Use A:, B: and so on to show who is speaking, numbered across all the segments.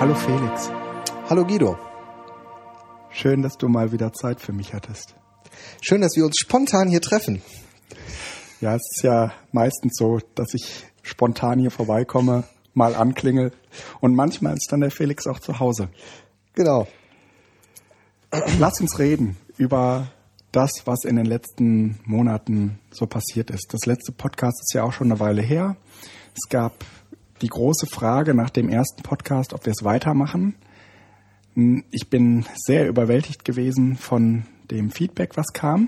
A: Hallo Felix.
B: Hallo Guido.
A: Schön, dass du mal wieder Zeit für mich hattest.
B: Schön, dass wir uns spontan hier treffen.
A: Ja, es ist ja meistens so, dass ich spontan hier vorbeikomme, mal anklingel und manchmal ist dann der Felix auch zu Hause.
B: Genau.
A: Lass uns reden über das, was in den letzten Monaten so passiert ist. Das letzte Podcast ist ja auch schon eine Weile her. Es gab die große Frage nach dem ersten Podcast, ob wir es weitermachen. Ich bin sehr überwältigt gewesen von dem Feedback, was kam.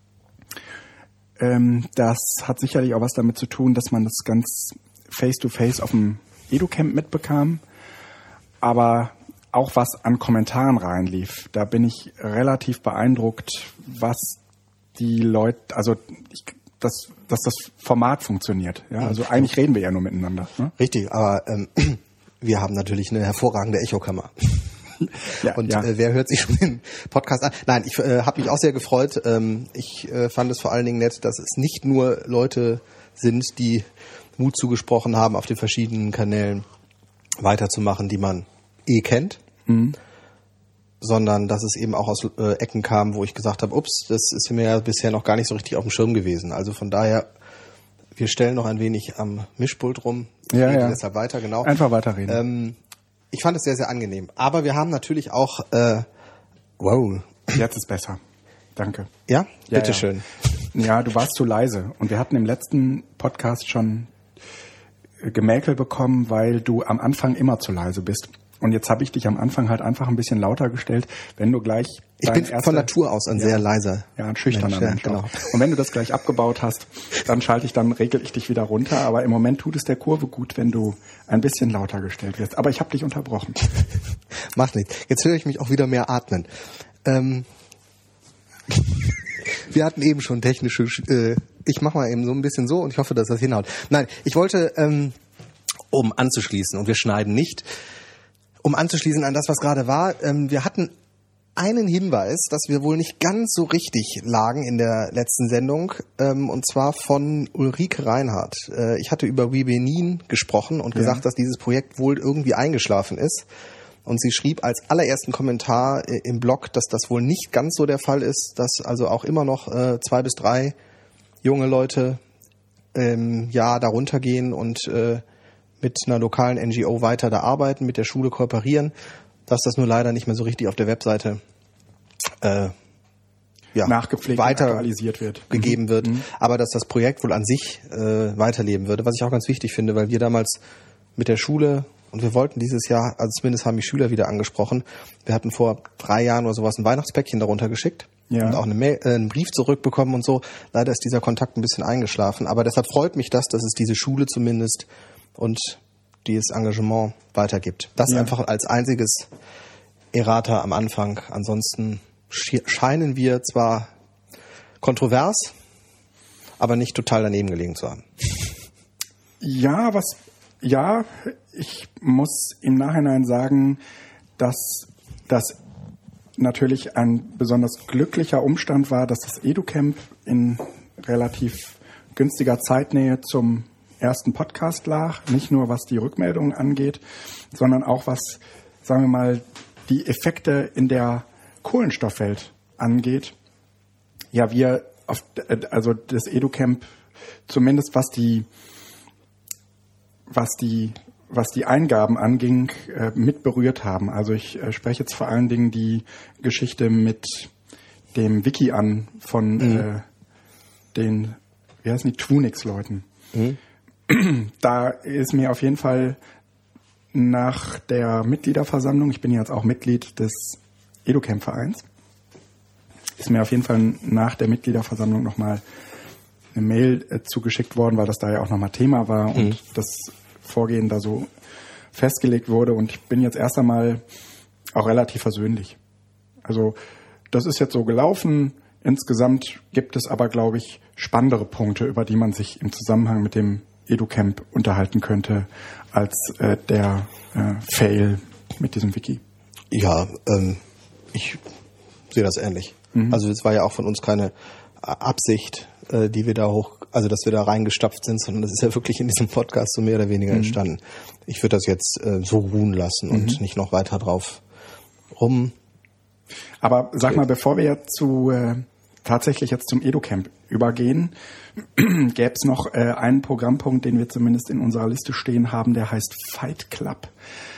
A: Das hat sicherlich auch was damit zu tun, dass man das ganz face-to-face auf dem EduCamp mitbekam, aber auch was an Kommentaren reinlief. Da bin ich relativ beeindruckt, was die Leute, also dass das Format funktioniert. Ja, also eigentlich reden wir ja nur miteinander. Ne?
B: Richtig, aber wir haben natürlich eine hervorragende Echokammer.
A: Ja,
B: und
A: ja.
B: Wer hört sich schon den Podcast an? Nein, ich habe mich auch sehr gefreut. Ich fand es vor allen Dingen nett, dass es nicht nur Leute sind, die Mut zugesprochen haben, auf den verschiedenen Kanälen weiterzumachen, die man kennt, sondern dass es eben auch aus Ecken kam, wo ich gesagt habe, ups, das ist mir ja bisher noch gar nicht so richtig auf dem Schirm gewesen. Also von daher, wir stellen noch ein wenig am Mischpult rum. Ich rede deshalb weiter, genau.
A: Einfach weiterreden.
B: Ich fand es sehr, sehr angenehm. Aber wir haben natürlich auch, wow.
A: Jetzt ist besser. Danke.
B: Ja?
A: Ja,
B: Bitteschön.
A: Ja, du warst zu leise. Und wir hatten im letzten Podcast schon Gemäkel bekommen, weil du am Anfang immer zu leise bist. Und jetzt habe ich dich am Anfang halt einfach ein bisschen lauter gestellt, wenn du gleich...
B: Ich bin von Natur aus ein sehr leiser
A: ein schüchterner Mensch.
B: Genau.
A: Und wenn du das gleich abgebaut hast, dann regel ich dich wieder runter. Aber im Moment tut es der Kurve gut, wenn du ein bisschen lauter gestellt wirst. Aber ich habe dich unterbrochen.
B: Macht nichts. Jetzt höre ich mich auch wieder mehr atmen. Wir hatten eben schon technische... ich mache mal eben so ein bisschen so und ich hoffe, dass das hinhaut. Nein, ich wollte, um anzuschließen, und wir schneiden nicht, um anzuschließen an das, was gerade war, wir hatten einen Hinweis, dass wir wohl nicht ganz so richtig lagen in der letzten Sendung, und zwar von Ulrike Reinhardt. Ich hatte über Webenin gesprochen und gesagt, dass dieses Projekt wohl irgendwie eingeschlafen ist. Und sie schrieb als allerersten Kommentar im Blog, dass das wohl nicht ganz so der Fall ist, dass also auch immer noch 2 bis 3 junge Leute darunter gehen und mit einer lokalen NGO weiter da arbeiten, mit der Schule kooperieren, dass das nur leider nicht mehr so richtig auf der Webseite
A: nachgepflegt
B: weiter
A: und aktualisiert wird.
B: Gegeben wird, aber dass das Projekt wohl an sich weiterleben würde, was ich auch ganz wichtig finde, weil wir damals mit der Schule, und wir wollten dieses Jahr, also zumindest haben die Schüler wieder angesprochen, wir hatten vor 3 Jahren oder sowas ein Weihnachtspäckchen darunter geschickt und auch einen Brief zurückbekommen und so. Leider ist dieser Kontakt ein bisschen eingeschlafen, aber deshalb freut mich das, dass es diese Schule zumindest und dieses Engagement weitergibt. Das einfach als einziges Errata am Anfang. Ansonsten scheinen wir zwar kontrovers, aber nicht total daneben gelegen zu haben.
A: Ja, ich muss im Nachhinein sagen, dass das natürlich ein besonders glücklicher Umstand war, dass das EduCamp in relativ günstiger Zeitnähe zum ersten Podcast lag. Nicht nur was die Rückmeldungen angeht, sondern auch was, sagen wir mal, die Effekte in der Kohlenstoffwelt angeht. Ja, also das EduCamp, zumindest was die Eingaben anging, mit berührt haben. Also ich spreche jetzt vor allen Dingen die Geschichte mit dem Wiki an von den, wie heißen die, Twunix-Leuten. Da ist mir auf jeden Fall nach der Mitgliederversammlung, ich bin jetzt auch Mitglied des EduCamp-Vereins, ist mir auf jeden Fall nach der Mitgliederversammlung nochmal eine Mail zugeschickt worden, weil das da ja auch nochmal Thema war und das Vorgehen da so festgelegt wurde. Und ich bin jetzt erst einmal auch relativ versöhnlich. Also das ist jetzt so gelaufen. Insgesamt gibt es aber, glaube ich, spannendere Punkte, über die man sich im Zusammenhang mit dem EduCamp unterhalten könnte, als der Fail mit diesem Wiki.
B: Ja, ich sehe das ähnlich. Also es war ja auch von uns keine Absicht, die wir da hoch also dass wir da reingestapft sind, sondern das ist ja wirklich in diesem Podcast so mehr oder weniger entstanden. Ich würde das jetzt so ruhen lassen und nicht noch weiter drauf rum.
A: Aber sag mal, bevor wir tatsächlich jetzt zum EduCamp übergehen, gäbe es noch einen Programmpunkt, den wir zumindest in unserer Liste stehen haben, der heißt Fight Club.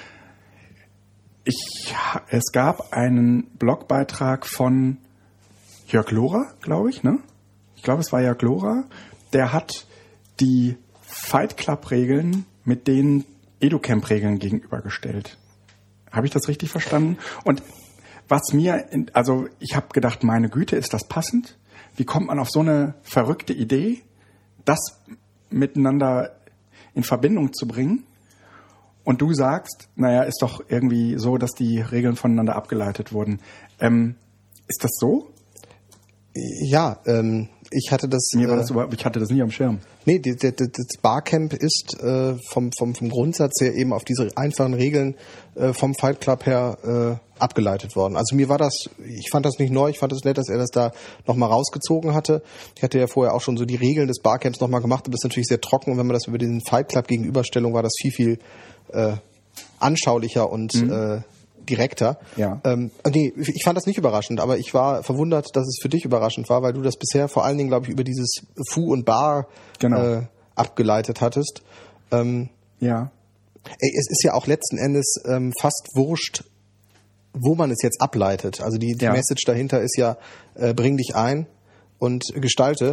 A: Es gab einen Blogbeitrag von Jörg Lohrer, glaube ich, ne? Ich glaube, es war Jörg Lohrer. Der hat die Fight Club-Regeln mit den EduCamp-Regeln gegenübergestellt. Habe ich das richtig verstanden? Und ich habe gedacht, meine Güte, ist das passend? Wie kommt man auf so eine verrückte Idee, das miteinander in Verbindung zu bringen? Und du sagst, naja, ist doch irgendwie so, dass die Regeln voneinander abgeleitet wurden. Ist das so?
B: Ja, ich hatte das.
A: Ich hatte das nie am Schirm.
B: Nee, das Barcamp ist vom Grundsatz her eben auf diese einfachen Regeln vom Fight Club her abgeleitet worden. Also ich fand das nicht neu, ich fand es nett, dass er das da nochmal rausgezogen hatte. Ich hatte ja vorher auch schon so die Regeln des Barcamps nochmal gemacht, aber das ist natürlich sehr trocken und wenn man das über den Fight Club Gegenüberstellung war das viel anschaulicher und direkter.
A: Ja.
B: Nee, ich fand das nicht überraschend, aber ich war verwundert, dass es für dich überraschend war, weil du das bisher vor allen Dingen, glaube ich, über dieses Fu und Bar abgeleitet hattest.
A: Ja.
B: Es ist ja auch letzten Endes fast wurscht, wo man es jetzt ableitet. Also die Message dahinter ist ja, bring dich ein und gestalte.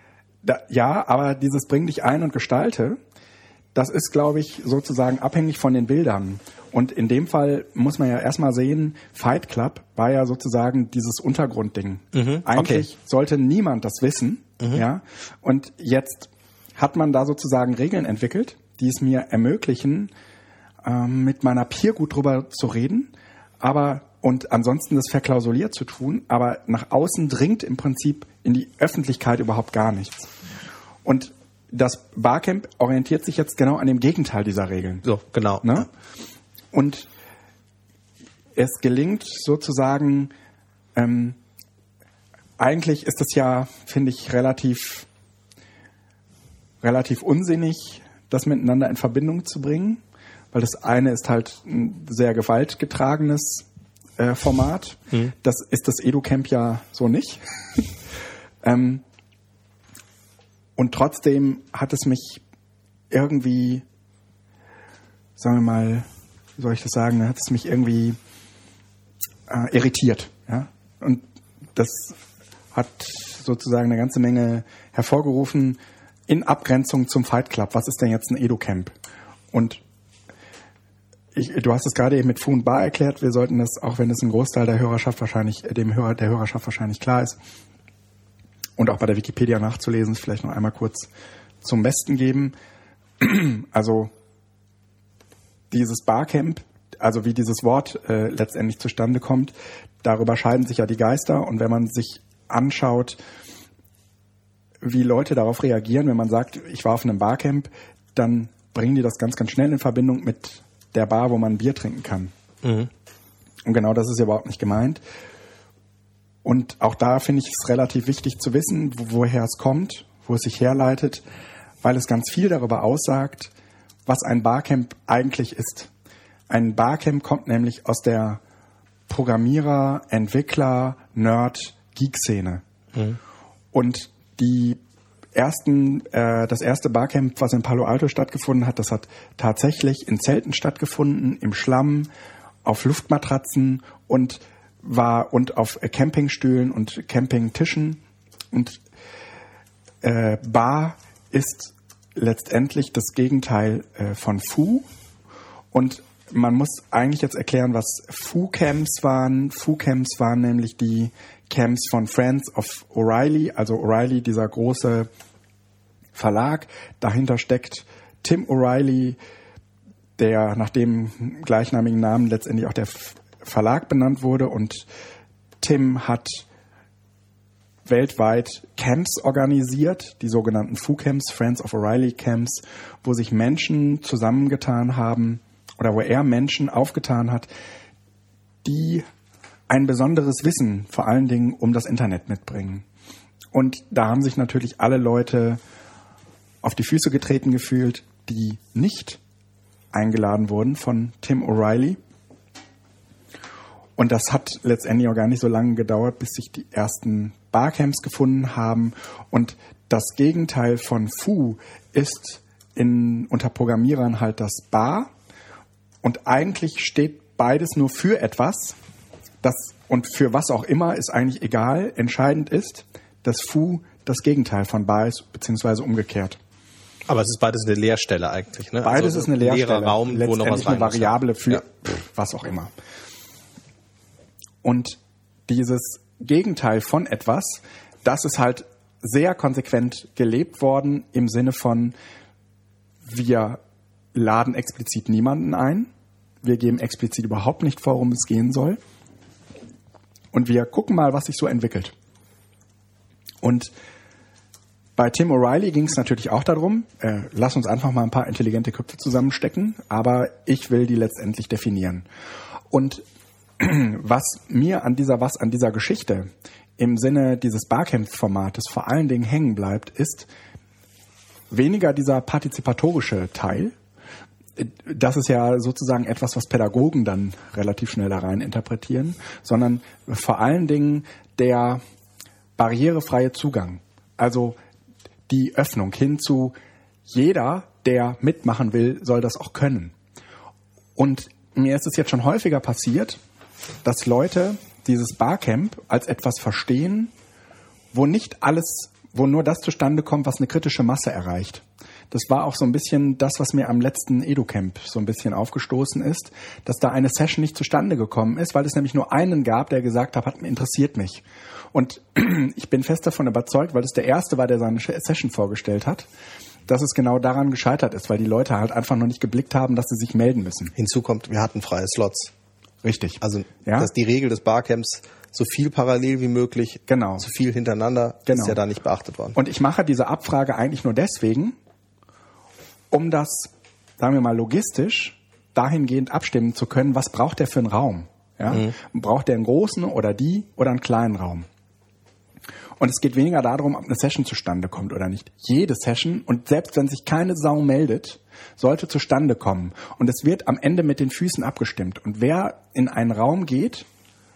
A: Aber dieses bring dich ein und gestalte, das ist, glaube ich, sozusagen abhängig von den Bildern. Und in dem Fall muss man ja erstmal sehen, Fight Club war ja sozusagen dieses Untergrundding. Eigentlich sollte niemand das wissen. Ja. Und jetzt hat man da sozusagen Regeln entwickelt, die es mir ermöglichen, mit meiner Peer gut drüber zu reden, und ansonsten das verklausuliert zu tun, aber nach außen dringt im Prinzip in die Öffentlichkeit überhaupt gar nichts. Und das Barcamp orientiert sich jetzt genau an dem Gegenteil dieser Regeln.
B: So, genau.
A: Ne? Und es gelingt sozusagen, eigentlich ist es ja, finde ich, relativ unsinnig, das miteinander in Verbindung zu bringen, weil das eine ist halt ein sehr gewaltgetragenes Format. Das ist das EduCamp ja so nicht. Und trotzdem hat es mich irgendwie, sagen wir mal, wie soll ich das sagen, hat es mich irgendwie irritiert. Ja? Und das hat sozusagen eine ganze Menge hervorgerufen in Abgrenzung zum Fight Club. Was ist denn jetzt ein EduCamp? Und du hast es gerade eben mit Fu und Bar erklärt. Wir sollten das, auch wenn es ein Großteil der Hörerschaft der Hörerschaft wahrscheinlich klar ist, und auch bei der Wikipedia nachzulesen, ist vielleicht noch einmal kurz zum Besten geben. Also dieses Barcamp, also wie dieses Wort letztendlich zustande kommt, darüber scheiden sich ja die Geister. Und wenn man sich anschaut, wie Leute darauf reagieren, wenn man sagt, ich war auf einem Barcamp, dann bringen die das ganz, ganz schnell in Verbindung mit der Bar, wo man Bier trinken kann. Und genau das ist ja überhaupt nicht gemeint. Und auch da finde ich es relativ wichtig zu wissen, woher es kommt, wo es sich herleitet, weil es ganz viel darüber aussagt, was ein Barcamp eigentlich ist. Ein Barcamp kommt nämlich aus der Programmierer-, Entwickler-, Nerd-, Geek-Szene. Und das erste Barcamp, was in Palo Alto stattgefunden hat, das hat tatsächlich in Zelten stattgefunden, im Schlamm, auf Luftmatratzen und auf Campingstühlen und Campingtischen. Und Bar ist letztendlich das Gegenteil von Fu. Und man muss eigentlich jetzt erklären, was Fu-Camps waren. Fu-Camps waren nämlich die Camps von Friends of O'Reilly, also O'Reilly, dieser große Verlag. Dahinter steckt Tim O'Reilly, der nach dem gleichnamigen Namen letztendlich auch der Verlag benannt wurde. Und Tim hat weltweit Camps organisiert, die sogenannten Fu-Camps, Friends of O'Reilly Camps, wo sich Menschen zusammengetan haben oder wo er Menschen aufgetan hat, die ein besonderes Wissen vor allen Dingen um das Internet mitbringen. Und da haben sich natürlich alle Leute auf die Füße getreten gefühlt, die nicht eingeladen wurden von Tim O'Reilly. Und das hat letztendlich auch gar nicht so lange gedauert, bis sich die ersten Barcamps gefunden haben. Und das Gegenteil von Foo ist unter Programmierern halt das Bar. Und eigentlich steht beides nur für etwas. Und für was auch immer ist eigentlich egal. Entscheidend ist, dass Foo das Gegenteil von Bar ist, beziehungsweise umgekehrt.
B: Aber es ist beides eine Leerstelle eigentlich, ne?
A: Beides
B: also
A: ist eine Leerstelle.
B: Leerer Raum, wo noch was rein
A: eine Variable für was auch immer. Und dieses Gegenteil von etwas, das ist halt sehr konsequent gelebt worden im Sinne von, wir laden explizit niemanden ein, wir geben explizit überhaupt nicht vor, worum es gehen soll und wir gucken mal, was sich so entwickelt. Und bei Tim O'Reilly ging es natürlich auch darum, lass uns einfach mal ein paar intelligente Köpfe zusammenstecken, aber ich will die letztendlich definieren. Und was an dieser Geschichte im Sinne dieses Barcamp-Formates vor allen Dingen hängen bleibt, ist weniger dieser partizipatorische Teil. Das ist ja sozusagen etwas, was Pädagogen dann relativ schnell da rein interpretieren, sondern vor allen Dingen der barrierefreie Zugang. Also die Öffnung hin zu jeder, der mitmachen will, soll das auch können. Und mir ist es jetzt schon häufiger passiert, dass Leute dieses Barcamp als etwas verstehen, wo nur das zustande kommt, was eine kritische Masse erreicht. Das war auch so ein bisschen das, was mir am letzten EduCamp so ein bisschen aufgestoßen ist, dass da eine Session nicht zustande gekommen ist, weil es nämlich nur einen gab, der gesagt hat, interessiert mich. Und ich bin fest davon überzeugt, weil es der Erste war, der seine Session vorgestellt hat, dass es genau daran gescheitert ist, weil die Leute halt einfach noch nicht geblickt haben, dass sie sich melden müssen.
B: Hinzu kommt, wir hatten freie Slots.
A: Richtig.
B: Also dass die Regel des Barcamps so viel parallel wie möglich, so viel hintereinander, ist ja da nicht beachtet worden.
A: Und ich mache diese Abfrage eigentlich nur deswegen, um das, sagen wir mal, logistisch dahingehend abstimmen zu können, was braucht der für einen Raum? Ja? Braucht der einen großen oder einen kleinen Raum? Und es geht weniger darum, ob eine Session zustande kommt oder nicht. Jede Session, und selbst wenn sich keine Sau meldet, sollte zustande kommen. Und es wird am Ende mit den Füßen abgestimmt. Und wer in einen Raum geht,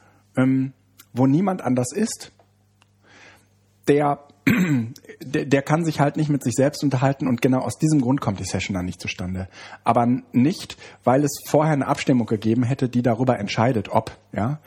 A: wo niemand anders ist, der kann sich halt nicht mit sich selbst unterhalten und genau aus diesem Grund kommt die Session dann nicht zustande. Aber nicht, weil es vorher eine Abstimmung gegeben hätte, die darüber entscheidet, ob. Ja,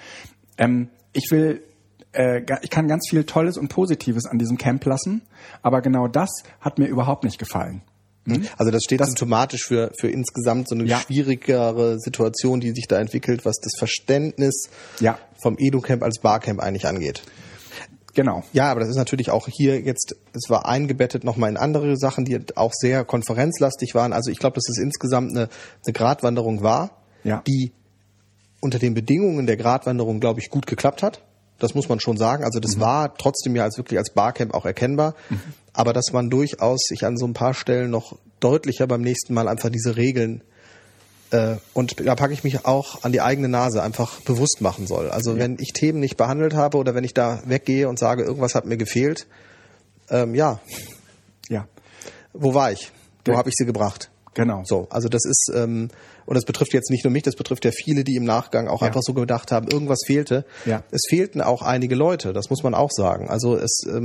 A: ich kann ganz viel Tolles und Positives an diesem Camp lassen, aber genau das hat mir überhaupt nicht gefallen.
B: Also das steht symptomatisch für insgesamt so eine schwierigere Situation, die sich da entwickelt, was das Verständnis vom EduCamp als Barcamp eigentlich angeht.
A: Genau.
B: Ja, aber das ist natürlich auch hier jetzt, es war eingebettet nochmal in andere Sachen, die auch sehr konferenzlastig waren. Also ich glaube, dass es insgesamt eine Gratwanderung war, die unter den Bedingungen der Gratwanderung, glaube ich, gut geklappt hat. Das muss man schon sagen. Also das war trotzdem ja wirklich als Barcamp auch erkennbar. Aber dass man durchaus sich an so ein paar Stellen noch deutlicher beim nächsten Mal einfach diese Regeln und da packe ich mich auch an die eigene Nase einfach bewusst machen soll. Also wenn ich Themen nicht behandelt habe oder wenn ich da weggehe und sage, irgendwas hat mir gefehlt, wo war ich? Wo habe ich sie gebracht?
A: Genau.
B: So, also das ist, und das betrifft jetzt nicht nur mich, das betrifft ja viele, die im Nachgang auch einfach so gedacht haben, irgendwas fehlte. Ja. Es fehlten auch einige Leute, das muss man auch sagen. Also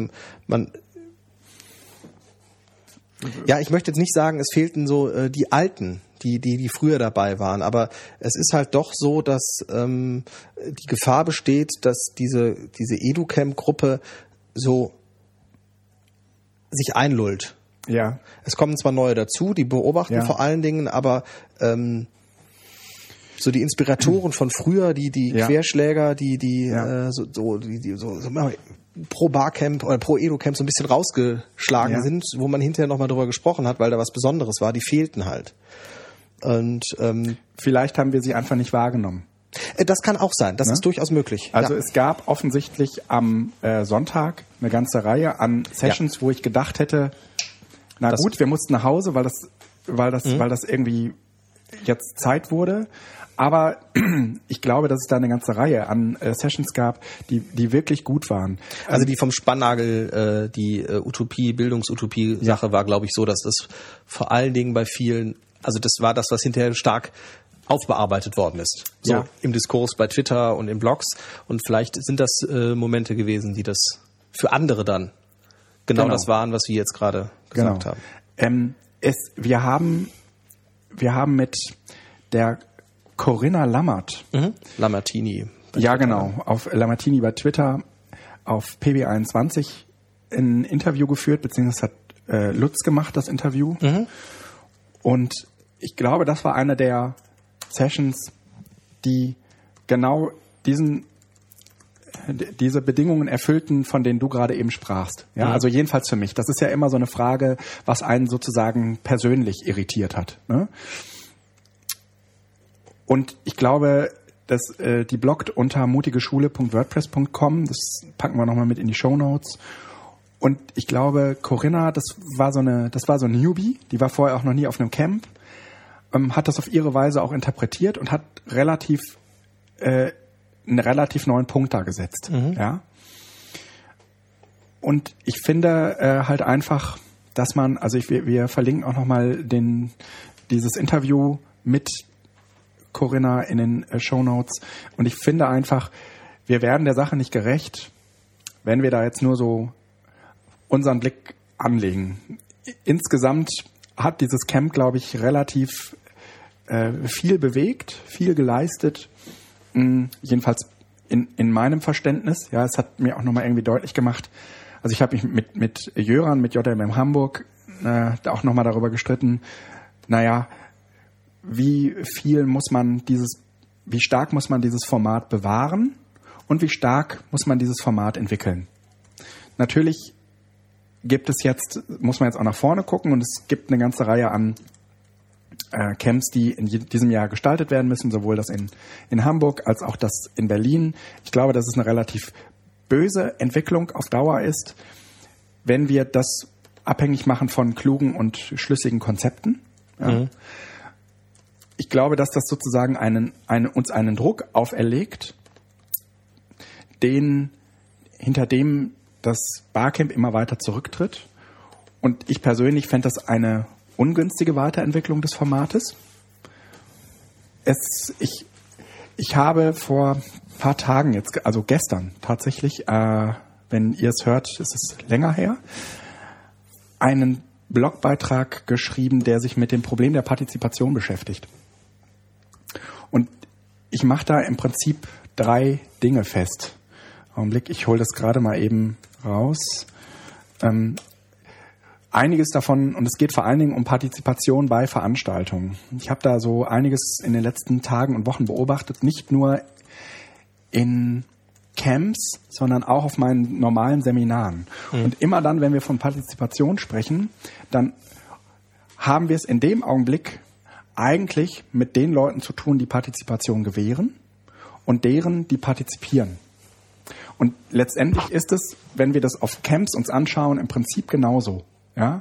B: ich möchte jetzt nicht sagen, es fehlten so die Alten, die früher dabei waren, aber es ist halt doch so, dass die Gefahr besteht, dass diese EduCamp-Gruppe so sich einlullt.
A: Ja.
B: Es kommen zwar neue dazu, die beobachten vor allen Dingen, aber so die Inspiratoren von früher, die Querschläger, die pro Barcamp oder pro EduCamp so ein bisschen rausgeschlagen sind, wo man hinterher nochmal drüber gesprochen hat, weil da was Besonderes war, die fehlten halt. Und
A: vielleicht haben wir sie einfach nicht wahrgenommen.
B: Das kann auch sein, das ist durchaus möglich.
A: Also es gab offensichtlich am Sonntag eine ganze Reihe an Sessions, wo ich gedacht hätte, wir mussten nach Hause, weil das irgendwie jetzt Zeit wurde. Aber ich glaube, dass es da eine ganze Reihe an Sessions gab, die wirklich gut waren.
B: Also die vom Spannagel, die Utopie, Bildungsutopie-Sache war, glaube ich, so, dass das vor allen Dingen bei vielen, also das war das, was hinterher stark aufbearbeitet worden ist. So
A: Ja.
B: im Diskurs bei Twitter und in Blogs. Und vielleicht sind das Momente gewesen, die das für andere dann genau das waren, was wir jetzt gerade gesagt haben.
A: Wir haben mit der Corinna Lammert.
B: Lammartini.
A: Ja, genau. Auf Lammartini bei Twitter, auf PB21 ein Interview geführt, beziehungsweise hat Lutz gemacht, das Interview. Und ich glaube, das war eine der Sessions, die genau diese Bedingungen erfüllten, von denen du gerade eben sprachst. Ja, also jedenfalls für mich. Das ist ja immer so eine Frage, was einen sozusagen persönlich irritiert hat. Ne? Und ich glaube, dass die bloggt unter mutigeschule.wordpress.com. Das packen wir nochmal mit in die Shownotes. Und ich glaube, Corinna, das war so ein Newbie, die war vorher auch noch nie auf einem Camp, hat das auf ihre Weise auch interpretiert und hat einen relativ neuen Punkt da gesetzt. Ja. Und ich finde halt einfach, dass man, also wir verlinken auch nochmal dieses Interview mit Corinna in den Shownotes. Und ich finde einfach, wir werden der Sache nicht gerecht, wenn wir da jetzt nur so unseren Blick anlegen. Insgesamt hat dieses Camp, glaube ich, relativ viel bewegt, viel geleistet. Jedenfalls in meinem Verständnis. Ja, es hat mir auch nochmal irgendwie deutlich gemacht. Also ich habe mich mit Jöran, mit JMM Hamburg, auch nochmal darüber gestritten. Naja, wie stark muss man dieses Format bewahren und wie stark muss man dieses Format entwickeln? Natürlich muss man jetzt auch nach vorne gucken und es gibt eine ganze Reihe an Camps, die in diesem Jahr gestaltet werden müssen, sowohl das in Hamburg als auch das in Berlin. Ich glaube, dass es eine relativ böse Entwicklung auf Dauer ist, wenn wir das abhängig machen von klugen und schlüssigen Konzepten. Ja. Ich glaube, dass das sozusagen uns einen Druck auferlegt, hinter dem das Barcamp immer weiter zurücktritt. Und ich persönlich fände das eine ungünstige Weiterentwicklung des Formates. Ich habe vor ein paar Tagen jetzt, also gestern tatsächlich, wenn ihr es hört, ist es länger her, einen Blogbeitrag geschrieben, der sich mit dem Problem der Partizipation beschäftigt. Und ich mache da im Prinzip 3 Dinge fest. Augenblick, ich hole das gerade mal eben raus. Einiges davon, und es geht vor allen Dingen um Partizipation bei Veranstaltungen. Ich habe da so einiges in den letzten Tagen und Wochen beobachtet, nicht nur in Camps, sondern auch auf meinen normalen Seminaren. Und immer dann, wenn wir von Partizipation sprechen, dann haben wir es in dem Augenblick eigentlich mit den Leuten zu tun, die Partizipation gewähren und deren, die partizipieren. Und letztendlich ist es, wenn wir das auf Camps uns anschauen, im Prinzip genauso. Ja?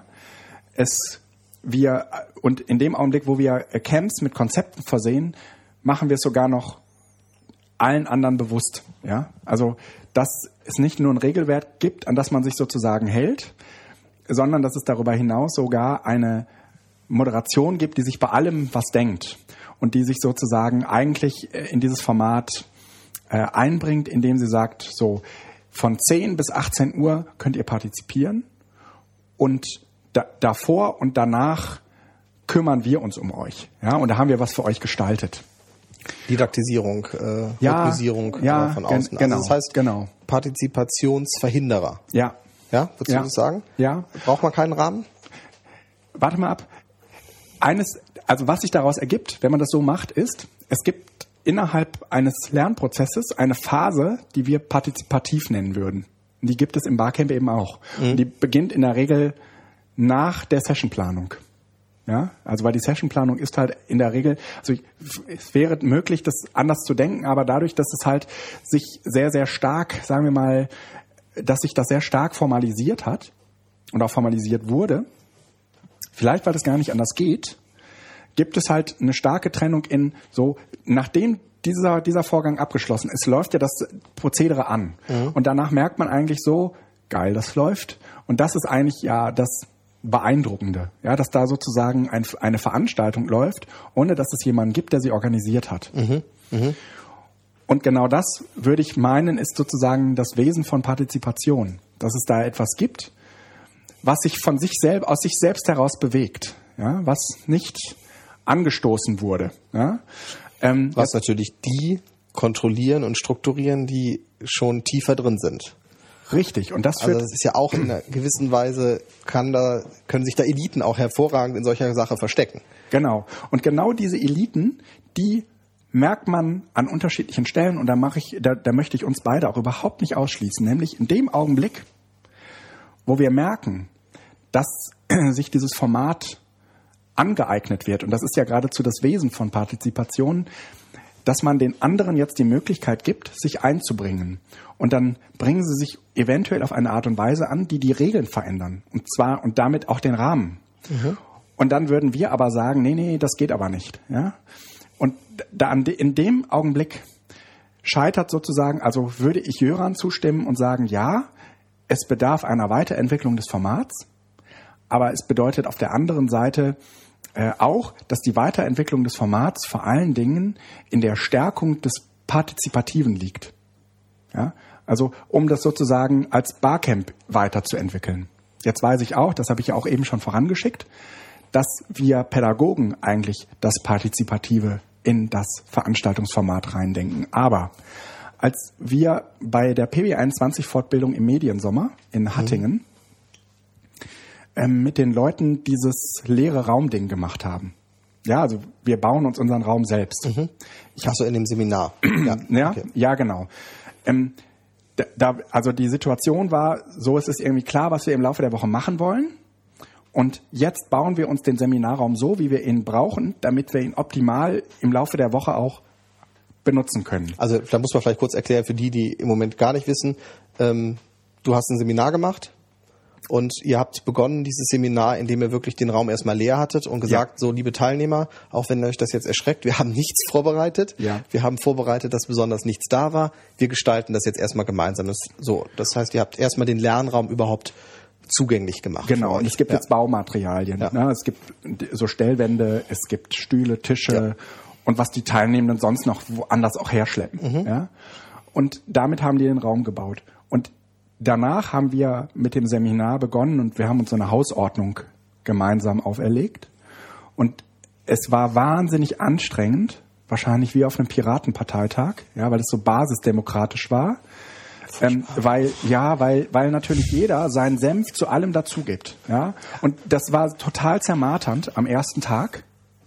A: Und in dem Augenblick, wo wir Camps mit Konzepten versehen, machen wir es sogar noch allen anderen bewusst. Ja? Also, dass es nicht nur ein Regelwerk gibt, an das man sich sozusagen hält, sondern dass es darüber hinaus sogar eine Moderation gibt, die sich bei allem was denkt und die sich sozusagen eigentlich in dieses Format einbringt, indem sie sagt, so von 10 bis 18 Uhr könnt ihr partizipieren und davor und danach kümmern wir uns um euch. Ja, und da haben wir was für euch gestaltet.
B: Didaktisierung, Mobilisierung von außen.
A: Genau,
B: also das heißt
A: genau.
B: Partizipationsverhinderer.
A: Ja.
B: Ja, würdest du das sagen?
A: Ja.
B: Braucht man keinen Rahmen?
A: Warte mal ab. Also was sich daraus ergibt, wenn man das so macht, ist, es gibt innerhalb eines Lernprozesses eine Phase, die wir partizipativ nennen würden. Und die gibt es im Barcamp eben auch. Und die beginnt in der Regel nach der Sessionplanung. Ja, also weil die Sessionplanung ist halt in der Regel, also es wäre möglich, das anders zu denken, aber dadurch, dass es halt sich sehr, sehr stark, sagen wir mal, dass sich das sehr stark formalisiert hat und auch formalisiert wurde, vielleicht weil das gar nicht anders geht, gibt es halt eine starke Trennung in so, nachdem dieser Vorgang abgeschlossen ist, läuft ja das Prozedere an. Und danach merkt man eigentlich so, geil, das läuft. Und das ist eigentlich ja das Beeindruckende, ja, dass da sozusagen eine Veranstaltung läuft, ohne dass es jemanden gibt, der sie organisiert hat. Und genau das, würde ich meinen, ist sozusagen das Wesen von Partizipation, dass es da etwas gibt, was sich aus sich selbst heraus bewegt, ja, was nicht angestoßen wurde. Ja.
B: Was natürlich die kontrollieren und strukturieren, die schon tiefer drin sind.
A: Richtig. Und das
B: ist ja auch in einer gewissen Weise, können sich da Eliten auch hervorragend in solcher Sache verstecken.
A: Genau. Und genau diese Eliten, die merkt man an unterschiedlichen Stellen, und da möchte ich uns beide auch überhaupt nicht ausschließen, nämlich in dem Augenblick, wo wir merken, dass sich dieses Format angeeignet wird, und das ist ja geradezu das Wesen von Partizipation, dass man den anderen jetzt die Möglichkeit gibt, sich einzubringen. Und dann bringen sie sich eventuell auf eine Art und Weise an, die Regeln verändern. Und damit auch den Rahmen. Und dann würden wir aber sagen, nee, das geht aber nicht. Ja? Und in dem Augenblick scheitert sozusagen, also würde ich Jöran zustimmen und sagen, ja, es bedarf einer Weiterentwicklung des Formats, aber es bedeutet auf der anderen Seite auch, dass die Weiterentwicklung des Formats vor allen Dingen in der Stärkung des Partizipativen liegt. Ja? Also um das sozusagen als Barcamp weiterzuentwickeln. Jetzt weiß ich auch, das habe ich ja auch eben schon vorangeschickt, dass wir Pädagogen eigentlich das Partizipative in das Veranstaltungsformat reindenken. Aber als wir bei der PW21-Fortbildung im Mediensommer in Hattingen mit den Leuten dieses leere Raumding gemacht haben. Ja, also wir bauen uns unseren Raum selbst.
B: Achso, in dem Seminar.
A: Ja,
B: okay.
A: Ja, genau. Also die Situation war so, es ist irgendwie klar, was wir im Laufe der Woche machen wollen. Und jetzt bauen wir uns den Seminarraum so, wie wir ihn brauchen, damit wir ihn optimal im Laufe der Woche auch benutzen können.
B: Also da muss man vielleicht kurz erklären, für die im Moment gar nicht wissen, du hast ein Seminar gemacht und ihr habt begonnen, dieses Seminar, indem ihr wirklich den Raum erstmal leer hattet und gesagt, so liebe Teilnehmer, auch wenn euch das jetzt erschreckt, wir haben nichts vorbereitet. Ja. Wir haben vorbereitet, dass besonders nichts da war. Wir gestalten das jetzt erstmal gemeinsam. Das heißt, ihr habt erstmal den Lernraum überhaupt zugänglich gemacht.
A: Genau, und es gibt jetzt Baumaterialien. Ja. Ne? Es gibt so Stellwände, es gibt Stühle, Tische und was die Teilnehmenden sonst noch woanders auch herschleppen. Ja? Und damit haben die den Raum gebaut. Und danach haben wir mit dem Seminar begonnen und wir haben uns so eine Hausordnung gemeinsam auferlegt. Und es war wahnsinnig anstrengend, wahrscheinlich wie auf einem Piratenparteitag, ja, weil es so basisdemokratisch war. Weil natürlich jeder seinen Senf zu allem dazu gibt. Ja? Und das war total zermarternd am ersten Tag.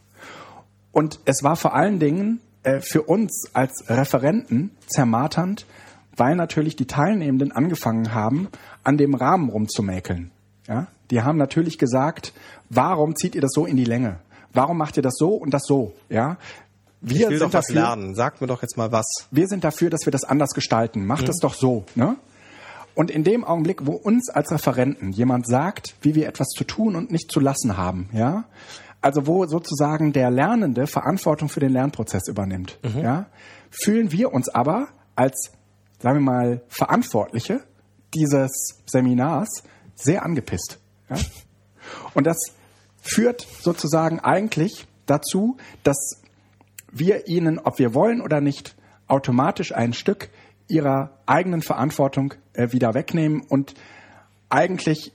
A: Und es war vor allen Dingen für uns als Referenten zermarternd, weil natürlich die Teilnehmenden angefangen haben, an dem Rahmen rumzumäkeln. Ja? Die haben natürlich gesagt, warum zieht ihr das so in die Länge? Warum macht ihr das so und das so? Ja?
B: Wir sind dafür, lernen. Sag mir doch jetzt mal was.
A: Wir sind dafür, dass wir das anders gestalten. Macht das doch so. Ne? Und in dem Augenblick, wo uns als Referenten jemand sagt, wie wir etwas zu tun und nicht zu lassen haben, ja, also wo sozusagen der Lernende Verantwortung für den Lernprozess übernimmt, ja, fühlen wir uns aber als, sagen wir mal, Verantwortliche dieses Seminars sehr angepisst. Ja? Und das führt sozusagen eigentlich dazu, dass wir ihnen, ob wir wollen oder nicht, automatisch ein Stück ihrer eigenen Verantwortung wieder wegnehmen. Und eigentlich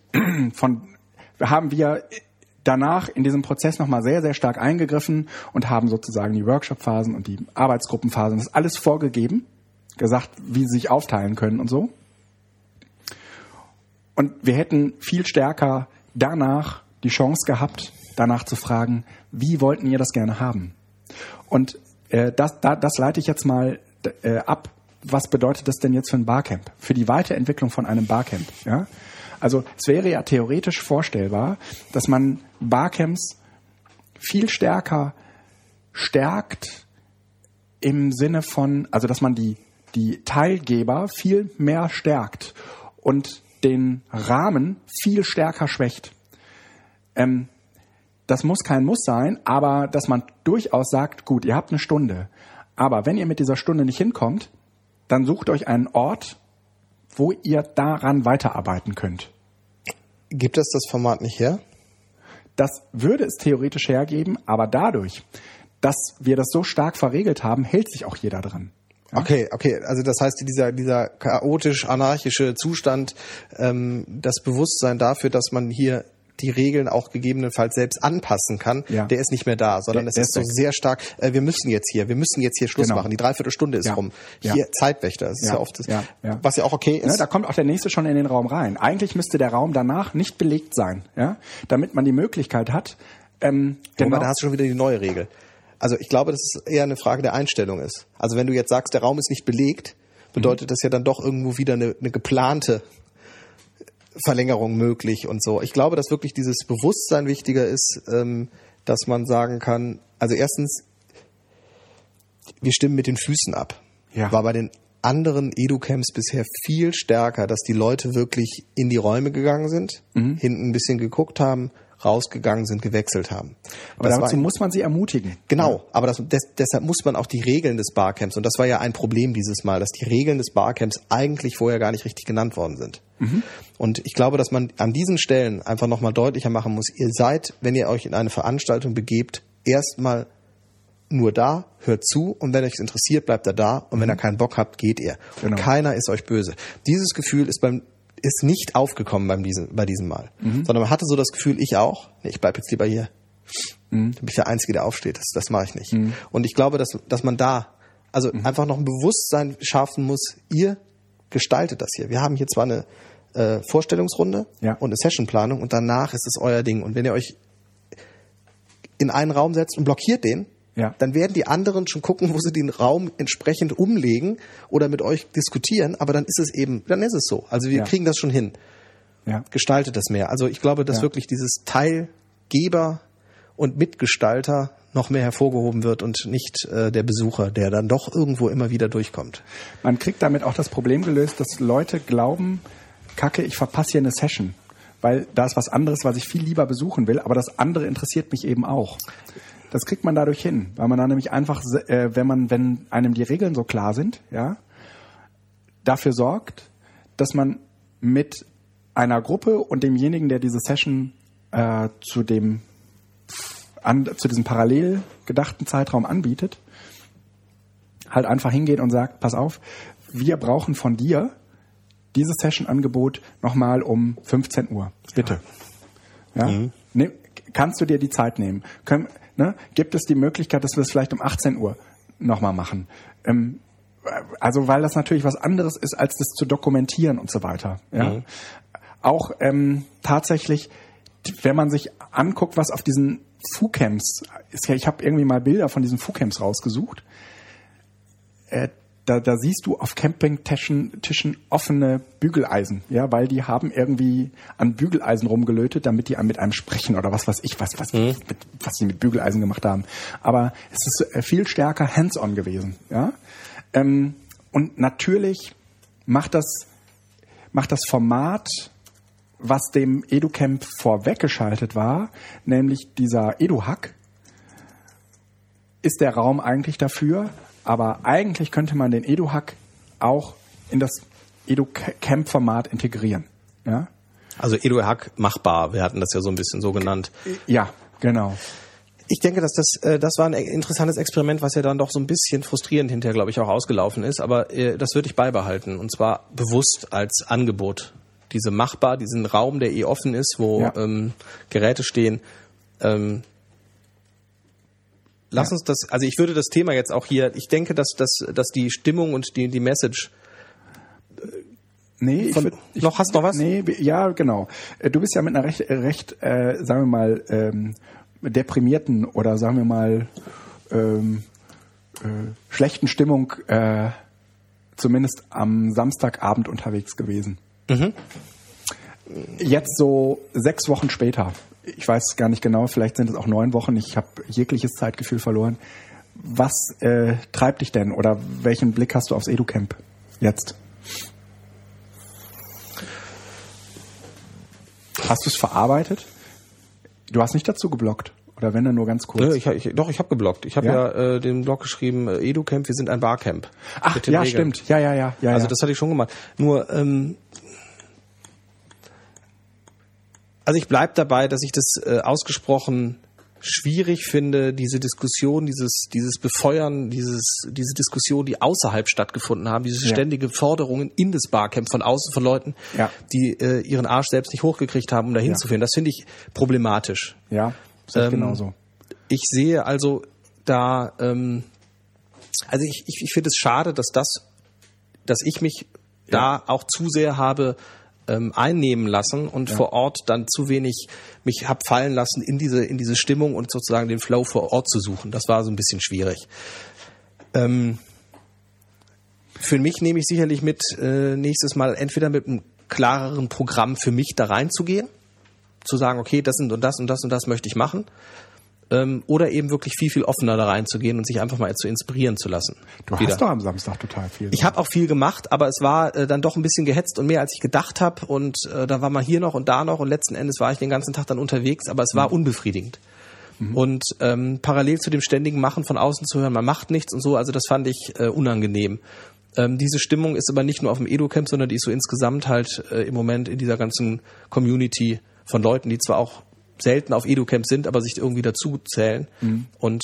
A: haben wir danach in diesem Prozess nochmal sehr, sehr stark eingegriffen und haben sozusagen die Workshop-Phasen und die Arbeitsgruppenphasen, das alles vorgegeben, gesagt, wie sie sich aufteilen können und so. Und wir hätten viel stärker danach die Chance gehabt, danach zu fragen, wie wollten ihr das gerne haben? Und das leite ich jetzt mal ab. Was bedeutet das denn jetzt für ein Barcamp? Für die Weiterentwicklung von einem Barcamp? Ja? Also es wäre ja theoretisch vorstellbar, dass man Barcamps viel stärker stärkt im Sinne von, also dass man die Teilgeber viel mehr stärkt und den Rahmen viel stärker schwächt. das muss kein Muss sein, aber dass man durchaus sagt, gut, ihr habt eine Stunde, aber wenn ihr mit dieser Stunde nicht hinkommt, dann sucht euch einen Ort, wo ihr daran weiterarbeiten könnt.
B: Gibt es das Format nicht her?
A: Das würde es theoretisch hergeben, aber dadurch, dass wir das so stark verregelt haben, hält sich auch jeder dran. Ja?
B: Okay, also das heißt, dieser chaotisch-anarchische Zustand, das Bewusstsein dafür, dass man hier die Regeln auch gegebenenfalls selbst anpassen kann, der ist nicht mehr da, sondern es ist so sehr stark, wir müssen jetzt hier Schluss machen, die Dreiviertelstunde ist rum. Hier Zeitwächter, das ist ja oft das, was ja auch okay ist.
A: Ne, da kommt auch der Nächste schon in den Raum rein. Eigentlich müsste der Raum danach nicht belegt sein, ja, damit man die Möglichkeit hat,
B: genau. Aber da hast du schon wieder die neue Regel. Also ich glaube, dass es eher eine Frage der Einstellung ist. Also wenn du jetzt sagst, der Raum ist nicht belegt, bedeutet das ja dann doch irgendwo wieder eine geplante Verlängerung möglich und so. Ich glaube, dass wirklich dieses Bewusstsein wichtiger ist, dass man sagen kann, also erstens, wir stimmen mit den Füßen ab.
A: Ja.
B: War bei den anderen Edu-Camps bisher viel stärker, dass die Leute wirklich in die Räume gegangen sind, hinten ein bisschen geguckt haben, rausgegangen sind, gewechselt haben.
A: Aber dazu muss man sie ermutigen.
B: Genau, aber deshalb muss man auch die Regeln des Barcamps, und das war ja ein Problem dieses Mal, dass die Regeln des Barcamps eigentlich vorher gar nicht richtig genannt worden sind. Und ich glaube, dass man an diesen Stellen einfach nochmal deutlicher machen muss, ihr seid, wenn ihr euch in eine Veranstaltung begebt, erstmal nur da, hört zu, und wenn euch es interessiert, bleibt er da, und wenn ihr keinen Bock habt, geht ihr. Genau. Und keiner ist euch böse. Dieses Gefühl ist nicht aufgekommen bei diesem Mal, sondern man hatte so das Gefühl, ich auch, ich bleib jetzt lieber hier. Dann bin ich der Einzige, der aufsteht, das mache ich nicht. Und ich glaube, dass man da einfach noch ein Bewusstsein schaffen muss, ihr gestaltet das hier. Wir haben hier zwar eine Vorstellungsrunde und eine Sessionplanung, und danach ist es euer Ding. Und wenn ihr euch in einen Raum setzt und blockiert den, dann werden die anderen schon gucken, wo sie den Raum entsprechend umlegen oder mit euch diskutieren, aber dann ist es so. Also wir kriegen das schon hin. Ja. Gestaltet das mehr. Also ich glaube, dass wirklich dieses Teilgeber und Mitgestalter noch mehr hervorgehoben wird und nicht der Besucher, der dann doch irgendwo immer wieder durchkommt.
A: Man kriegt damit auch das Problem gelöst, dass Leute glauben, Kacke, ich verpasse hier eine Session, weil da ist was anderes, was ich viel lieber besuchen will, aber das andere interessiert mich eben auch. Das kriegt man dadurch hin, weil man dann nämlich einfach, wenn einem die Regeln so klar sind, dafür sorgt, dass man mit einer Gruppe und demjenigen, der diese Session zu diesem parallel gedachten Zeitraum anbietet, halt einfach hingeht und sagt, pass auf, wir brauchen von dir dieses Session-Angebot nochmal um 15 Uhr, bitte. Ja? Kannst du dir die Zeit nehmen? Gibt es die Möglichkeit, dass wir es vielleicht um 18 Uhr nochmal machen? Also weil das natürlich was anderes ist, als das zu dokumentieren und so weiter. Ja? Auch tatsächlich, wenn man sich anguckt, was auf diesen FU-Camps ist, ich habe irgendwie mal Bilder von diesen FU-Camps rausgesucht, da siehst du auf Campingtischen offene Bügeleisen, weil die haben irgendwie an Bügeleisen rumgelötet, damit die mit einem sprechen oder was weiß ich, was sie mit Bügeleisen gemacht haben. Aber es ist viel stärker hands-on gewesen, und natürlich macht das Format, was dem EduCamp vorweggeschaltet war, nämlich dieser EduHack, ist der Raum eigentlich dafür. Aber eigentlich könnte man den EduHack auch in das EduCamp-Format integrieren. Ja?
B: Also EduHack machbar. Wir hatten das ja so ein bisschen so genannt.
A: Ja, genau.
B: Ich denke, dass das war ein interessantes Experiment, was ja dann doch so ein bisschen frustrierend hinterher, glaube ich, auch ausgelaufen ist. Aber das würde ich beibehalten. Und zwar bewusst als Angebot. Diesen Raum, der offen ist, wo Geräte stehen, lass uns das, also ich würde das Thema jetzt auch hier, ich denke, dass die Stimmung und die Message. Hast du noch was?
A: Nee, ja, genau. Du bist ja mit einer recht sagen wir mal, deprimierten oder sagen wir mal, schlechten Stimmung, zumindest am Samstagabend unterwegs gewesen. Jetzt so 6 Wochen später. Ich weiß gar nicht genau, vielleicht sind es auch 9 Wochen, ich habe jegliches Zeitgefühl verloren. Was treibt dich denn oder welchen Blick hast du aufs EduCamp jetzt? Hast du es verarbeitet? Du hast nicht dazu gebloggt? Oder wenn dann nur ganz kurz?
B: Ich habe gebloggt. Ich habe ja den Blog geschrieben, EduCamp, wir sind ein Barcamp.
A: Ach, ja, Regeln. Stimmt. Ja.
B: Also das hatte ich schon gemacht. Nur, also ich bleib dabei, dass ich das ausgesprochen schwierig finde, diese Diskussion, dieses Befeuern, diese Diskussion, die außerhalb stattgefunden haben, diese ständige Forderungen in das Barcamp von außen, von Leuten, die ihren Arsch selbst nicht hochgekriegt haben, um da hinzuführen. Das finde ich problematisch.
A: Ja, sehe ich genauso.
B: Ich sehe also da, also ich finde es schade, dass ich mich da auch zu sehr habe einnehmen lassen und vor Ort dann zu wenig mich hab fallen lassen in diese Stimmung und sozusagen den Flow vor Ort zu suchen. Das war so ein bisschen schwierig. Für mich nehme ich sicherlich mit, nächstes Mal entweder mit einem klareren Programm für mich da reinzugehen, zu sagen, okay, das und das und das und das möchte ich machen. Oder eben wirklich viel, viel offener da reinzugehen und sich einfach mal zu inspirieren zu lassen.
A: Du hast doch am Samstag total viel.
B: Ich habe auch viel gemacht, aber es war dann doch ein bisschen gehetzt und mehr als ich gedacht habe. Und da war mal hier noch und da noch und letzten Endes war ich den ganzen Tag dann unterwegs, aber es war unbefriedigend. Und parallel zu dem ständigen Machen von außen zu hören, man macht nichts und so, also das fand ich unangenehm. Diese Stimmung ist aber nicht nur auf dem EduCamp, sondern die ist so insgesamt halt im Moment in dieser ganzen Community von Leuten, die zwar auch selten auf EduCamp sind, aber sich irgendwie dazu zählen. Und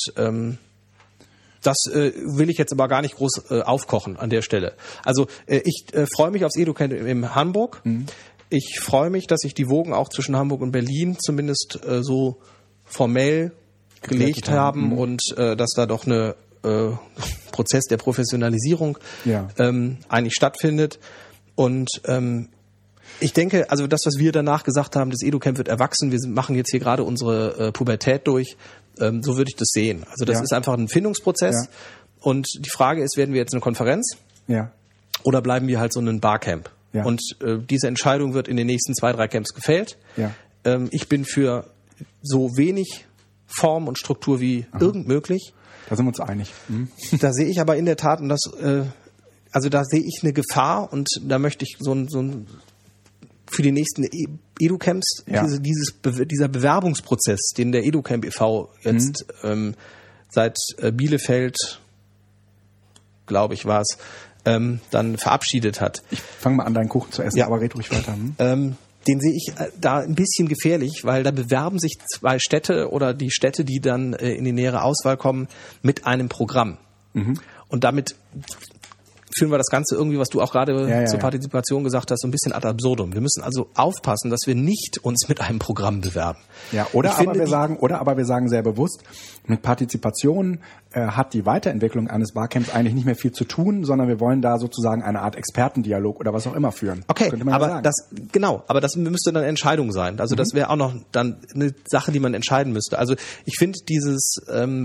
B: das will ich jetzt aber gar nicht groß aufkochen an der Stelle. Also ich freue mich aufs EduCamp in Hamburg. Ich freue mich, dass sich die Wogen auch zwischen Hamburg und Berlin zumindest so formell gelegt haben und dass da doch eine Prozess der Professionalisierung eigentlich stattfindet. Und ich denke, also das, was wir danach gesagt haben, das EduCamp wird erwachsen, wir machen jetzt hier gerade unsere Pubertät durch, so würde ich das sehen. Also das ist einfach ein Findungsprozess und die Frage ist, werden wir jetzt eine Konferenz oder bleiben wir halt so ein Barcamp? Und diese Entscheidung wird in den nächsten 2-3 Camps gefällt. Ich bin für so wenig Form und Struktur wie irgend möglich.
A: Da sind wir uns einig.
B: Da sehe ich aber in der Tat, und das, also da sehe ich eine Gefahr und da möchte ich so ein für die nächsten EduCamps, dieser Bewerbungsprozess, den der EduCamp e.V. jetzt seit Bielefeld, glaube ich, war es, dann verabschiedet hat.
A: Ich fange mal an, deinen Kuchen zu essen, aber red ruhig weiter.
B: Den sehe ich da ein bisschen gefährlich, weil da bewerben sich 2 Städte oder die Städte, die dann in die nähere Auswahl kommen, mit einem Programm. Und damit führen wir das Ganze irgendwie, was du auch gerade zur Partizipation gesagt hast, so ein bisschen ad absurdum. Wir müssen also aufpassen, dass wir nicht uns mit einem Programm bewerben.
A: Ja, oder aber wir sagen sehr bewusst, mit Partizipation hat die Weiterentwicklung eines Barcamps eigentlich nicht mehr viel zu tun, sondern wir wollen da sozusagen eine Art Expertendialog oder was auch immer führen.
B: Okay, aber das müsste dann Entscheidung sein. Also das wäre auch noch dann eine Sache, die man entscheiden müsste. Also ich finde dieses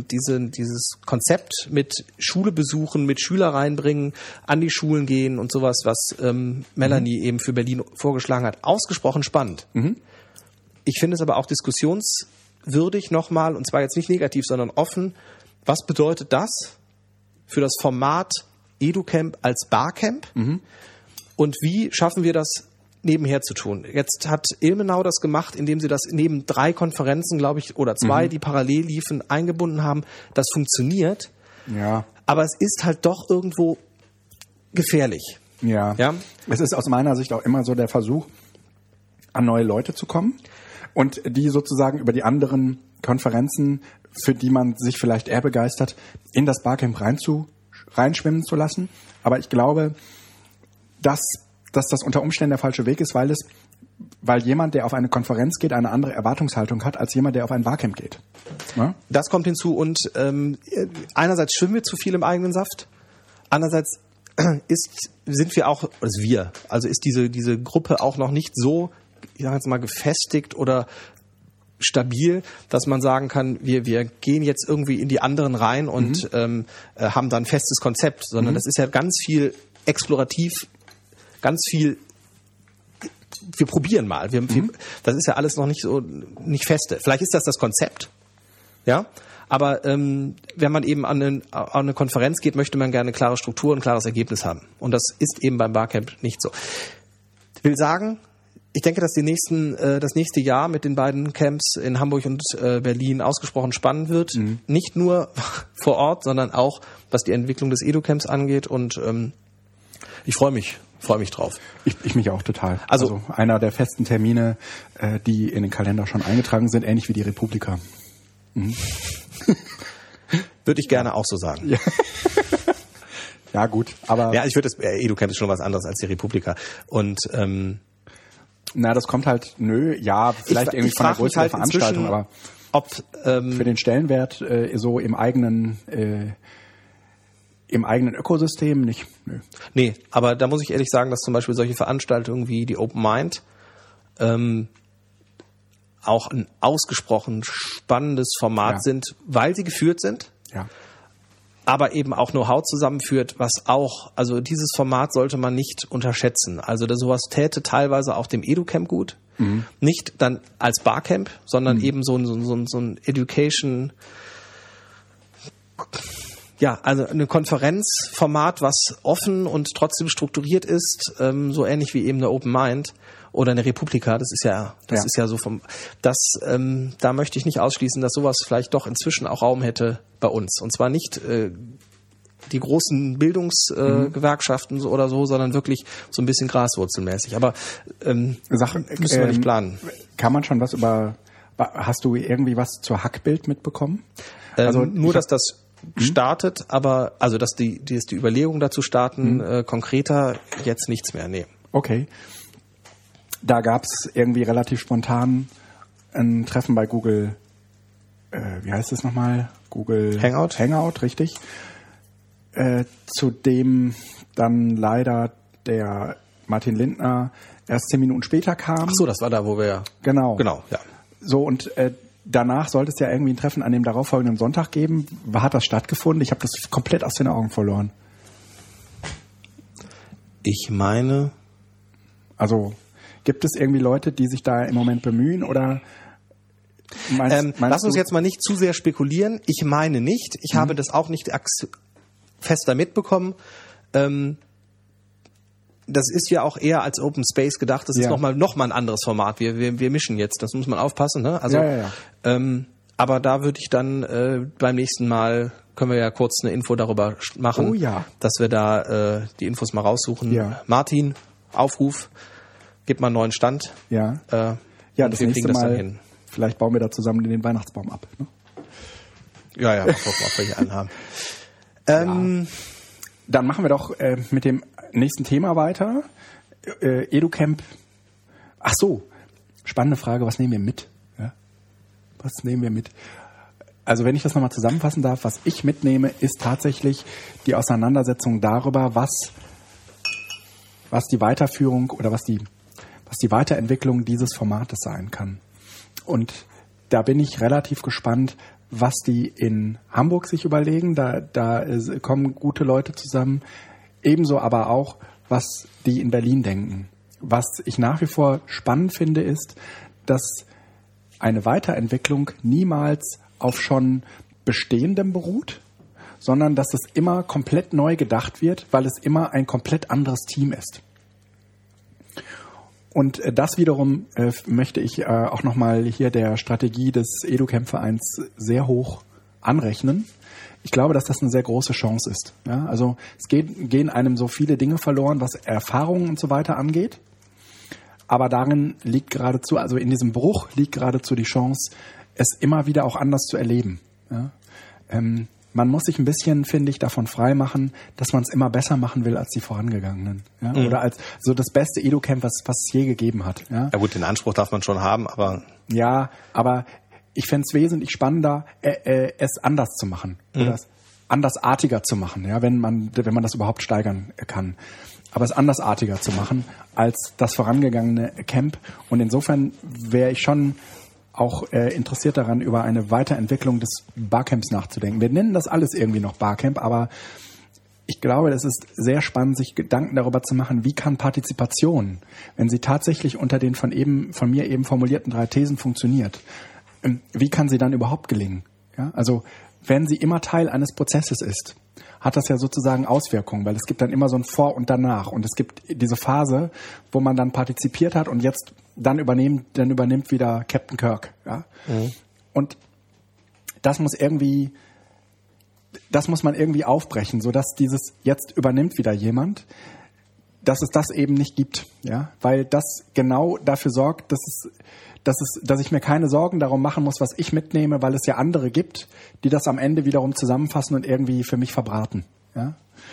B: Konzept mit Schule besuchen, mit Schüler reinbringen, an die Schulen gehen und sowas, was Melanie eben für Berlin vorgeschlagen hat, ausgesprochen spannend. Ich finde es aber auch diskussionswürdig nochmal, und zwar jetzt nicht negativ, sondern offen. Was bedeutet das für das Format EduCamp als Barcamp? Und wie schaffen wir das nebenher zu tun? Jetzt hat Ilmenau das gemacht, indem sie das neben 3 Konferenzen, glaube ich, oder 2, die parallel liefen, eingebunden haben. Das funktioniert.
A: Ja.
B: Aber es ist halt doch irgendwo gefährlich.
A: Ja. Es ist aus meiner Sicht auch immer so der Versuch, an neue Leute zu kommen und die sozusagen über die anderen Konferenzen, für die man sich vielleicht eher begeistert, in das Barcamp reinschwimmen zu lassen. Aber ich glaube, dass das unter Umständen der falsche Weg ist, weil jemand, der auf eine Konferenz geht, eine andere Erwartungshaltung hat, als jemand, der auf ein Barcamp geht. Ja?
B: Das kommt hinzu und einerseits schwimmen wir zu viel im eigenen Saft, andererseits sind wir auch, also ist diese Gruppe auch noch nicht so, ich sage jetzt mal, gefestigt oder stabil, dass man sagen kann, wir gehen jetzt irgendwie in die anderen rein und haben dann ein festes Konzept, sondern das ist ja ganz viel explorativ, ganz viel, wir probieren mal. Das ist ja alles noch nicht feste. Vielleicht ist das Konzept, ja, aber wenn man eben an eine Konferenz geht, möchte man gerne eine klare Struktur und ein klares Ergebnis haben. Und das ist eben beim Barcamp nicht so. Ich will sagen, Ich denke, dass das nächste Jahr mit den beiden Camps in Hamburg und Berlin ausgesprochen spannend wird. Nicht nur vor Ort, sondern auch, was die Entwicklung des Edu-Camps angeht. Und ich freue mich drauf.
A: Ich mich auch total. Also einer der festen Termine, die in den Kalender schon eingetragen sind, ähnlich wie die Republika.
B: Würde ich gerne auch so sagen.
A: Ja. Ja, gut, aber...
B: Ja, ich würde das Edu-Camp ist schon was anderes als die Republika. Und
A: das kommt halt, vielleicht irgendwie von der Größe der Veranstaltung, aber
B: ob
A: für den Stellenwert so im eigenen Ökosystem nicht. Nö.
B: Nee, aber da muss ich ehrlich sagen, dass zum Beispiel solche Veranstaltungen wie die Open Mind auch ein ausgesprochen spannendes Format sind, weil sie geführt sind.
A: Ja.
B: Aber eben auch Know-how zusammenführt, also dieses Format sollte man nicht unterschätzen. Also sowas täte teilweise auch dem Edu-Camp gut. Nicht dann als Barcamp, sondern eben so ein Education, also eine Konferenzformat, was offen und trotzdem strukturiert ist, so ähnlich wie eben eine Open Mind oder eine Republika. Das ist ja so da möchte ich nicht ausschließen, dass sowas vielleicht doch inzwischen auch Raum hätte bei uns. Und zwar nicht die großen Bildungsgewerkschaften oder so, sondern wirklich so ein bisschen graswurzelmäßig. Aber müssen wir nicht planen.
A: Kann man schon hast du irgendwie was zur Hackbild mitbekommen?
B: Dass das startet, aber dass die Überlegungen dazu starten, konkreter jetzt nichts mehr. Nee.
A: Okay. Da gab's irgendwie relativ spontan ein Treffen bei Google, wie heißt es nochmal? Google Hangout, richtig. Zu dem dann leider der Martin Lindner erst 10 Minuten später kam.
B: Ach so, das war da, wo wir...
A: Genau,
B: ja.
A: So, und danach sollte es ja irgendwie ein Treffen an dem darauffolgenden Sonntag geben. Hat das stattgefunden? Ich habe das komplett aus den Augen verloren.
B: Ich meine...
A: Also... Gibt es irgendwie Leute, die sich da im Moment bemühen oder
B: lass uns jetzt mal nicht zu sehr spekulieren. Ich meine nicht. Ich habe das auch nicht fester mitbekommen. Das ist ja auch eher als Open Space gedacht. Das ist noch mal ein anderes Format. Wir mischen jetzt. Das muss man aufpassen. Ne? Also, aber da würde ich dann beim nächsten Mal können wir ja kurz eine Info darüber machen, dass wir da die Infos mal raussuchen. Ja. Martin, Aufruf. Gib mal einen neuen Stand.
A: Ja.
B: Das
A: nächste Mal. Dann hin. Vielleicht bauen wir da zusammen den Weihnachtsbaum ab. Ne?
B: Ja. Mal gucken, ob wir hier einen haben.
A: Dann machen wir doch mit dem nächsten Thema weiter. Edu-Camp. Ach so. Spannende Frage. Was nehmen wir mit? Ja? Was nehmen wir mit? Also wenn ich das nochmal zusammenfassen darf, was ich mitnehme, ist tatsächlich die Auseinandersetzung darüber, was die Weiterführung oder was die Weiterentwicklung dieses Formates sein kann. Und da bin ich relativ gespannt, was die in Hamburg sich überlegen. Da kommen gute Leute zusammen. Ebenso aber auch, was die in Berlin denken. Was ich nach wie vor spannend finde, ist, dass eine Weiterentwicklung niemals auf schon Bestehendem beruht, sondern dass es immer komplett neu gedacht wird, weil es immer ein komplett anderes Team ist. Und das wiederum möchte ich auch nochmal hier der Strategie des Edu-Camp-Vereins sehr hoch anrechnen. Ich glaube, dass das eine sehr große Chance ist. Ja, also es gehen einem so viele Dinge verloren, was Erfahrungen und so weiter angeht. Aber darin liegt geradezu, also in diesem Bruch liegt geradezu die Chance, es immer wieder auch anders zu erleben. Ja? Man muss sich ein bisschen, finde ich, davon frei machen, dass man es immer besser machen will als die vorangegangenen. Ja? Oder als so das beste Edu-Camp, was es je gegeben hat. Ja?
B: Ja gut, den Anspruch darf man schon haben, aber...
A: Ja, aber ich fände es wesentlich spannender, es anders zu machen. Oder es andersartiger zu machen, ja? wenn man das überhaupt steigern kann. Aber es andersartiger zu machen als das vorangegangene Camp. Und insofern wäre ich schon auch interessiert daran, über eine Weiterentwicklung des Barcamps nachzudenken. Wir nennen das alles irgendwie noch Barcamp, aber ich glaube, es ist sehr spannend, sich Gedanken darüber zu machen, wie kann Partizipation, wenn sie tatsächlich unter den von mir eben formulierten 3 Thesen funktioniert, wie kann sie dann überhaupt gelingen? Ja, also wenn sie immer Teil eines Prozesses ist, hat das ja sozusagen Auswirkungen, weil es gibt dann immer so ein Vor und Danach und es gibt diese Phase, wo man dann partizipiert hat und jetzt dann übernimmt wieder Captain Kirk. Ja? Und das muss man irgendwie aufbrechen, sodass dieses jetzt übernimmt wieder jemand, dass es das eben nicht gibt, ja, weil das genau dafür sorgt, dass ich mir keine Sorgen darum machen muss, was ich mitnehme, weil es ja andere gibt, die das am Ende wiederum zusammenfassen und irgendwie für mich verbraten, ja,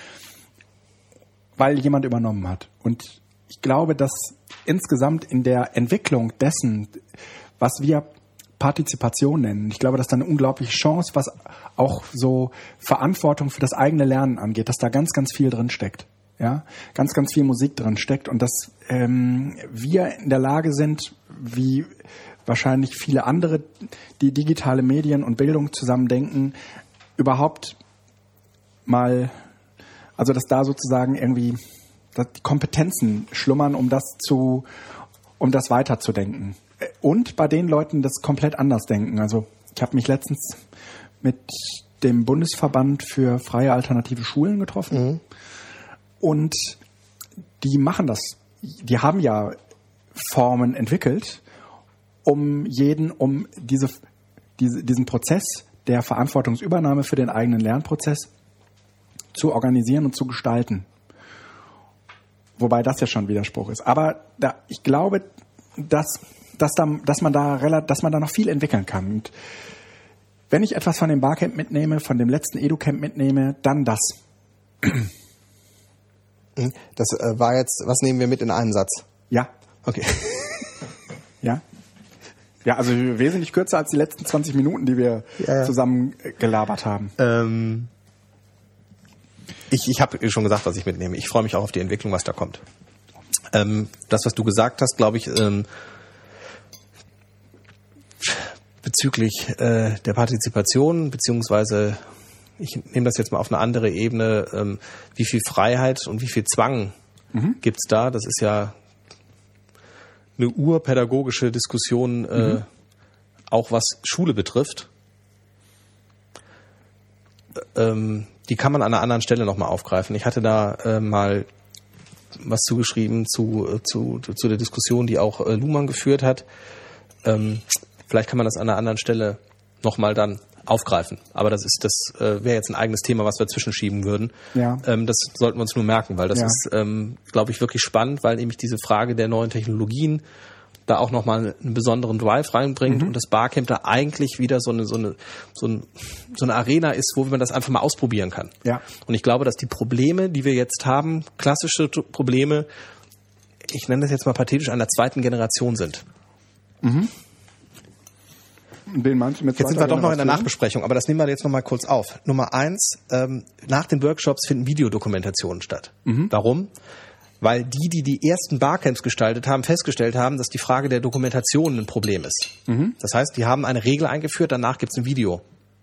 A: weil jemand übernommen hat. Und ich glaube, dass insgesamt in der Entwicklung dessen, was wir Partizipation nennen, ich glaube, dass da eine unglaubliche Chance, was auch so Verantwortung für das eigene Lernen angeht, dass da ganz, ganz viel drin steckt. Ja, ganz, ganz viel Musik drin steckt und dass wir in der Lage sind, wie wahrscheinlich viele andere, die digitale Medien und Bildung zusammendenken, überhaupt mal, also dass da sozusagen irgendwie dass die Kompetenzen schlummern, um das weiterzudenken. Und bei den Leuten, das komplett anders denken. Also ich habe mich letztens mit dem Bundesverband für freie alternative Schulen getroffen. Und die machen das. Die haben ja Formen entwickelt, um diesen Prozess der Verantwortungsübernahme für den eigenen Lernprozess zu organisieren und zu gestalten. Wobei das ja schon ein Widerspruch ist. Aber ich glaube, dass man da noch viel entwickeln kann. Und wenn ich etwas von dem Barcamp mitnehme, von dem letzten EduCamp mitnehme, dann das.
B: Das war jetzt, was nehmen wir mit in einen Satz?
A: Ja.
B: Okay.
A: Ja. Ja, also wesentlich kürzer als die letzten 20 Minuten, die wir zusammen gelabert haben.
B: Ich habe schon gesagt, was ich mitnehme. Ich freue mich auch auf die Entwicklung, was da kommt. Das, was du gesagt hast, glaube ich, bezüglich der Partizipation, beziehungsweise ich nehme das jetzt mal auf eine andere Ebene, wie viel Freiheit und wie viel Zwang gibt's da? Das ist ja eine urpädagogische Diskussion, auch was Schule betrifft. Die kann man an einer anderen Stelle nochmal aufgreifen. Ich hatte da mal was zugeschrieben zu der Diskussion, die auch Luhmann geführt hat. Vielleicht kann man das an einer anderen Stelle nochmal dann aufgreifen. Aber das wäre jetzt ein eigenes Thema, was wir zwischenschieben würden. Ja. Das sollten wir uns nur merken, weil das ist, glaube ich, wirklich spannend, weil nämlich diese Frage der neuen Technologien da auch nochmal einen besonderen Drive reinbringt und das Barcamp da eigentlich wieder so eine Arena ist, wo man das einfach mal ausprobieren kann. Ja. Und ich glaube, dass die Probleme, die wir jetzt haben, klassische Probleme, ich nenne das jetzt mal pathetisch, einer zweiten Generation sind.
A: Den meinst du mit
B: jetzt sind wir doch noch in der Nachbesprechung, aber das nehmen wir jetzt noch mal kurz auf. Nummer 1, nach den Workshops finden Videodokumentationen statt. Warum? Weil die ersten Barcamps gestaltet haben, festgestellt haben, dass die Frage der Dokumentation ein Problem ist. Das heißt, die haben eine Regel eingeführt, danach gibt es ein Video.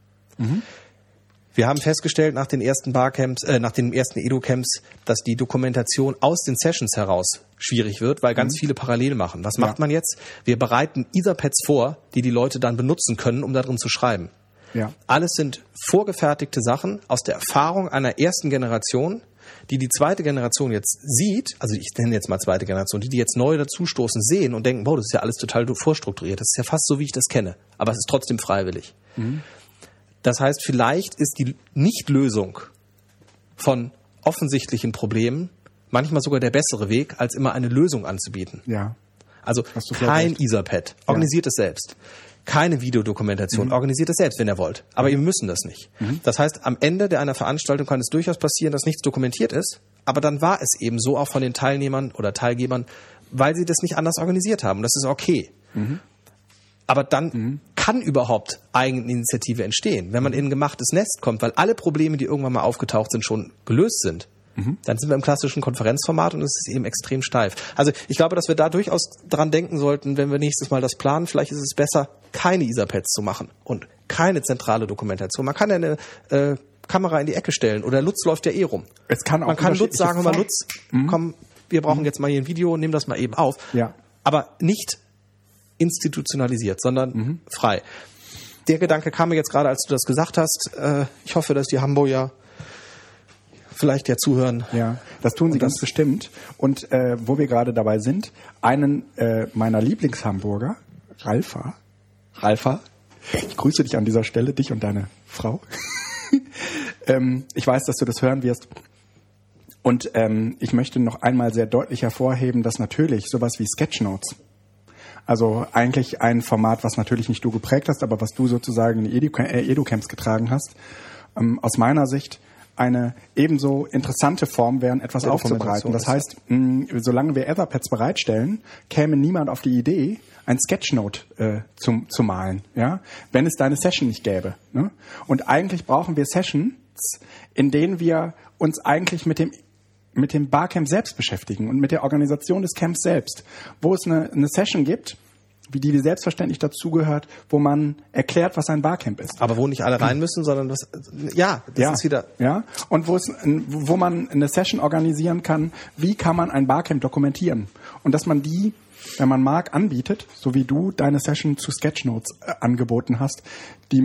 B: Wir haben festgestellt nach den ersten Barcamps, nach den ersten EduCamps, dass die Dokumentation aus den Sessions heraus schwierig wird, weil ganz viele parallel machen. Was macht man jetzt? Wir bereiten Etherpads vor, die Leute dann benutzen können, um da drin zu schreiben. Ja. Alles sind vorgefertigte Sachen aus der Erfahrung einer ersten Generation, die zweite Generation jetzt sieht, also ich nenne jetzt mal zweite Generation, die jetzt neu dazustoßen, sehen und denken, wow, das ist ja alles total vorstrukturiert, das ist ja fast so, wie ich das kenne, aber es ist trotzdem freiwillig. Das heißt, vielleicht ist die Nichtlösung von offensichtlichen Problemen manchmal sogar der bessere Weg, als immer eine Lösung anzubieten. Ja. Also kein Etherpad, organisiert es selbst. Keine Videodokumentation, organisiert es selbst, wenn ihr wollt. Aber ihr müssen das nicht. Das heißt, am Ende einer Veranstaltung kann es durchaus passieren, dass nichts dokumentiert ist. Aber dann war es eben so auch von den Teilnehmern oder Teilgebern, weil sie das nicht anders organisiert haben. Das ist okay. Aber dann kann überhaupt Eigeninitiative entstehen. Wenn man in ein gemachtes Nest kommt, weil alle Probleme, die irgendwann mal aufgetaucht sind, schon gelöst sind, dann sind wir im klassischen Konferenzformat und es ist eben extrem steif. Also ich glaube, dass wir da durchaus dran denken sollten, wenn wir nächstes Mal das planen. Vielleicht ist es besser, keine Etherpads zu machen und keine zentrale Dokumentation. Man kann ja eine Kamera in die Ecke stellen oder Lutz läuft ja rum. Man kann Lutz sagen, Lutz, komm, wir brauchen jetzt mal hier ein Video, nimm das mal eben auf. Ja. Aber nicht institutionalisiert, sondern frei. der Gedanke kam mir jetzt gerade, als du das gesagt hast. Ich hoffe, dass die Hamburger vielleicht ja zuhören.
A: Ja, das tun sie ganz bestimmt. Und wo wir gerade dabei sind, einen meiner Lieblingshamburger, Ralfa, ich grüße dich an dieser Stelle, dich und deine Frau. Ich weiß, dass du das hören wirst. Und ich möchte noch einmal sehr deutlich hervorheben, dass natürlich sowas wie Sketchnotes, also eigentlich ein Format, was natürlich nicht du geprägt hast, aber was du sozusagen in die Educamps getragen hast, aus meiner Sicht eine ebenso interessante Form wären, etwas aufzubereiten. Das heißt, solange wir Etherpads bereitstellen, käme niemand auf die Idee, ein Sketchnote zu malen, ja, wenn es deine Session nicht gäbe. Ne? Und eigentlich brauchen wir Sessions, in denen wir uns eigentlich mit dem Barcamp selbst beschäftigen und mit der Organisation des Camps selbst, wo es eine Session gibt, die selbstverständlich dazugehört, wo man erklärt, was ein Barcamp ist.
B: Aber wo nicht alle rein müssen, sondern das ist wieder...
A: Ja, und wo man eine Session organisieren kann, wie kann man ein Barcamp dokumentieren? Und dass man die, wenn man mag, anbietet, so wie du deine Session zu Sketchnotes angeboten hast, die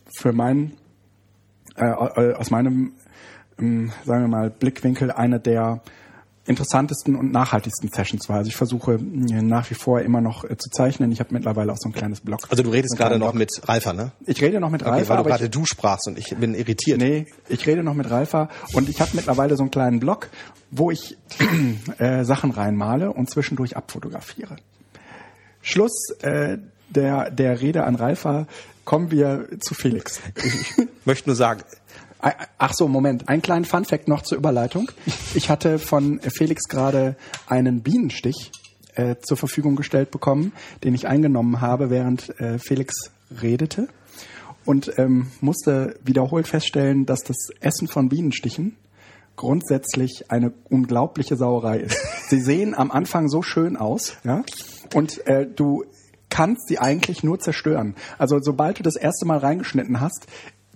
A: aus meinem sagen wir mal, Blickwinkel eine der interessantesten und nachhaltigsten Sessions war. Also ich versuche nach wie vor immer noch zu zeichnen. Ich habe mittlerweile auch so ein kleines Blog.
B: Also du redest gerade noch mit Ralfa, ne?
A: Ich rede noch mit Ralfa.
B: Weil du gerade du sprachst und ich bin irritiert.
A: Nee, ich rede noch mit Ralfa und ich habe mittlerweile so einen kleinen Blog, wo ich Sachen reinmale und zwischendurch abfotografiere. Schluss der Rede an Ralfa, kommen wir zu Felix.
B: Ich möchte nur sagen...
A: Ach so, Moment. Einen kleinen Funfact noch zur Überleitung. Ich hatte von Felix gerade einen Bienenstich zur Verfügung gestellt bekommen, den ich eingenommen habe, während Felix redete. Und musste wiederholt feststellen, dass das Essen von Bienenstichen grundsätzlich eine unglaubliche Sauerei ist. Sie sehen am Anfang so schön aus, ja, und du kannst sie eigentlich nur zerstören. Also sobald du das erste Mal reingeschnitten hast,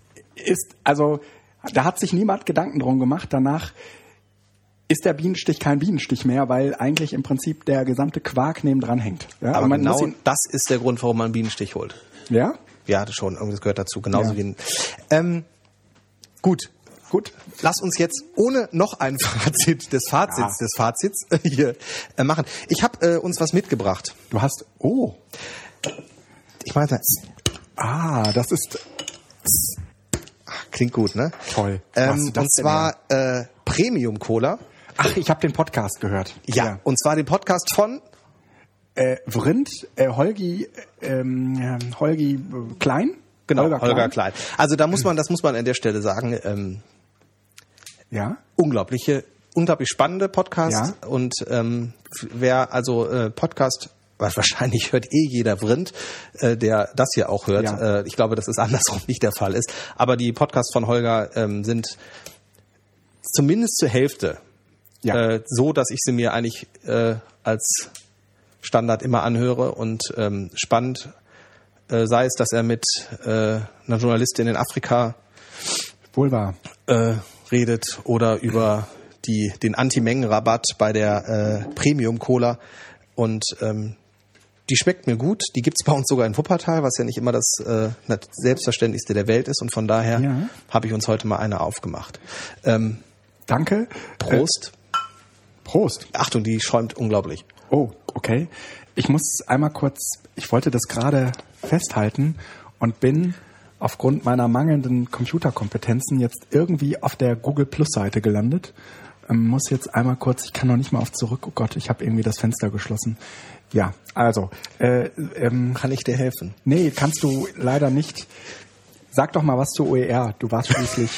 A: da hat sich niemand Gedanken drum gemacht. Danach ist der Bienenstich kein Bienenstich mehr, weil eigentlich im Prinzip der gesamte Quark nebendran hängt. Ja?
B: Aber genau das ist der Grund, warum man einen Bienenstich holt.
A: Ja?
B: Ja, das schon. Irgendwas gehört dazu. Genauso wie Gut. Lass uns jetzt ohne noch ein Fazit des Fazits hier machen. Ich habe uns was mitgebracht.
A: Du hast...
B: Ich meine...
A: das ist...
B: Klingt gut, ne?
A: Toll.
B: Und zwar Premium Cola.
A: Ach, ich habe den Podcast gehört.
B: Ja, und zwar den Podcast von
A: Vrindt, Holgi Klein.
B: Genau, Holger Klein. Also das muss man an der Stelle sagen. Unglaublich spannende Podcast. Ja. Und wer also Podcast... Wahrscheinlich hört jeder Vrindt, der das hier auch hört. Ja. Ich glaube, dass es andersrum nicht der Fall ist. Aber die Podcasts von Holger sind zumindest zur Hälfte so, dass ich sie mir eigentlich als Standard immer anhöre. Und spannend sei es, dass er mit einer Journalistin in Afrika
A: wohl wahr
B: redet oder über den Anti-Mengen-Rabatt bei der Premium-Cola. Und die schmeckt mir gut. Die gibt's bei uns sogar in Wuppertal, was ja nicht immer das Selbstverständlichste der Welt ist. Und von daher habe ich uns heute mal eine aufgemacht.
A: Danke.
B: Prost.
A: Prost.
B: Achtung, die schäumt unglaublich.
A: Oh, okay. Ich muss einmal kurz, ich wollte das gerade festhalten und bin aufgrund meiner mangelnden Computerkompetenzen jetzt irgendwie auf der Google Plus Seite gelandet. Muss jetzt einmal kurz, ich kann noch nicht mal auf zurück, oh Gott, ich habe irgendwie das Fenster geschlossen. Ja, also.
B: Kann ich dir helfen?
A: Nee, kannst du leider nicht. Sag doch mal was zur OER. Du warst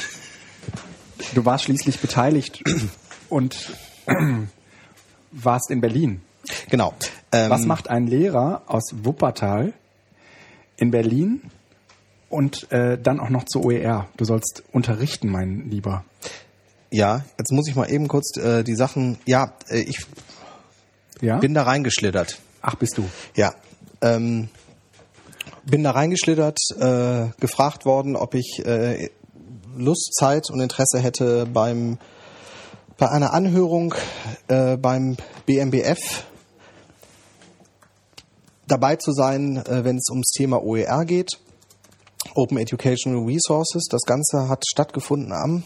A: schließlich beteiligt und warst in Berlin.
B: Genau.
A: Was macht ein Lehrer aus Wuppertal in Berlin und dann auch noch zur OER? Du sollst unterrichten, mein Lieber.
B: Ja, jetzt muss ich mal eben kurz die Sachen... Ja, ich bin da reingeschlittert.
A: Ach, bist du?
B: Ja. Bin da reingeschlittert, gefragt worden, ob ich Lust, Zeit und Interesse hätte, bei einer Anhörung beim BMBF dabei zu sein, wenn es ums Thema OER geht. Open Educational Resources. Das Ganze hat stattgefunden am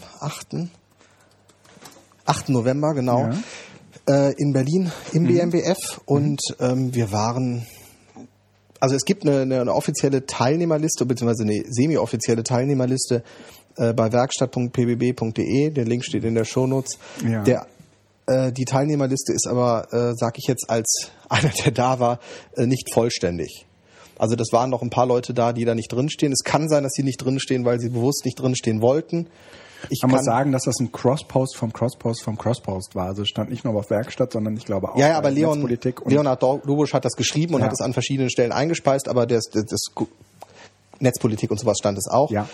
B: 8. November, genau, in Berlin im BMBF. Und wir waren, also es gibt eine offizielle Teilnehmerliste, beziehungsweise eine semi-offizielle Teilnehmerliste bei werkstatt.pbb.de. Der Link steht in der Shownotes. Ja. Die Teilnehmerliste ist aber, sag ich jetzt als einer, der da war, nicht vollständig. Also das waren noch ein paar Leute da, die da nicht drinstehen. Es kann sein, dass sie nicht drinstehen, weil sie bewusst nicht drinstehen wollten.
A: Man muss sagen, dass das ein Crosspost vom Crosspost war. Also es stand nicht nur auf Werkstatt, sondern ich glaube auch
B: aber Leonhard Dobusch hat das geschrieben und hat es an verschiedenen Stellen eingespeist, aber das Netzpolitik und sowas stand es auch. Ja.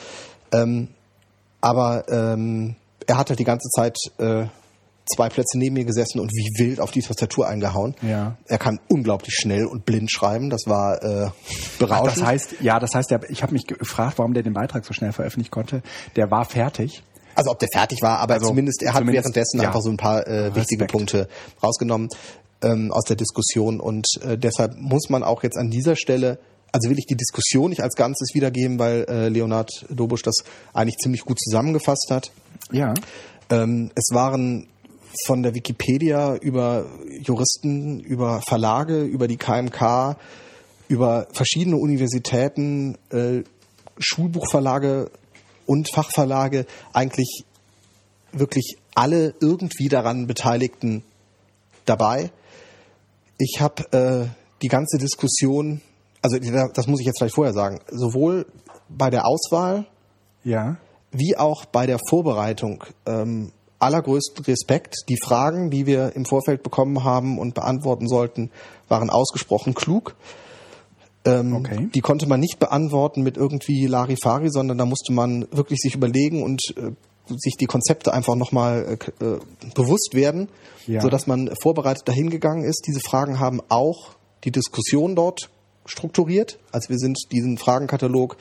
B: Aber er hat halt die ganze Zeit 2 Plätze neben mir gesessen und wie wild auf die Tastatur eingehauen. Ja. Er kann unglaublich schnell und blind schreiben. Das war berauschend.
A: Das heißt, ich habe mich gefragt, warum der den Beitrag so schnell veröffentlichen konnte. Der war fertig.
B: Also ob der fertig war, aber zumindest er hat währenddessen einfach so ein paar wichtige Punkte rausgenommen aus der Diskussion. Und deshalb muss man auch jetzt an dieser Stelle, also will ich die Diskussion nicht als Ganzes wiedergeben, weil Leonhard Dobusch das eigentlich ziemlich gut zusammengefasst hat. Ja. Es waren von der Wikipedia über Juristen, über Verlage, über die KMK, über verschiedene Universitäten, Schulbuchverlage und Fachverlage, eigentlich wirklich alle irgendwie daran Beteiligten dabei. Ich habe die ganze Diskussion, also das muss ich jetzt gleich vorher sagen, sowohl bei der Auswahl wie auch bei der Vorbereitung allergrößten Respekt. Die Fragen, die wir im Vorfeld bekommen haben und beantworten sollten, waren ausgesprochen klug. Die konnte man nicht beantworten mit irgendwie Larifari, sondern da musste man wirklich sich überlegen und sich die Konzepte einfach nochmal bewusst werden, sodass man vorbereitet dahin gegangen ist. Diese Fragen haben auch die Diskussion dort strukturiert. Also wir sind diesen Fragenkatalog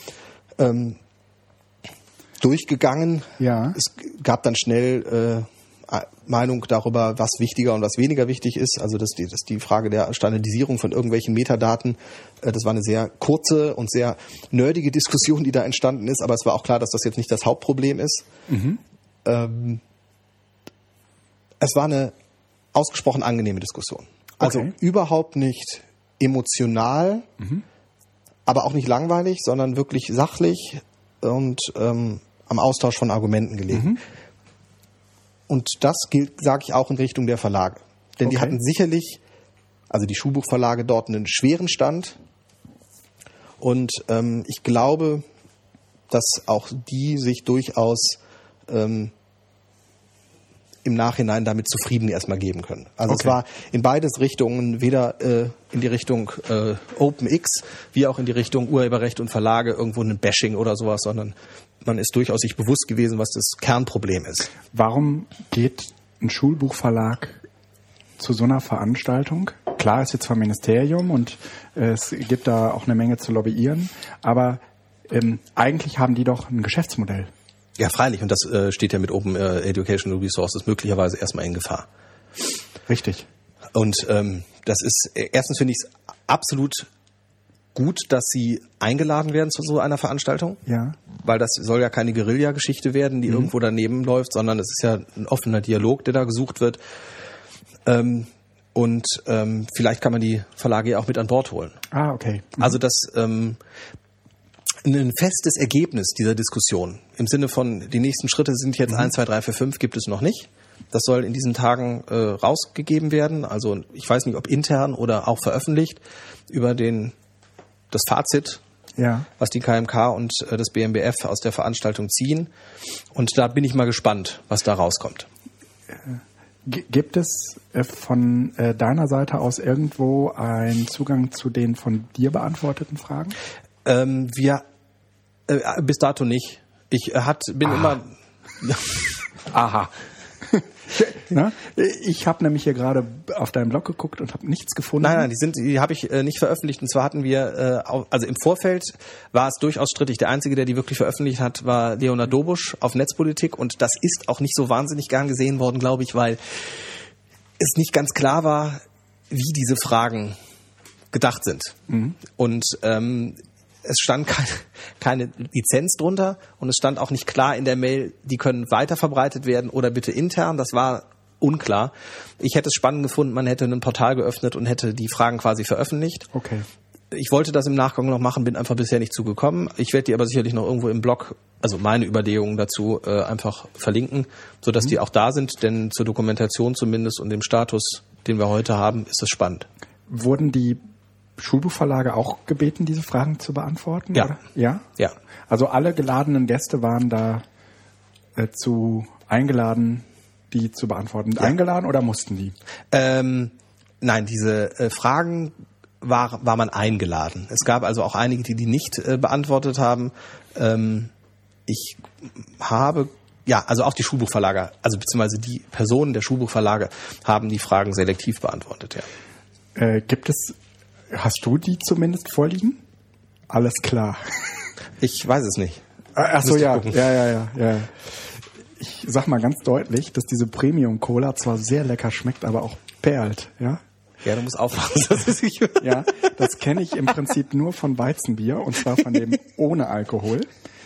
B: durchgegangen. Ja. Es gab dann schnell Meinung darüber, was wichtiger und was weniger wichtig ist. Also das die Frage der Standardisierung von irgendwelchen Metadaten. Das war eine sehr kurze und sehr nerdige Diskussion, die da entstanden ist. Aber es war auch klar, dass das jetzt nicht das Hauptproblem ist. Es war eine ausgesprochen angenehme Diskussion. Also überhaupt nicht emotional, aber auch nicht langweilig, sondern wirklich sachlich und am Austausch von Argumenten gelegen. Und das gilt, sage ich, auch in Richtung der Verlage. Denn die hatten sicherlich, also die Schulbuchverlage dort einen schweren Stand. Und ich glaube, dass auch die sich durchaus im Nachhinein damit zufrieden erstmal geben können. Also es war in beides Richtungen, weder in die Richtung OpenX, wie auch in die Richtung Urheberrecht und Verlage irgendwo ein Bashing oder sowas, sondern man ist durchaus sich bewusst gewesen, was das Kernproblem ist.
A: Warum geht ein Schulbuchverlag zu so einer Veranstaltung? Klar ist jetzt vom Ministerium und es gibt da auch eine Menge zu lobbyieren, aber eigentlich haben die doch ein Geschäftsmodell.
B: Ja, freilich. Und das steht ja mit Open Educational Resources möglicherweise erstmal in Gefahr.
A: Richtig.
B: Und das ist, erstens finde ich es absolut gut, dass sie eingeladen werden zu so einer Veranstaltung. Ja. Weil das soll ja keine Guerilla-Geschichte werden, die irgendwo daneben läuft, sondern es ist ja ein offener Dialog, der da gesucht wird. Und vielleicht kann man die Verlage ja auch mit an Bord holen.
A: Ah, okay.
B: Also das ein festes Ergebnis dieser Diskussion im Sinne von, die nächsten Schritte sind jetzt 1, 2, 3, 4, 5, gibt es noch nicht. Das soll in diesen Tagen rausgegeben werden. Also ich weiß nicht, ob intern oder auch veröffentlicht über das Fazit, was die KMK und das BMBF aus der Veranstaltung ziehen. Und da bin ich mal gespannt, was da rauskommt.
A: Gibt es von deiner Seite aus irgendwo einen Zugang zu den von dir beantworteten Fragen?
B: Bis dato nicht. Ich bin immer...
A: Aha. Ich habe nämlich hier gerade auf deinem Blog geguckt und habe nichts gefunden.
B: Nein, die habe ich nicht veröffentlicht. Und zwar hatten wir, also im Vorfeld war es durchaus strittig. Der Einzige, der die wirklich veröffentlicht hat, war Leonhard Dobusch auf Netzpolitik. Und das ist auch nicht so wahnsinnig gern gesehen worden, glaube ich, weil es nicht ganz klar war, wie diese Fragen gedacht sind. Und es stand keine Lizenz drunter und es stand auch nicht klar in der Mail, die können weiterverbreitet werden oder bitte intern. Das war unklar. Ich hätte es spannend gefunden, man hätte ein Portal geöffnet und hätte die Fragen quasi veröffentlicht.
A: Okay.
B: Ich wollte das im Nachgang noch machen, bin einfach bisher nicht zugekommen. Ich werde die aber sicherlich noch irgendwo im Blog, also meine Überlegungen dazu, einfach verlinken, sodass die auch da sind, denn zur Dokumentation zumindest und dem Status, den wir heute haben, ist es spannend.
A: Wurden die Schulbuchverlage auch gebeten, diese Fragen zu beantworten?
B: Ja.
A: Oder? Ja?
B: Ja.
A: Also alle geladenen Gäste waren da eingeladen, die zu beantworten. Ja. Eingeladen oder mussten die?
B: Nein, diese Fragen war man eingeladen. Es gab also auch einige, die nicht beantwortet haben. Ich habe, also auch die Schulbuchverlage, also beziehungsweise die Personen der Schulbuchverlage haben die Fragen selektiv beantwortet, ja.
A: Hast du die zumindest vorliegen? Alles klar.
B: Ich weiß es nicht.
A: Ach so, ja. Ja. Ich sag mal ganz deutlich, dass diese Premium-Cola zwar sehr lecker schmeckt, aber auch perlt, ja?
B: Ja, du musst aufpassen, dass es nicht hört.
A: Ja, das kenne ich im Prinzip nur von Weizenbier, und zwar von dem ohne Alkohol.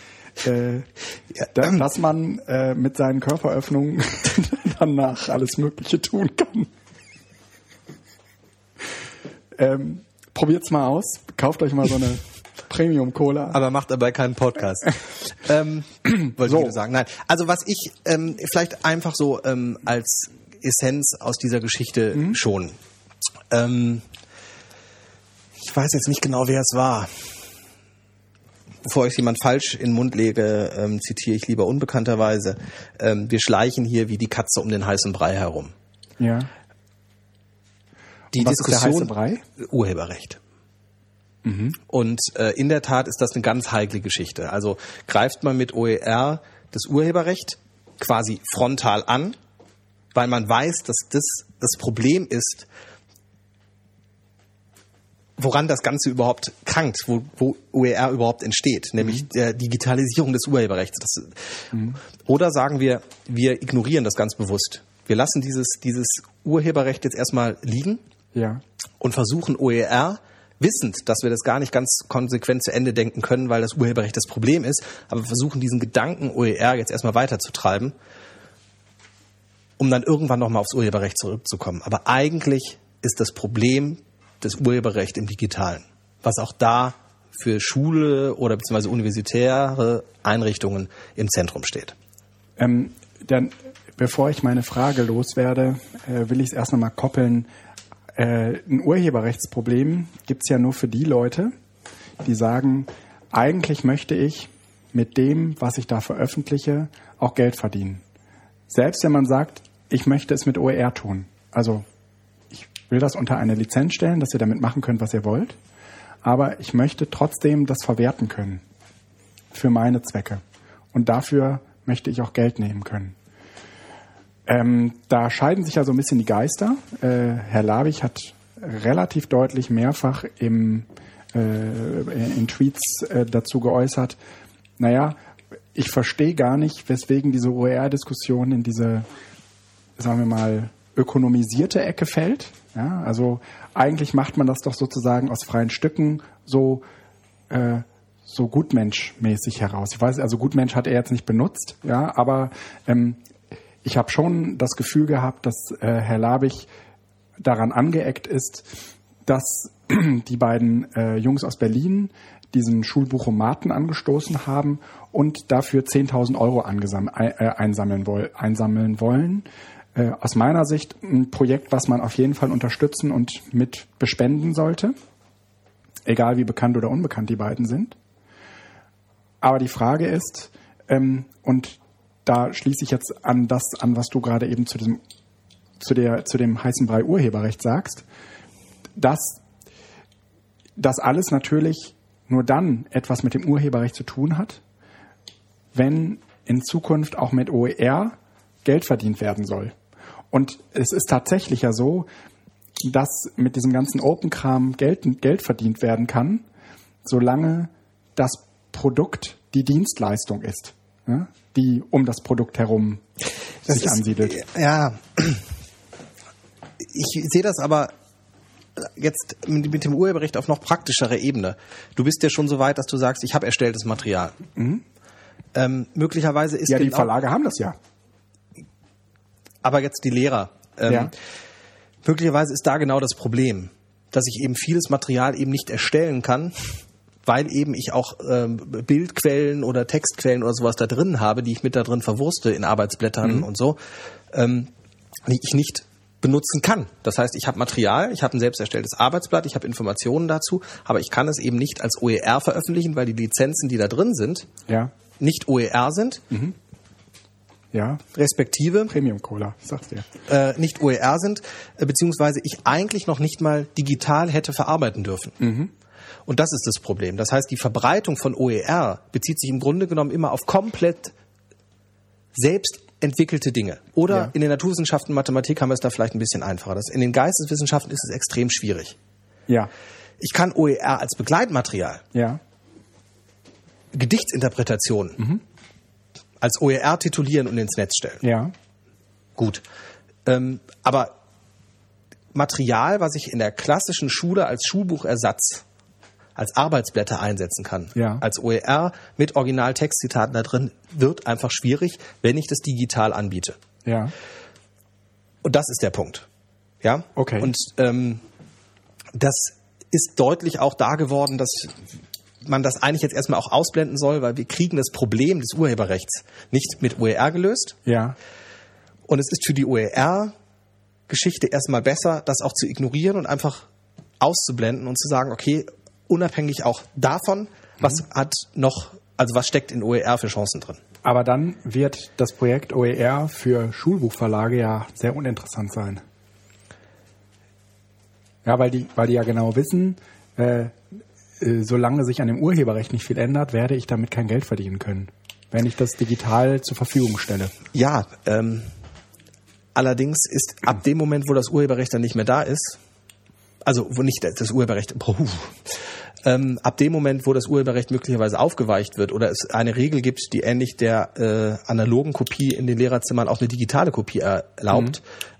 A: Dass man mit seinen Körperöffnungen danach alles Mögliche tun kann. Probiert's mal aus. Kauft euch mal so eine Premium-Cola.
B: Aber macht dabei keinen Podcast. Wollte ich sagen. Nein. Also was ich vielleicht einfach so als Essenz aus dieser Geschichte schon. Ich weiß jetzt nicht genau, wer es war. Bevor ich jemand falsch in den Mund lege, zitiere ich lieber unbekannterweise. Wir schleichen hier wie die Katze um den heißen Brei herum.
A: Ja.
B: Die Diskussion,
A: ist der heiße Brei?
B: Urheberrecht. Und in der Tat ist das eine ganz heikle Geschichte. Also greift man mit OER das Urheberrecht quasi frontal an, weil man weiß, dass das Problem ist, woran das Ganze überhaupt krankt, wo OER überhaupt entsteht, nämlich der Digitalisierung des Urheberrechts. Oder sagen wir ignorieren das ganz bewusst. Wir lassen dieses Urheberrecht jetzt erstmal liegen und versuchen OER, wissend, dass wir das gar nicht ganz konsequent zu Ende denken können, weil das Urheberrecht das Problem ist, aber wir versuchen diesen Gedanken OER jetzt erstmal weiterzutreiben, um dann irgendwann nochmal aufs Urheberrecht zurückzukommen. Aber eigentlich ist das Problem das Urheberrecht im Digitalen, was auch da für Schule oder beziehungsweise universitäre Einrichtungen im Zentrum steht.
A: Dann, bevor ich meine Frage loswerde, will ich es erst nochmal koppeln. Ein Urheberrechtsproblem gibt's ja nur für die Leute, die sagen, eigentlich möchte ich mit dem, was ich da veröffentliche, auch Geld verdienen. Selbst wenn man sagt, ich möchte es mit OER tun. Also ich will das unter eine Lizenz stellen, dass ihr damit machen könnt, was ihr wollt. Aber ich möchte trotzdem das verwerten können für meine Zwecke. Und dafür möchte ich auch Geld nehmen können. Da scheiden sich ja so ein bisschen die Geister. Herr Labich hat relativ deutlich mehrfach in Tweets dazu geäußert, ich verstehe gar nicht, weswegen diese OER-Diskussion in diese, sagen wir mal, ökonomisierte Ecke fällt. Ja, also eigentlich macht man das doch sozusagen aus freien Stücken so Gutmensch-mäßig heraus. Ich weiß, also Gutmensch hat er jetzt nicht benutzt, ja, aber ich habe schon das Gefühl gehabt, dass Herr Labich daran angeeckt ist, dass die beiden Jungs aus Berlin diesen Schulbuchomaten angestoßen haben und dafür 10.000 Euro einsammeln wollen. Aus meiner Sicht ein Projekt, was man auf jeden Fall unterstützen und mit bespenden sollte, egal wie bekannt oder unbekannt die beiden sind. Aber die Frage ist, und da schließe ich jetzt an das an, was du gerade eben zu dem heißen Brei Urheberrecht sagst, dass das alles natürlich nur dann etwas mit dem Urheberrecht zu tun hat, wenn in Zukunft auch mit OER Geld verdient werden soll. Und es ist tatsächlich ja so, dass mit diesem ganzen Open-Kram Geld verdient werden kann, solange das Produkt die Dienstleistung ist, ja, die um das Produkt herum sich ansiedelt.
B: Ja, ich sehe das aber jetzt mit dem Urheberrecht auf noch praktischere Ebene. Du bist ja schon so weit, dass du sagst, ich habe erstelltes Material. Möglicherweise ist
A: die Verlage haben das ja.
B: Aber jetzt die Lehrer. Möglicherweise ist da genau das Problem, dass ich eben vieles Material eben nicht erstellen kann, weil eben ich auch Bildquellen oder Textquellen oder sowas da drin habe, die ich mit da drin verwurste in Arbeitsblättern und so, die ich nicht benutzen kann. Das heißt, ich habe Material, ich habe ein selbst erstelltes Arbeitsblatt, ich habe Informationen dazu, aber ich kann es eben nicht als OER veröffentlichen, weil die Lizenzen, die da drin sind, nicht OER sind.
A: Ja.
B: Respektive
A: Premium Cola, sagst du
B: nicht OER sind, beziehungsweise ich eigentlich noch nicht mal digital hätte verarbeiten dürfen. Und das ist das Problem. Das heißt, die Verbreitung von OER bezieht sich im Grunde genommen immer auf komplett selbst entwickelte Dinge. Oder in den Naturwissenschaften, Mathematik haben wir es da vielleicht ein bisschen einfacher. In den Geisteswissenschaften ist es extrem schwierig.
A: Ja.
B: Ich kann OER als Begleitmaterial, Gedichtsinterpretation, als OER titulieren und ins Netz stellen.
A: Ja.
B: Gut. Aber Material, was ich in der klassischen Schule als Schulbuchersatz, als Arbeitsblätter einsetzen kann, als OER mit Originaltextzitaten da drin, wird einfach schwierig, wenn ich das digital anbiete.
A: Ja.
B: Und das ist der Punkt. Ja?
A: Okay.
B: Und das ist deutlich auch da geworden, dass man das eigentlich jetzt erstmal auch ausblenden soll, weil wir kriegen das Problem des Urheberrechts nicht mit OER gelöst.
A: Ja.
B: Und es ist für die OER-Geschichte erstmal besser, das auch zu ignorieren und einfach auszublenden und zu sagen, okay, unabhängig auch davon, was steckt in OER für Chancen drin.
A: Aber dann wird das Projekt OER für Schulbuchverlage ja sehr uninteressant sein. Ja, weil die ja genau wissen, solange sich an dem Urheberrecht nicht viel ändert, werde ich damit kein Geld verdienen können, wenn ich das digital zur Verfügung stelle.
B: Ja, allerdings ist ab dem Moment, wo das Urheberrecht dann nicht mehr da ist, also wo nicht das Urheberrecht, ab dem Moment, wo das Urheberrecht möglicherweise aufgeweicht wird oder es eine Regel gibt, die ähnlich der analogen Kopie in den Lehrerzimmern auch eine digitale Kopie erlaubt,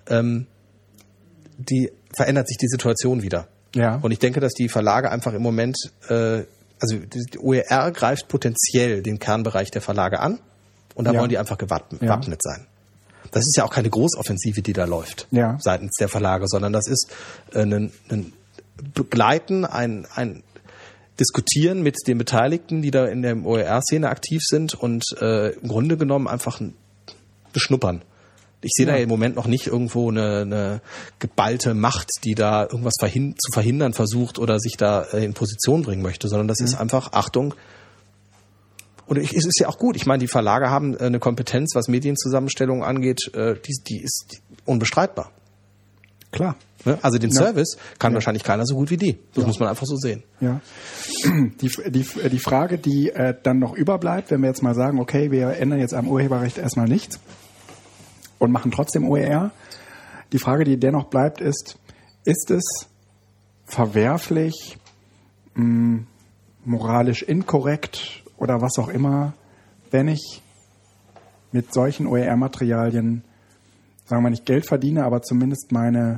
B: die verändert sich die Situation wieder.
A: Ja.
B: Und ich denke, dass die Verlage einfach im Moment, die OER greift potenziell den Kernbereich der Verlage an und da wollen die einfach gewappnet sein. Das ist ja auch keine Großoffensive, die da läuft seitens der Verlage, sondern das ist ein Begleiten, ein Diskutieren mit den Beteiligten, die da in der OER-Szene aktiv sind und im Grunde genommen einfach ein Beschnuppern. Ich sehe da im Moment noch nicht irgendwo eine geballte Macht, die da irgendwas zu verhindern versucht oder sich da in Position bringen möchte, sondern das ist einfach, Achtung. Und es ist ja auch gut. Ich meine, die Verlage haben eine Kompetenz, was Medienzusammenstellung angeht, die ist unbestreitbar.
A: Klar.
B: Also den Service kann wahrscheinlich keiner so gut wie die. Das muss man einfach so sehen.
A: Ja. Die Frage, die dann noch überbleibt, wenn wir jetzt mal sagen, okay, wir ändern jetzt am Urheberrecht erstmal nichts und machen trotzdem OER. Die Frage, die dennoch bleibt, ist es verwerflich, moralisch inkorrekt oder was auch immer, wenn ich mit solchen OER-Materialien, sagen wir nicht Geld verdiene, aber zumindest meine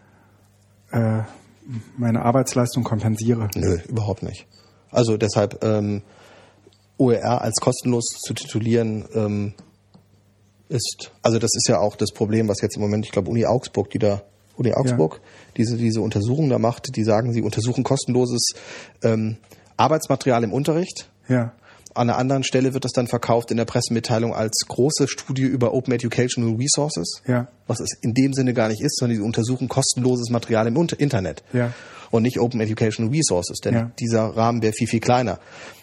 A: Arbeitsleistung kompensiere?
B: Nö, überhaupt nicht. Also deshalb OER als kostenlos zu titulieren das ist ja auch das Problem, was jetzt im Moment, ich glaube, Uni Augsburg, diese Untersuchung da macht, die sagen, sie untersuchen kostenloses Arbeitsmaterial im Unterricht.
A: Ja.
B: An einer anderen Stelle wird das dann verkauft in der Pressemitteilung als große Studie über Open Educational Resources, was es in dem Sinne gar nicht ist, sondern sie untersuchen kostenloses Material im Internet und nicht Open Educational Resources, denn dieser Rahmen wäre viel, viel kleiner.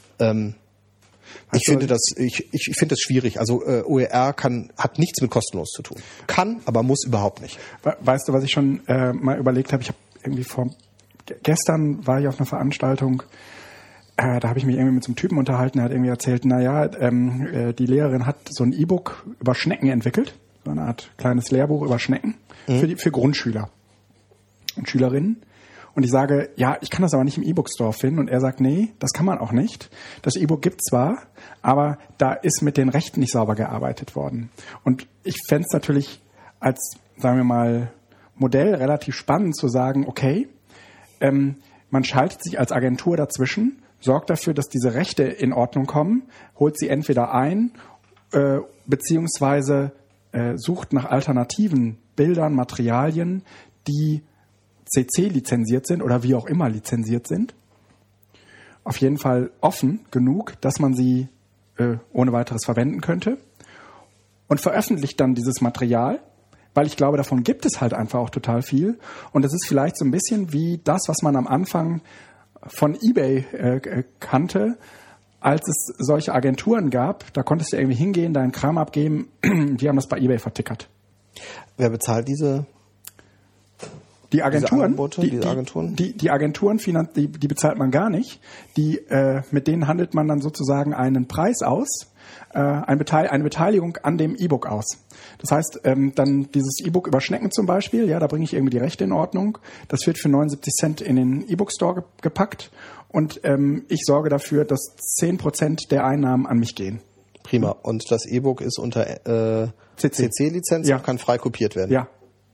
B: Ich finde das schwierig. Also OER hat nichts mit kostenlos zu tun. Kann, aber muss überhaupt nicht.
A: Weißt du, was ich schon mal überlegt habe? Ich habe irgendwie gestern war ich auf einer Veranstaltung, da habe ich mich irgendwie mit so einem Typen unterhalten, der hat irgendwie erzählt, die Lehrerin hat so ein E-Book über Schnecken entwickelt, so eine Art kleines Lehrbuch über Schnecken für Grundschüler und Schülerinnen. Und ich sage, ich kann das aber nicht im E-Book-Store finden. Und er sagt, nee, das kann man auch nicht. Das E-Book gibt zwar, aber da ist mit den Rechten nicht sauber gearbeitet worden. Und ich fände es natürlich als, sagen wir mal, Modell relativ spannend zu sagen, okay, man schaltet sich als Agentur dazwischen, sorgt dafür, dass diese Rechte in Ordnung kommen, holt sie entweder ein, beziehungsweise sucht nach alternativen Bildern, Materialien, die CC lizenziert sind oder wie auch immer lizenziert sind. Auf jeden Fall offen genug, dass man sie ohne weiteres verwenden könnte. Und veröffentlicht dann dieses Material, weil ich glaube, davon gibt es halt einfach auch total viel. Und es ist vielleicht so ein bisschen wie das, was man am Anfang von eBay kannte, als es solche Agenturen gab. Da konntest du irgendwie hingehen, deinen Kram abgeben. Die haben das bei eBay vertickert.
B: Wer bezahlt diese?
A: Die Agenturen,
B: diese Agenturen?
A: Die Agenturen, die bezahlt man gar nicht. Mit denen handelt man dann sozusagen einen Preis aus, eine Beteiligung an dem E-Book aus. Das heißt, dann dieses E-Book über Schnecken zum Beispiel, ja, da bringe ich irgendwie die Rechte in Ordnung. Das wird für 79 Cent in den E-Book-Store gepackt und ich sorge dafür, dass 10% der Einnahmen an mich gehen.
B: Prima. Und das E-Book ist unter CC-Lizenz und kann frei kopiert werden?
A: Ja.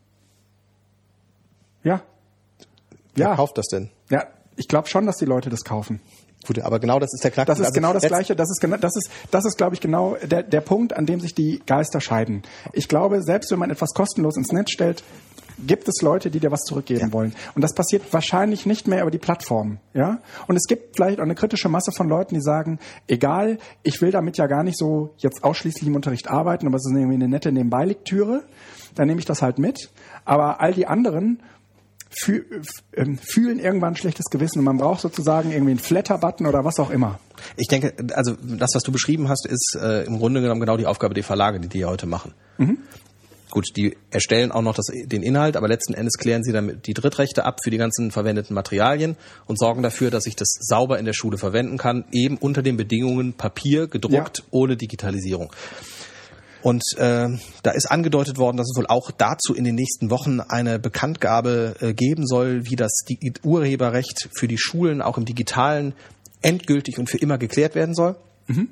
A: Ja.
B: Wer kauft das denn?
A: Ja, ich glaube schon, dass die Leute das kaufen.
B: Gut, aber genau das ist der Knackpunkt.
A: Das ist genau das Gleiche. Das ist, glaube ich, genau der Punkt, an dem sich die Geister scheiden. Ich glaube, selbst wenn man etwas kostenlos ins Netz stellt, gibt es Leute, die dir was zurückgeben wollen. Und das passiert wahrscheinlich nicht mehr über die Plattform. Ja? Und es gibt vielleicht auch eine kritische Masse von Leuten, die sagen, egal, ich will damit ja gar nicht so jetzt ausschließlich im Unterricht arbeiten, aber es ist irgendwie eine nette Nebenbeilektüre, dann nehme ich das halt mit. Aber all die anderen fühlen irgendwann ein schlechtes Gewissen und man braucht sozusagen irgendwie einen Flatter-Button oder was auch immer.
B: Ich denke, also das, was du beschrieben hast, ist im Grunde genommen genau die Aufgabe der Verlage, die heute machen. Mhm. Gut, die erstellen auch noch den Inhalt, aber letzten Endes klären sie dann die Drittrechte ab für die ganzen verwendeten Materialien und sorgen dafür, dass ich das sauber in der Schule verwenden kann, eben unter den Bedingungen Papier, gedruckt, ohne Digitalisierung. Und da ist angedeutet worden, dass es wohl auch dazu in den nächsten Wochen eine Bekanntgabe geben soll, wie das Urheberrecht für die Schulen auch im Digitalen endgültig und für immer geklärt werden soll. Mhm.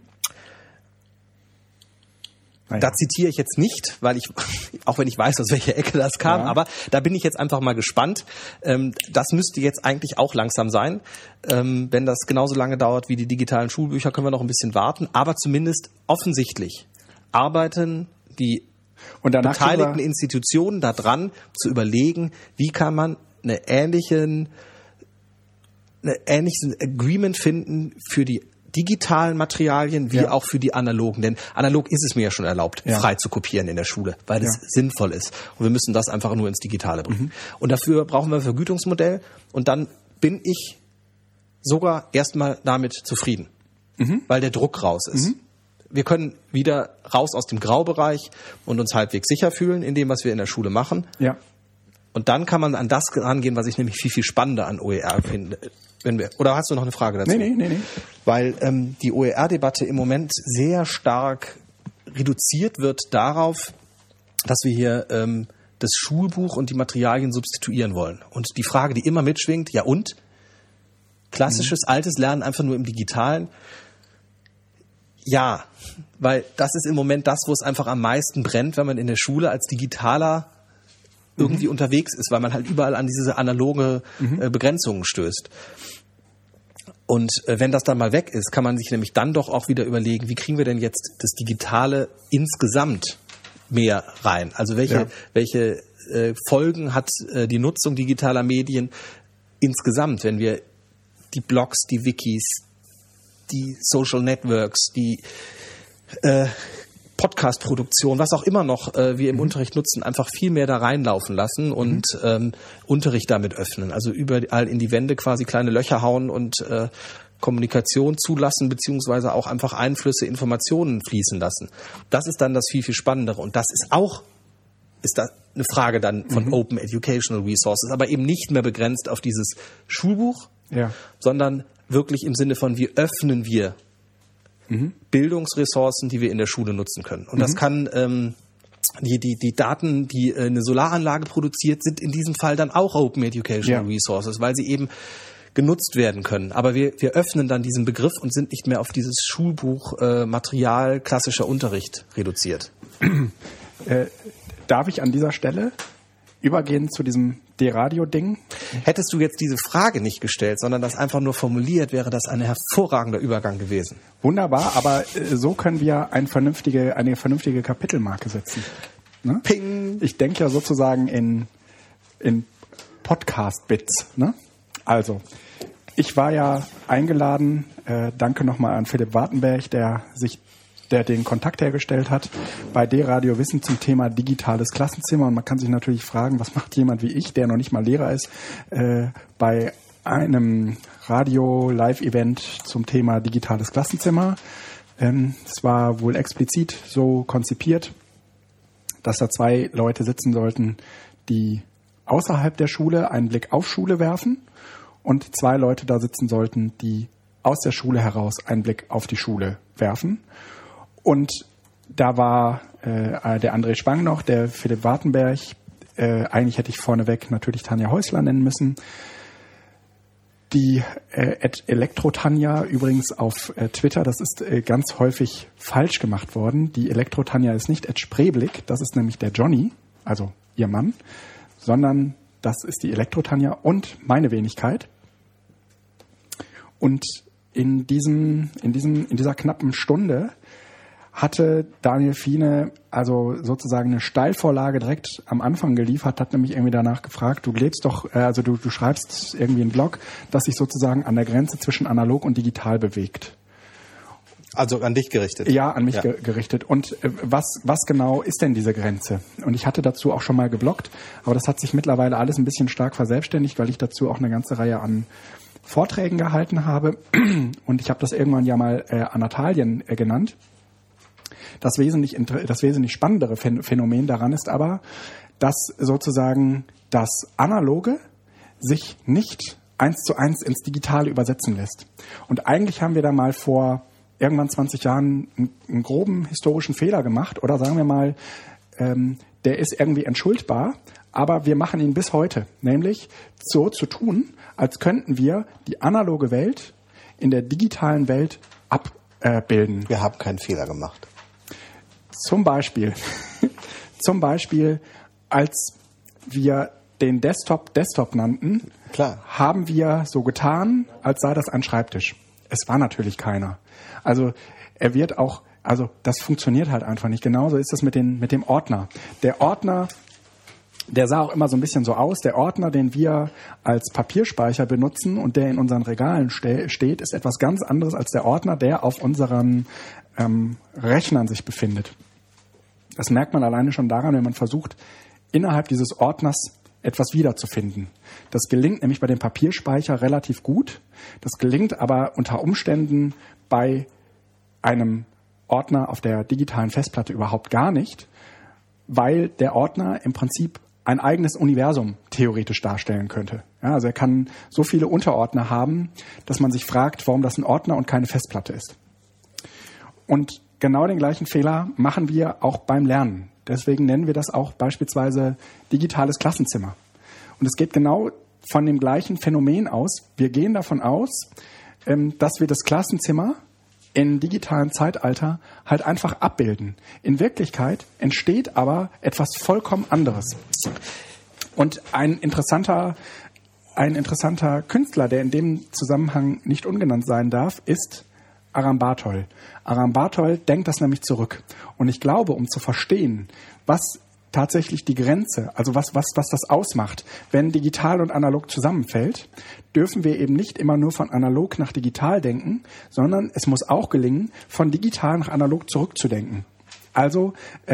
B: Da zitiere ich jetzt nicht, weil auch wenn ich weiß, aus welcher Ecke das kam, aber da bin ich jetzt einfach mal gespannt. Das müsste jetzt eigentlich auch langsam sein. Wenn das genauso lange dauert wie die digitalen Schulbücher, können wir noch ein bisschen warten. Aber zumindest offensichtlich arbeiten die beteiligten Institutionen daran, zu überlegen, wie kann man ein ähnliches Agreement finden für die digitalen Materialien wie auch für die analogen. Denn analog ist es mir ja schon erlaubt, frei zu kopieren in der Schule, weil es sinnvoll ist. Und wir müssen das einfach nur ins Digitale bringen. Und dafür brauchen wir ein Vergütungsmodell. Und dann bin ich sogar erstmal damit zufrieden, weil der Druck raus ist. Wir können wieder raus aus dem Graubereich und uns halbwegs sicher fühlen in dem, was wir in der Schule machen. Ja. Und dann kann man an das rangehen, was ich nämlich viel, viel spannender an OER finde. Oder hast du noch eine Frage dazu?
A: Nee.
B: Weil die OER-Debatte im Moment sehr stark reduziert wird darauf, dass wir hier das Schulbuch und die Materialien substituieren wollen. Und die Frage, die immer mitschwingt, ja und? Klassisches, altes Lernen einfach nur im Digitalen? Ja, weil das ist im Moment das, wo es einfach am meisten brennt, wenn man in der Schule als Digitaler irgendwie unterwegs ist, weil man halt überall an diese analoge Begrenzungen stößt. Und wenn das dann mal weg ist, kann man sich nämlich dann doch auch wieder überlegen, wie kriegen wir denn jetzt das Digitale insgesamt mehr rein? Also welche Folgen hat die Nutzung digitaler Medien insgesamt, wenn wir die Blogs, die Wikis, die Social Networks, die Podcast-Produktion, was auch immer noch wir im Unterricht nutzen, einfach viel mehr da reinlaufen lassen und Unterricht damit öffnen. Also überall in die Wände quasi kleine Löcher hauen und Kommunikation zulassen, beziehungsweise auch einfach Einflüsse, Informationen fließen lassen. Das ist dann das viel, viel Spannendere. Und das ist da eine Frage dann von Open Educational Resources, aber eben nicht mehr begrenzt auf dieses Schulbuch, sondern wirklich im Sinne von, wie öffnen wir Bildungsressourcen, die wir in der Schule nutzen können. Und das kann die Daten, die eine Solaranlage produziert, sind in diesem Fall dann auch Open Educational Resources, weil sie eben genutzt werden können. Aber wir öffnen dann diesen Begriff und sind nicht mehr auf dieses Schulbuch Material klassischer Unterricht reduziert.
A: Darf ich an dieser Stelle übergehen zu diesem D-Radio-Ding.
B: Hättest du jetzt diese Frage nicht gestellt, sondern das einfach nur formuliert, wäre das ein hervorragender Übergang gewesen.
A: Wunderbar, aber so können wir eine vernünftige Kapitelmarke setzen. Ne?
B: Ping!
A: Ich denke ja sozusagen in Podcast-Bits. Ne? Also, ich war ja eingeladen, danke nochmal an Philipp Wartenberg, der den Kontakt hergestellt hat, bei D-Radio Wissen zum Thema digitales Klassenzimmer. Und man kann sich natürlich fragen, was macht jemand wie ich, der noch nicht mal Lehrer ist, bei einem Radio-Live-Event zum Thema digitales Klassenzimmer. Es war wohl explizit so konzipiert, dass da 2 Leute sitzen sollten, die außerhalb der Schule einen Blick auf Schule werfen und 2 Leute da sitzen sollten, die aus der Schule heraus einen Blick auf die Schule werfen. Und da war der André Spang noch, der Philipp Wartenberg. Eigentlich hätte ich vorneweg natürlich Tanja Häusler nennen müssen. Die Elektro-Tanja übrigens auf Twitter, das ist ganz häufig falsch gemacht worden. Die Elektro-Tanja ist nicht @Spreeblick, das ist nämlich der Johnny, also ihr Mann, sondern das ist die Elektro-Tanja und meine Wenigkeit. Und in dieser knappen Stunde hatte Daniel Fiene also sozusagen eine Steilvorlage direkt am Anfang geliefert, hat nämlich irgendwie danach gefragt, du schreibst irgendwie einen Blog, das sich sozusagen an der Grenze zwischen analog und digital bewegt.
B: Also an dich gerichtet?
A: Ja, an mich gerichtet. Und was genau ist denn diese Grenze? Und ich hatte dazu auch schon mal gebloggt, aber das hat sich mittlerweile alles ein bisschen stark verselbstständigt, weil ich dazu auch eine ganze Reihe an Vorträgen gehalten habe. Und ich habe das irgendwann ja mal Anatalien genannt. Das wesentlich spannendere Phänomen daran ist aber, dass sozusagen das Analoge sich nicht 1:1 ins Digitale übersetzen lässt. Und eigentlich haben wir da mal vor irgendwann 20 Jahren einen groben historischen Fehler gemacht. Oder sagen wir mal, der ist irgendwie entschuldbar, aber wir machen ihn bis heute. Nämlich so zu tun, als könnten wir die analoge Welt in der digitalen Welt abbilden.
B: Wir haben keinen Fehler gemacht.
A: Zum Beispiel, als wir den Desktop nannten, haben wir so getan, als sei das ein Schreibtisch. Es war natürlich keiner. Also das funktioniert halt einfach nicht. Genauso ist das mit dem Ordner. Der Ordner, der sah auch immer so ein bisschen so aus. Der Ordner, den wir als Papierspeicher benutzen und der in unseren Regalen steht, ist etwas ganz anderes als der Ordner, der auf unseren Rechnern sich befindet. Das merkt man alleine schon daran, wenn man versucht, innerhalb dieses Ordners etwas wiederzufinden. Das gelingt nämlich bei dem Papierspeicher relativ gut. Das gelingt aber unter Umständen bei einem Ordner auf der digitalen Festplatte überhaupt gar nicht, weil der Ordner im Prinzip ein eigenes Universum theoretisch darstellen könnte. Ja, also er kann so viele Unterordner haben, dass man sich fragt, warum das ein Ordner und keine Festplatte ist. Und genau den gleichen Fehler machen wir auch beim Lernen. Deswegen nennen wir das auch beispielsweise digitales Klassenzimmer. Und es geht genau von dem gleichen Phänomen aus. Wir gehen davon aus, dass wir das Klassenzimmer im digitalen Zeitalter halt einfach abbilden. In Wirklichkeit entsteht aber etwas vollkommen anderes. Und ein interessanter Künstler, der in dem Zusammenhang nicht ungenannt sein darf, ist Aram Bartol. Aram Bartol denkt das nämlich zurück. Und ich glaube, um zu verstehen, was tatsächlich die Grenze, also was das ausmacht, wenn digital und analog zusammenfällt, dürfen wir eben nicht immer nur von analog nach digital denken, sondern es muss auch gelingen, von digital nach analog zurückzudenken. Also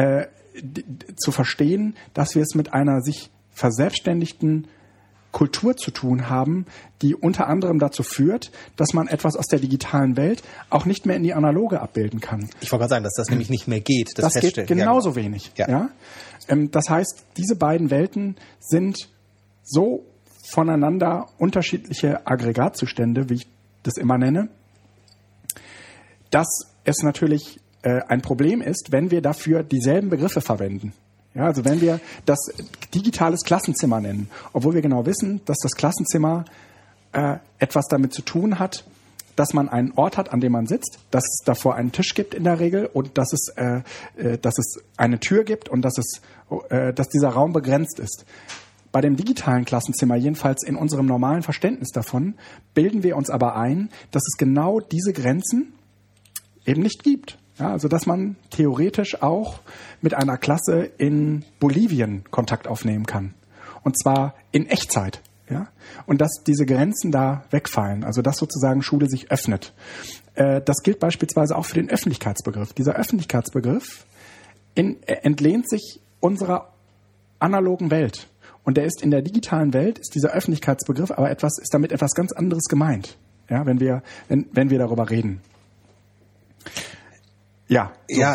A: zu verstehen, dass wir es mit einer sich verselbstständigten Kultur zu tun haben, die unter anderem dazu führt, dass man etwas aus der digitalen Welt auch nicht mehr in die analoge abbilden kann.
B: Ich wollte gerade sagen, dass das nämlich nicht mehr geht.
A: Das geht genauso wenig. Ja. Ja? Das heißt, diese beiden Welten sind so voneinander unterschiedliche Aggregatzustände, wie ich das immer nenne, dass es natürlich ein Problem ist, wenn wir dafür dieselben Begriffe verwenden. Ja, also wenn wir das digitales Klassenzimmer nennen, obwohl wir genau wissen, dass das Klassenzimmer etwas damit zu tun hat, dass man einen Ort hat, an dem man sitzt, dass es davor einen Tisch gibt in der Regel und dass es eine Tür gibt und dass dieser Raum begrenzt ist. Bei dem digitalen Klassenzimmer, jedenfalls in unserem normalen Verständnis davon, bilden wir uns aber ein, dass es genau diese Grenzen eben nicht gibt. Ja, also dass man theoretisch auch mit einer Klasse in Bolivien Kontakt aufnehmen kann. Und zwar in Echtzeit. Ja? Und dass diese Grenzen da wegfallen. Also dass sozusagen Schule sich öffnet. Das gilt beispielsweise auch für den Öffentlichkeitsbegriff. Dieser Öffentlichkeitsbegriff entlehnt sich unserer analogen Welt. Und der ist in der digitalen Welt, ist dieser Öffentlichkeitsbegriff, aber ist damit etwas ganz anderes gemeint, ja, wenn wir darüber reden. Ja. So.
B: Ja,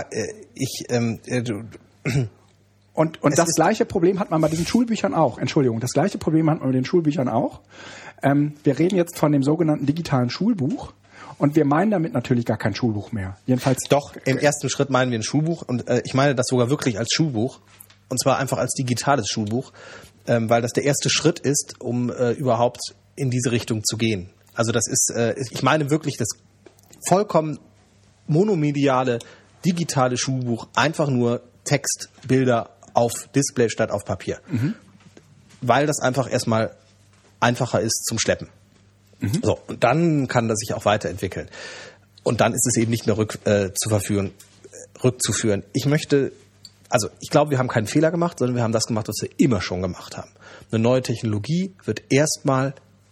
A: Und das gleiche Problem hat man bei diesen Schulbüchern auch. Entschuldigung, das gleiche Problem hat man bei den Schulbüchern auch. Wir reden jetzt von dem sogenannten digitalen Schulbuch. Und wir meinen damit natürlich gar kein Schulbuch mehr. Jedenfalls.
B: Doch, im ersten Schritt meinen wir ein Schulbuch. Und ich meine das sogar wirklich als Schulbuch. Und zwar einfach als digitales Schulbuch. Weil das der erste Schritt ist, um überhaupt in diese Richtung zu gehen. Also das ist, ich meine wirklich das vollkommen monomediale, digitale Schulbuch, einfach nur Text, Bilder auf Display statt auf Papier. Mhm. Weil das einfach erstmal einfacher ist zum Schleppen. Mhm. So, und dann kann das sich auch weiterentwickeln. Und dann ist es eben nicht mehr rückzuführen. Ich glaube, wir haben keinen Fehler gemacht, sondern wir haben das gemacht, was wir immer schon gemacht haben. Eine neue Technologie wird erstmal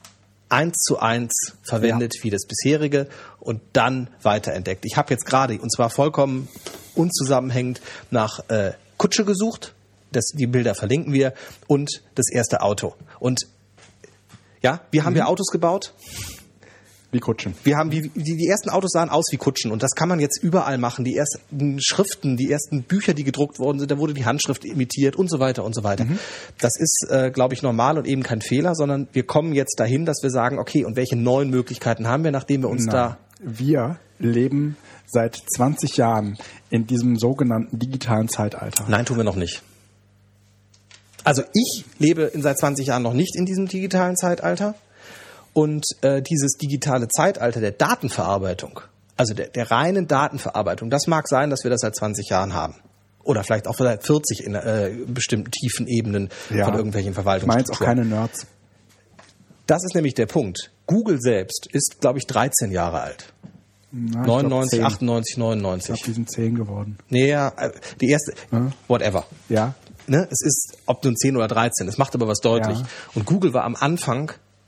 B: 1:1 verwendet wie das bisherige und dann weiterentdeckt. Ich habe jetzt gerade, und zwar vollkommen unzusammenhängend, nach Kutsche gesucht. Die Bilder verlinken wir. Und das erste Auto. Und ja, wie haben wir Autos gebaut?
A: Wie Kutschen.
B: Wir haben die ersten Autos sahen aus wie Kutschen und das kann man jetzt überall machen. Die ersten Schriften, die ersten Bücher, die gedruckt worden sind, da wurde die Handschrift imitiert und so weiter und so weiter. Mhm. Das ist, glaube ich, normal und eben kein Fehler, sondern wir kommen jetzt dahin, dass wir sagen, okay, und welche neuen Möglichkeiten haben wir, nachdem wir uns
A: Wir leben seit 20 Jahren in diesem sogenannten digitalen Zeitalter.
B: Nein, tun wir noch nicht. Also ich lebe seit 20 Jahren noch nicht in diesem digitalen Zeitalter. Und dieses digitale Zeitalter der Datenverarbeitung, also der reinen Datenverarbeitung, das mag sein, dass wir das seit 20 Jahren haben. Oder vielleicht auch seit 40 in bestimmten tiefen Ebenen von irgendwelchen Verwaltungsstrukturen.
A: Meinst auch keine Nerds.
B: Das ist nämlich der Punkt. Google selbst ist, glaube ich, 13 Jahre alt. 99, 98, 99.
A: Ich glaube, die sind 10 geworden.
B: Nee, ja, die erste, whatever.
A: Ja.
B: Ne? Es ist, ob nun 10 oder 13, es macht aber was deutlich. Ja. Und Google war am Anfang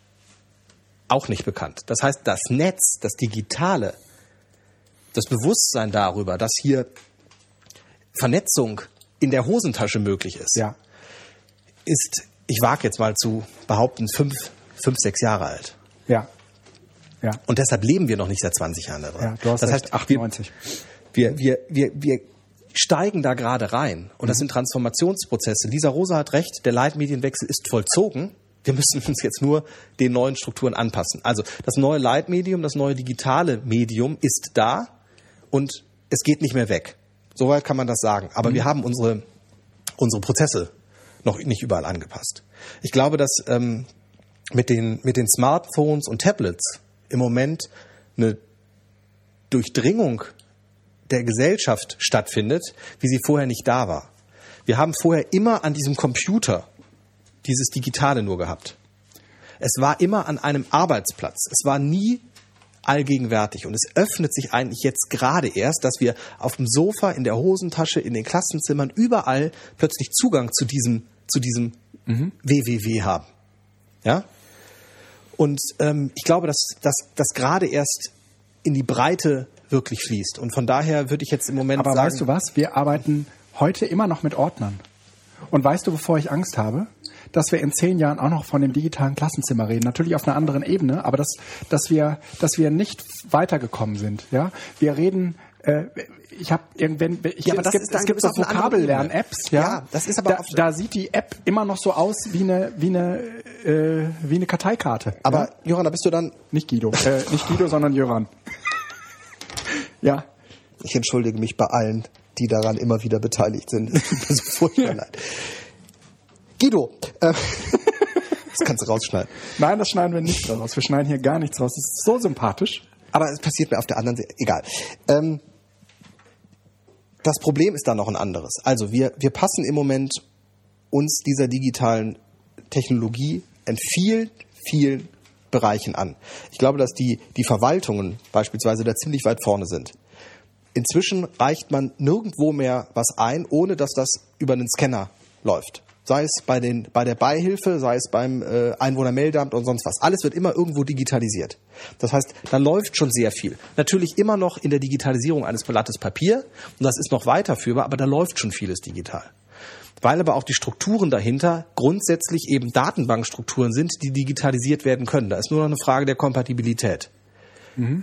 B: auch nicht bekannt. Das heißt, das Netz, das Digitale, das Bewusstsein darüber, dass hier Vernetzung in der Hosentasche möglich ist, ist, ich wage jetzt mal zu behaupten, 5, 6 Jahre alt.
A: Ja.
B: Und deshalb leben wir noch nicht seit 20 Jahren da drin.
A: Ja, du hast
B: das heißt,
A: 98.
B: Wir steigen da gerade rein. Und das sind Transformationsprozesse. Lisa Rosa hat recht, der Leitmedienwechsel ist vollzogen. Wir müssen uns jetzt nur den neuen Strukturen anpassen. Also das neue Leitmedium, das neue digitale Medium ist da und es geht nicht mehr weg. Soweit kann man das sagen. Aber wir haben unsere Prozesse noch nicht überall angepasst. Ich glaube, dass mit den Smartphones und Tablets im Moment eine Durchdringung der Gesellschaft stattfindet, wie sie vorher nicht da war. Wir haben vorher immer an diesem Computer dieses Digitale nur gehabt. Es war immer an einem Arbeitsplatz. Es war nie allgegenwärtig. Und es öffnet sich eigentlich jetzt gerade erst, dass wir auf dem Sofa, in der Hosentasche, in den Klassenzimmern, überall plötzlich Zugang zu diesem WWW haben. Ja? Und ich glaube, dass das gerade erst in die Breite wirklich fließt. Und von daher würde ich jetzt im Moment sagen...
A: Aber weißt du was? Wir arbeiten heute immer noch mit Ordnern. Und weißt du, wovor ich Angst habe? Dass wir in 10 Jahren auch noch von dem digitalen Klassenzimmer reden. Natürlich auf einer anderen Ebene, aber dass wir nicht weitergekommen sind. Ja, wir reden. Es gibt so Vokabellern-Apps. Ja,
B: das ist aber
A: da sieht die App immer noch so aus wie eine Karteikarte.
B: Aber Jöran, da bist du dann
A: nicht Guido, sondern Jöran. Ja.
B: Ich entschuldige mich bei allen, die daran immer wieder beteiligt sind. Es tut mir so furchtbar leid. Guido, das kannst du rausschneiden.
A: Nein, das schneiden wir nicht raus. Wir schneiden hier gar nichts raus. Das ist so sympathisch.
B: Aber es passiert mir auf der anderen Seite, egal. Das Problem ist da noch ein anderes. Also wir passen im Moment uns dieser digitalen Technologie in vielen, vielen Bereichen an. Ich glaube, dass die Verwaltungen beispielsweise da ziemlich weit vorne sind. Inzwischen reicht man nirgendwo mehr was ein, ohne dass das über einen Scanner läuft. Sei es bei der Beihilfe, sei es beim Einwohnermeldeamt und sonst was. Alles wird immer irgendwo digitalisiert. Das heißt, da läuft schon sehr viel. Natürlich immer noch in der Digitalisierung eines Blattes Papier. Und das ist noch weiterführbar, aber da läuft schon vieles digital. Weil aber auch die Strukturen dahinter grundsätzlich eben Datenbankstrukturen sind, die digitalisiert werden können. Da ist nur noch eine Frage der Kompatibilität. Mhm.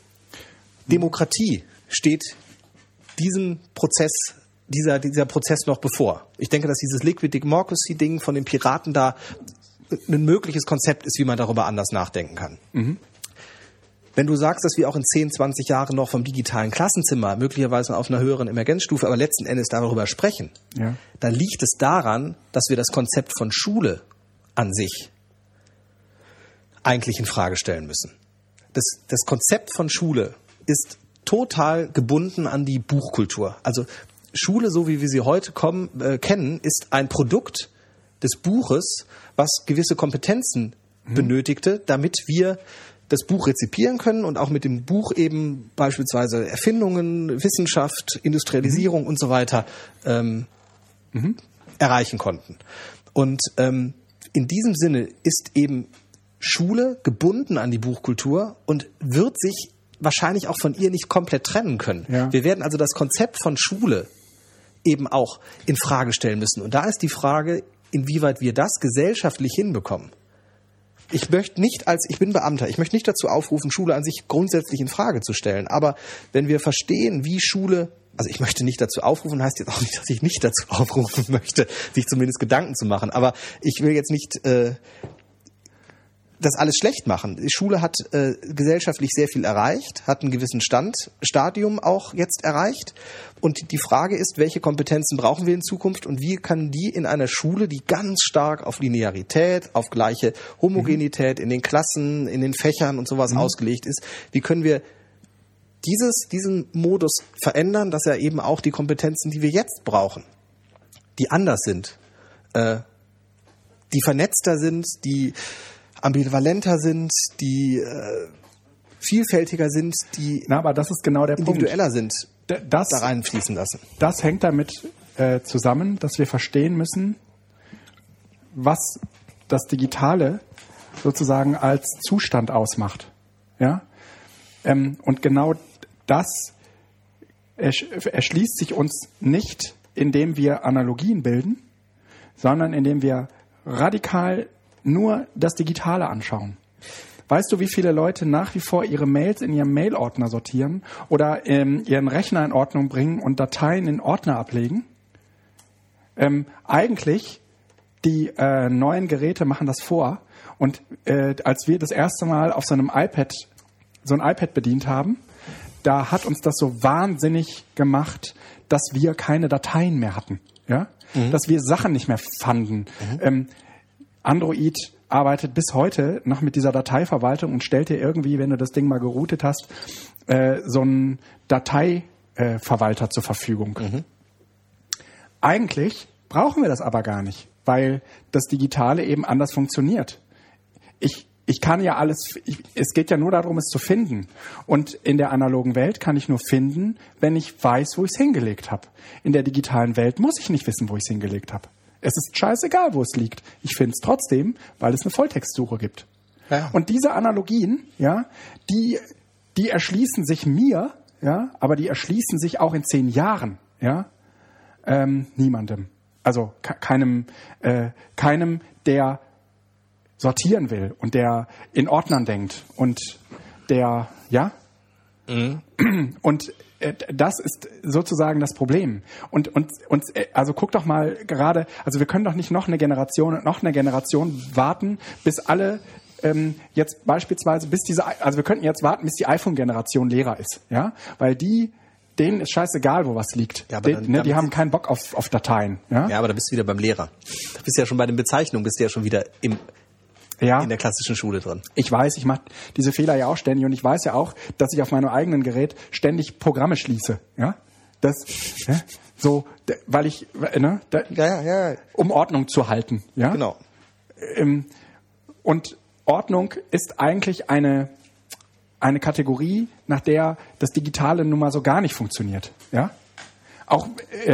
B: Demokratie steht diesem Prozess, dieser Prozess noch bevor. Ich denke, dass dieses Liquid Democracy-Ding von den Piraten da ein mögliches Konzept ist, wie man darüber anders nachdenken kann. Mhm. Wenn du sagst, dass wir auch in 10, 20 Jahren noch vom digitalen Klassenzimmer, möglicherweise auf einer höheren Emergenzstufe, aber letzten Endes darüber sprechen, ja, dann liegt es daran, dass wir das Konzept von Schule an sich eigentlich in Frage stellen müssen. Das Konzept von Schule ist total gebunden an die Buchkultur. Also Schule, so wie wir sie heute kennen, ist ein Produkt des Buches, was gewisse Kompetenzen benötigte, damit wir das Buch rezipieren können und auch mit dem Buch eben beispielsweise Erfindungen, Wissenschaft, Industrialisierung und so weiter erreichen konnten. Und in diesem Sinne ist eben Schule gebunden an die Buchkultur und wird sich wahrscheinlich auch von ihr nicht komplett trennen können. Ja. Wir werden also das Konzept von Schule eben auch in Frage stellen müssen. Und da ist die Frage, inwieweit wir das gesellschaftlich hinbekommen. Ich bin Beamter, ich möchte nicht dazu aufrufen, Schule an sich grundsätzlich in Frage zu stellen. Aber wenn wir verstehen, wie Schule, also ich möchte nicht dazu aufrufen, heißt jetzt auch nicht, dass ich nicht dazu aufrufen möchte, sich zumindest Gedanken zu machen. Aber ich will jetzt nicht das alles schlecht machen. Die Schule hat gesellschaftlich sehr viel erreicht, hat einen gewissen Stadium auch jetzt erreicht. Und die Frage ist, welche Kompetenzen brauchen wir in Zukunft und wie kann die in einer Schule, die ganz stark auf Linearität, auf gleiche Homogenität in den Klassen, in den Fächern und sowas ausgelegt ist, wie können wir diesen Modus verändern, dass er eben auch die Kompetenzen, die wir jetzt brauchen, die anders sind, die vernetzter sind, die ambivalenter sind, die vielfältiger sind, die
A: aber das ist genau der
B: individueller
A: Punkt.
B: Sind, da reinfließen lassen.
A: Das hängt damit zusammen, dass wir verstehen müssen, was das Digitale sozusagen als Zustand ausmacht. Ja? Und genau das erschließt sich uns nicht, indem wir Analogien bilden, sondern indem wir radikal nur das Digitale anschauen. Weißt du, wie viele Leute nach wie vor ihre Mails in ihrem Mail-Ordner sortieren oder ihren Rechner in Ordnung bringen und Dateien in Ordner ablegen? Eigentlich, die neuen Geräte machen das vor. Und als wir das erste Mal auf so ein iPad bedient haben, da hat uns das so wahnsinnig gemacht, dass wir keine Dateien mehr hatten. Ja? Dass wir Sachen nicht mehr fanden. Android arbeitet bis heute noch mit dieser Dateiverwaltung und stellt dir irgendwie, wenn du das Ding mal geroutet hast, so einen Dateiverwalter zur Verfügung. Eigentlich brauchen wir das aber gar nicht, weil das Digitale eben anders funktioniert. Ich kann ja es geht ja nur darum, es zu finden. Und in der analogen Welt kann ich nur finden, wenn ich weiß, wo ich es hingelegt habe. In der digitalen Welt muss ich nicht wissen, wo ich es hingelegt habe. Es ist scheißegal, wo es liegt. Ich finde es trotzdem, weil es eine Volltextsuche gibt. Ja. Und diese Analogien, ja, die erschließen sich mir, ja, aber die erschließen sich auch in 10 Jahren, ja, niemandem. Also keinem, der sortieren will und der in Ordnern denkt und der, ja, und das ist sozusagen das Problem. Und also guck doch mal gerade, also wir können doch nicht noch eine Generation warten, bis alle jetzt beispielsweise wir könnten jetzt warten, bis die iPhone-Generation Lehrer ist, ja, weil denen ist scheißegal, wo was liegt. Ja, die haben keinen Bock auf Dateien. Ja?
B: Ja, aber da bist du wieder beim Lehrer. Da bist du ja schon bei den Bezeichnungen, bist du ja schon wieder in der klassischen Schule drin.
A: Ich weiß, ich mache diese Fehler ja auch ständig und ich weiß ja auch, dass ich auf meinem eigenen Gerät ständig Programme schließe. Ja, so, weil ich, um Ordnung zu halten. Ja,
B: genau.
A: Und Ordnung ist eigentlich eine Kategorie, nach der das Digitale nun mal so gar nicht funktioniert. Ja, auch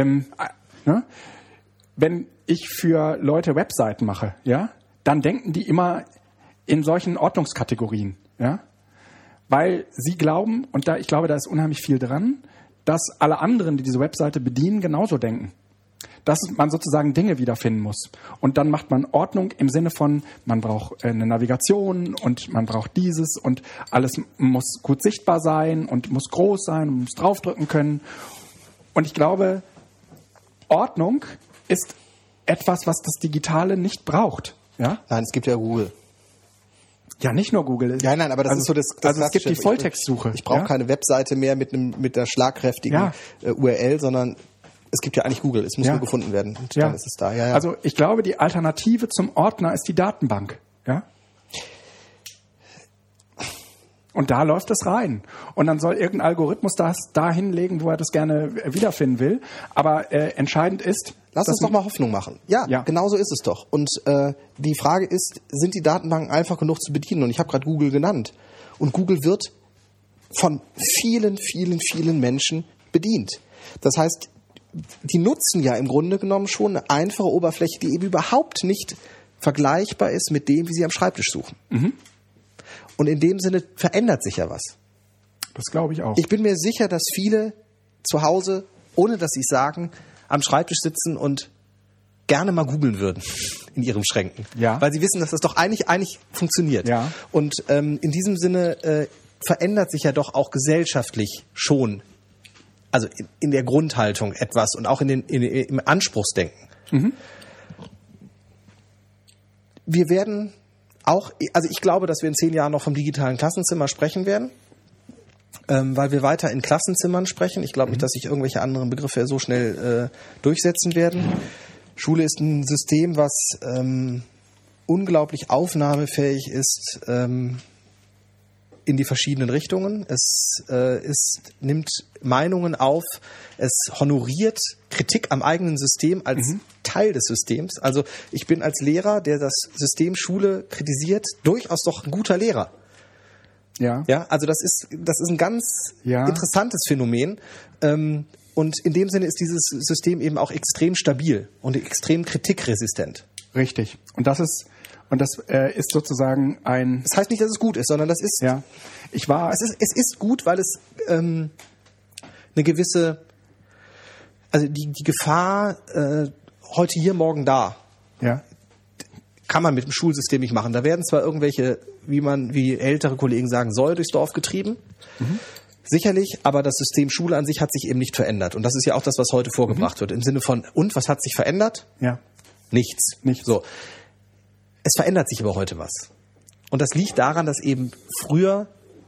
A: wenn ich für Leute Webseiten mache, ja, dann denken die immer in solchen Ordnungskategorien, ja, weil sie glauben, und ich glaube, da ist unheimlich viel dran, dass alle anderen, die diese Webseite bedienen, genauso denken. Dass man sozusagen Dinge wiederfinden muss. Und dann macht man Ordnung im Sinne von, man braucht eine Navigation und man braucht dieses und alles muss gut sichtbar sein und muss groß sein und muss draufdrücken können. Und ich glaube, Ordnung ist etwas, was das Digitale nicht braucht. Ja?
B: Nein, es gibt ja Google.
A: Ja, nicht nur Google.
B: Ja, nein, aber das ist so das
A: also es gibt die Volltextsuche.
B: Ich brauche keine Webseite mehr mit der schlagkräftigen URL, sondern es gibt ja eigentlich Google. Es muss nur gefunden werden. Und dann ist es da. Ja.
A: Also ich glaube, die Alternative zum Ordner ist die Datenbank. Ja. Und da läuft es rein. Und dann soll irgendein Algorithmus das da hinlegen, wo er das gerne wiederfinden will. Aber entscheidend ist...
B: Lass uns doch mal Hoffnung machen. Ja, genau so ist es doch. Und die Frage ist, sind die Datenbanken einfach genug zu bedienen? Und ich habe gerade Google genannt. Und Google wird von vielen, vielen, vielen Menschen bedient. Das heißt, die nutzen ja im Grunde genommen schon eine einfache Oberfläche, die eben überhaupt nicht vergleichbar ist mit dem, wie sie am Schreibtisch suchen. Mhm. Und in dem Sinne verändert sich ja was.
A: Das glaube ich auch.
B: Ich bin mir sicher, dass viele zu Hause, ohne dass sie es sagen, am Schreibtisch sitzen und gerne mal googeln würden in ihren Schränken.
A: Ja.
B: Weil sie wissen, dass das doch eigentlich funktioniert.
A: Ja.
B: Und in diesem Sinne verändert sich ja doch auch gesellschaftlich schon, also in der Grundhaltung etwas und auch im Anspruchsdenken. Mhm. Wir werden auch, also ich glaube, dass wir in 10 Jahren noch vom digitalen Klassenzimmer sprechen werden, weil wir weiter in Klassenzimmern sprechen. Ich glaube nicht, dass sich irgendwelche anderen Begriffe so schnell durchsetzen werden. Schule ist ein System, was unglaublich aufnahmefähig ist in die verschiedenen Richtungen. Es nimmt Meinungen auf, es honoriert Kritik am eigenen System als Teil des Systems. Also ich bin als Lehrer, der das System Schule kritisiert, durchaus doch ein guter Lehrer.
A: Ja.
B: Ja, also das ist ein ganz interessantes Phänomen. Und in dem Sinne ist dieses System eben auch extrem stabil und extrem kritikresistent.
A: Richtig. Und das ist sozusagen ein...
B: Das heißt nicht, dass es gut ist, sondern das ist...
A: Ja.
B: Es ist gut, weil es eine gewisse... Also die Gefahr heute hier, morgen da.
A: Ja.
B: Kann man mit dem Schulsystem nicht machen. Da werden zwar irgendwelche, wie ältere Kollegen sagen, Säue durchs Dorf getrieben. Mhm. Sicherlich, aber das System Schule an sich hat sich eben nicht verändert. Und das ist ja auch das, was heute vorgebracht wird. Im Sinne von, und was hat sich verändert?
A: Ja.
B: Nichts. So. Es verändert sich aber heute was. Und das liegt daran, dass eben früher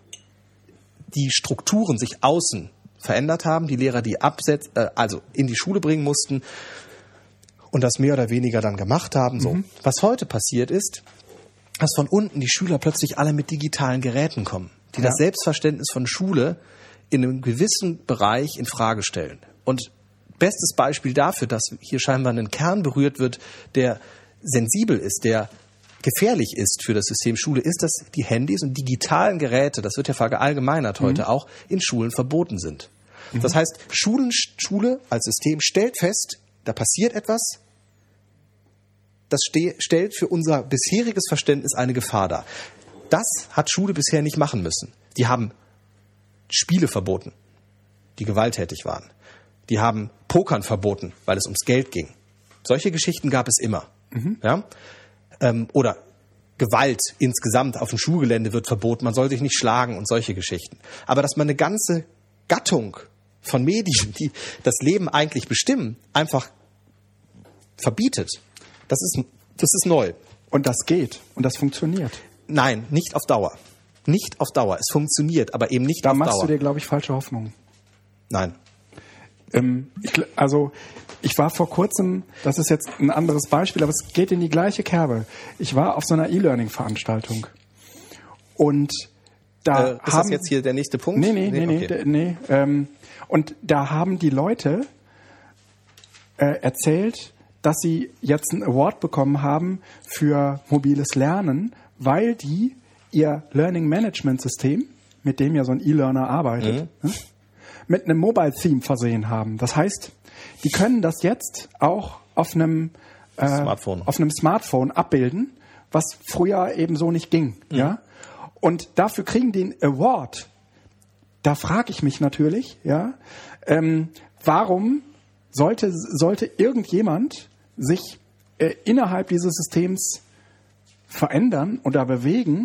B: die Strukturen sich außen verändert haben, die Lehrer die also in die Schule bringen mussten und das mehr oder weniger dann gemacht haben. So. Was heute passiert ist, dass von unten die Schüler plötzlich alle mit digitalen Geräten kommen, die das Selbstverständnis von Schule in einem gewissen Bereich in Frage stellen. Und bestes Beispiel dafür, dass hier scheinbar ein Kern berührt wird, der sensibel ist, der gefährlich ist für das System Schule, ist, dass die Handys und digitalen Geräte, das wird ja verallgemeinert heute auch, in Schulen verboten sind. Das heißt, Schule als System stellt fest, da passiert etwas, das stellt für unser bisheriges Verständnis eine Gefahr dar. Das hat Schule bisher nicht machen müssen. Die haben Spiele verboten, die gewalttätig waren. Die haben Pokern verboten, weil es ums Geld ging. Solche Geschichten gab es immer. Ja? Oder Gewalt insgesamt auf dem Schulgelände wird verboten, man soll sich nicht schlagen und solche Geschichten. Aber dass man eine ganze Gattung von Medien, die das Leben eigentlich bestimmen, einfach verbietet, das ist neu.
A: Und das geht und das funktioniert.
B: Nein, nicht auf Dauer. Nicht auf Dauer. Es funktioniert, aber eben nicht auf Dauer.
A: Da machst du dir, glaube ich, falsche Hoffnungen.
B: Nein.
A: Ich war vor kurzem, das ist jetzt ein anderes Beispiel, aber es geht in die gleiche Kerbe. Ich war auf so einer E-Learning-Veranstaltung und da
B: ist das jetzt hier der nächste Punkt?
A: Nee. Und da haben die Leute erzählt, dass sie jetzt einen Award bekommen haben für mobiles Lernen, weil die ihr Learning Management System, mit dem ja so ein E-Learner arbeitet, mit einem Mobile Theme versehen haben. Das heißt, die können das jetzt auch auf einem Smartphone abbilden, was früher eben so nicht ging. Ja? Und dafür kriegen die einen Award. Da frage ich mich natürlich, warum sollte irgendjemand sich innerhalb dieses Systems verändern oder bewegen,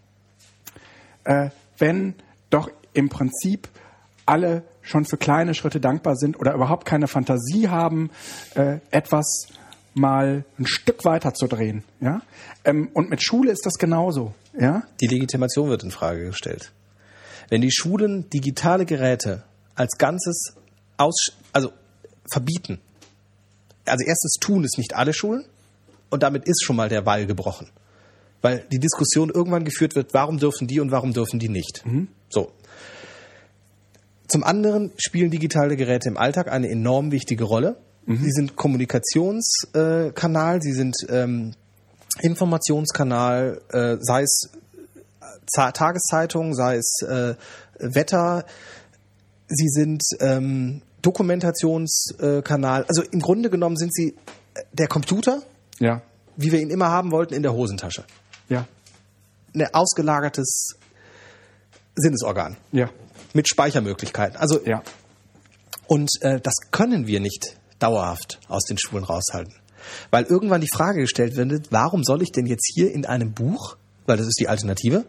A: wenn doch im Prinzip alle schon für kleine Schritte dankbar sind oder überhaupt keine Fantasie haben, etwas mal ein Stück weiter zu drehen. Ja? Und mit Schule ist das genauso. Ja?
B: Die Legitimation wird in Frage gestellt. Wenn die Schulen digitale Geräte als Ganzes verbieten, also erstens tun es nicht alle Schulen und damit ist schon mal der Wall gebrochen. Weil die Diskussion irgendwann geführt wird, warum dürfen die und warum dürfen die nicht. So. Zum anderen spielen digitale Geräte im Alltag eine enorm wichtige Rolle. Sie sind Kommunikationskanal, sie sind Informationskanal, sei es Tageszeitung, sei es Wetter, sie sind Dokumentationskanal. Also im Grunde genommen sind sie der Computer, wie wir ihn immer haben wollten, in der Hosentasche.
A: Ja.
B: Ein ausgelagertes Sinnesorgan.
A: Ja.
B: Mit Speichermöglichkeiten. Also, und das können wir nicht dauerhaft aus den Schulen raushalten. Weil irgendwann die Frage gestellt wird, warum soll ich denn jetzt hier in einem Buch, weil das ist die Alternative,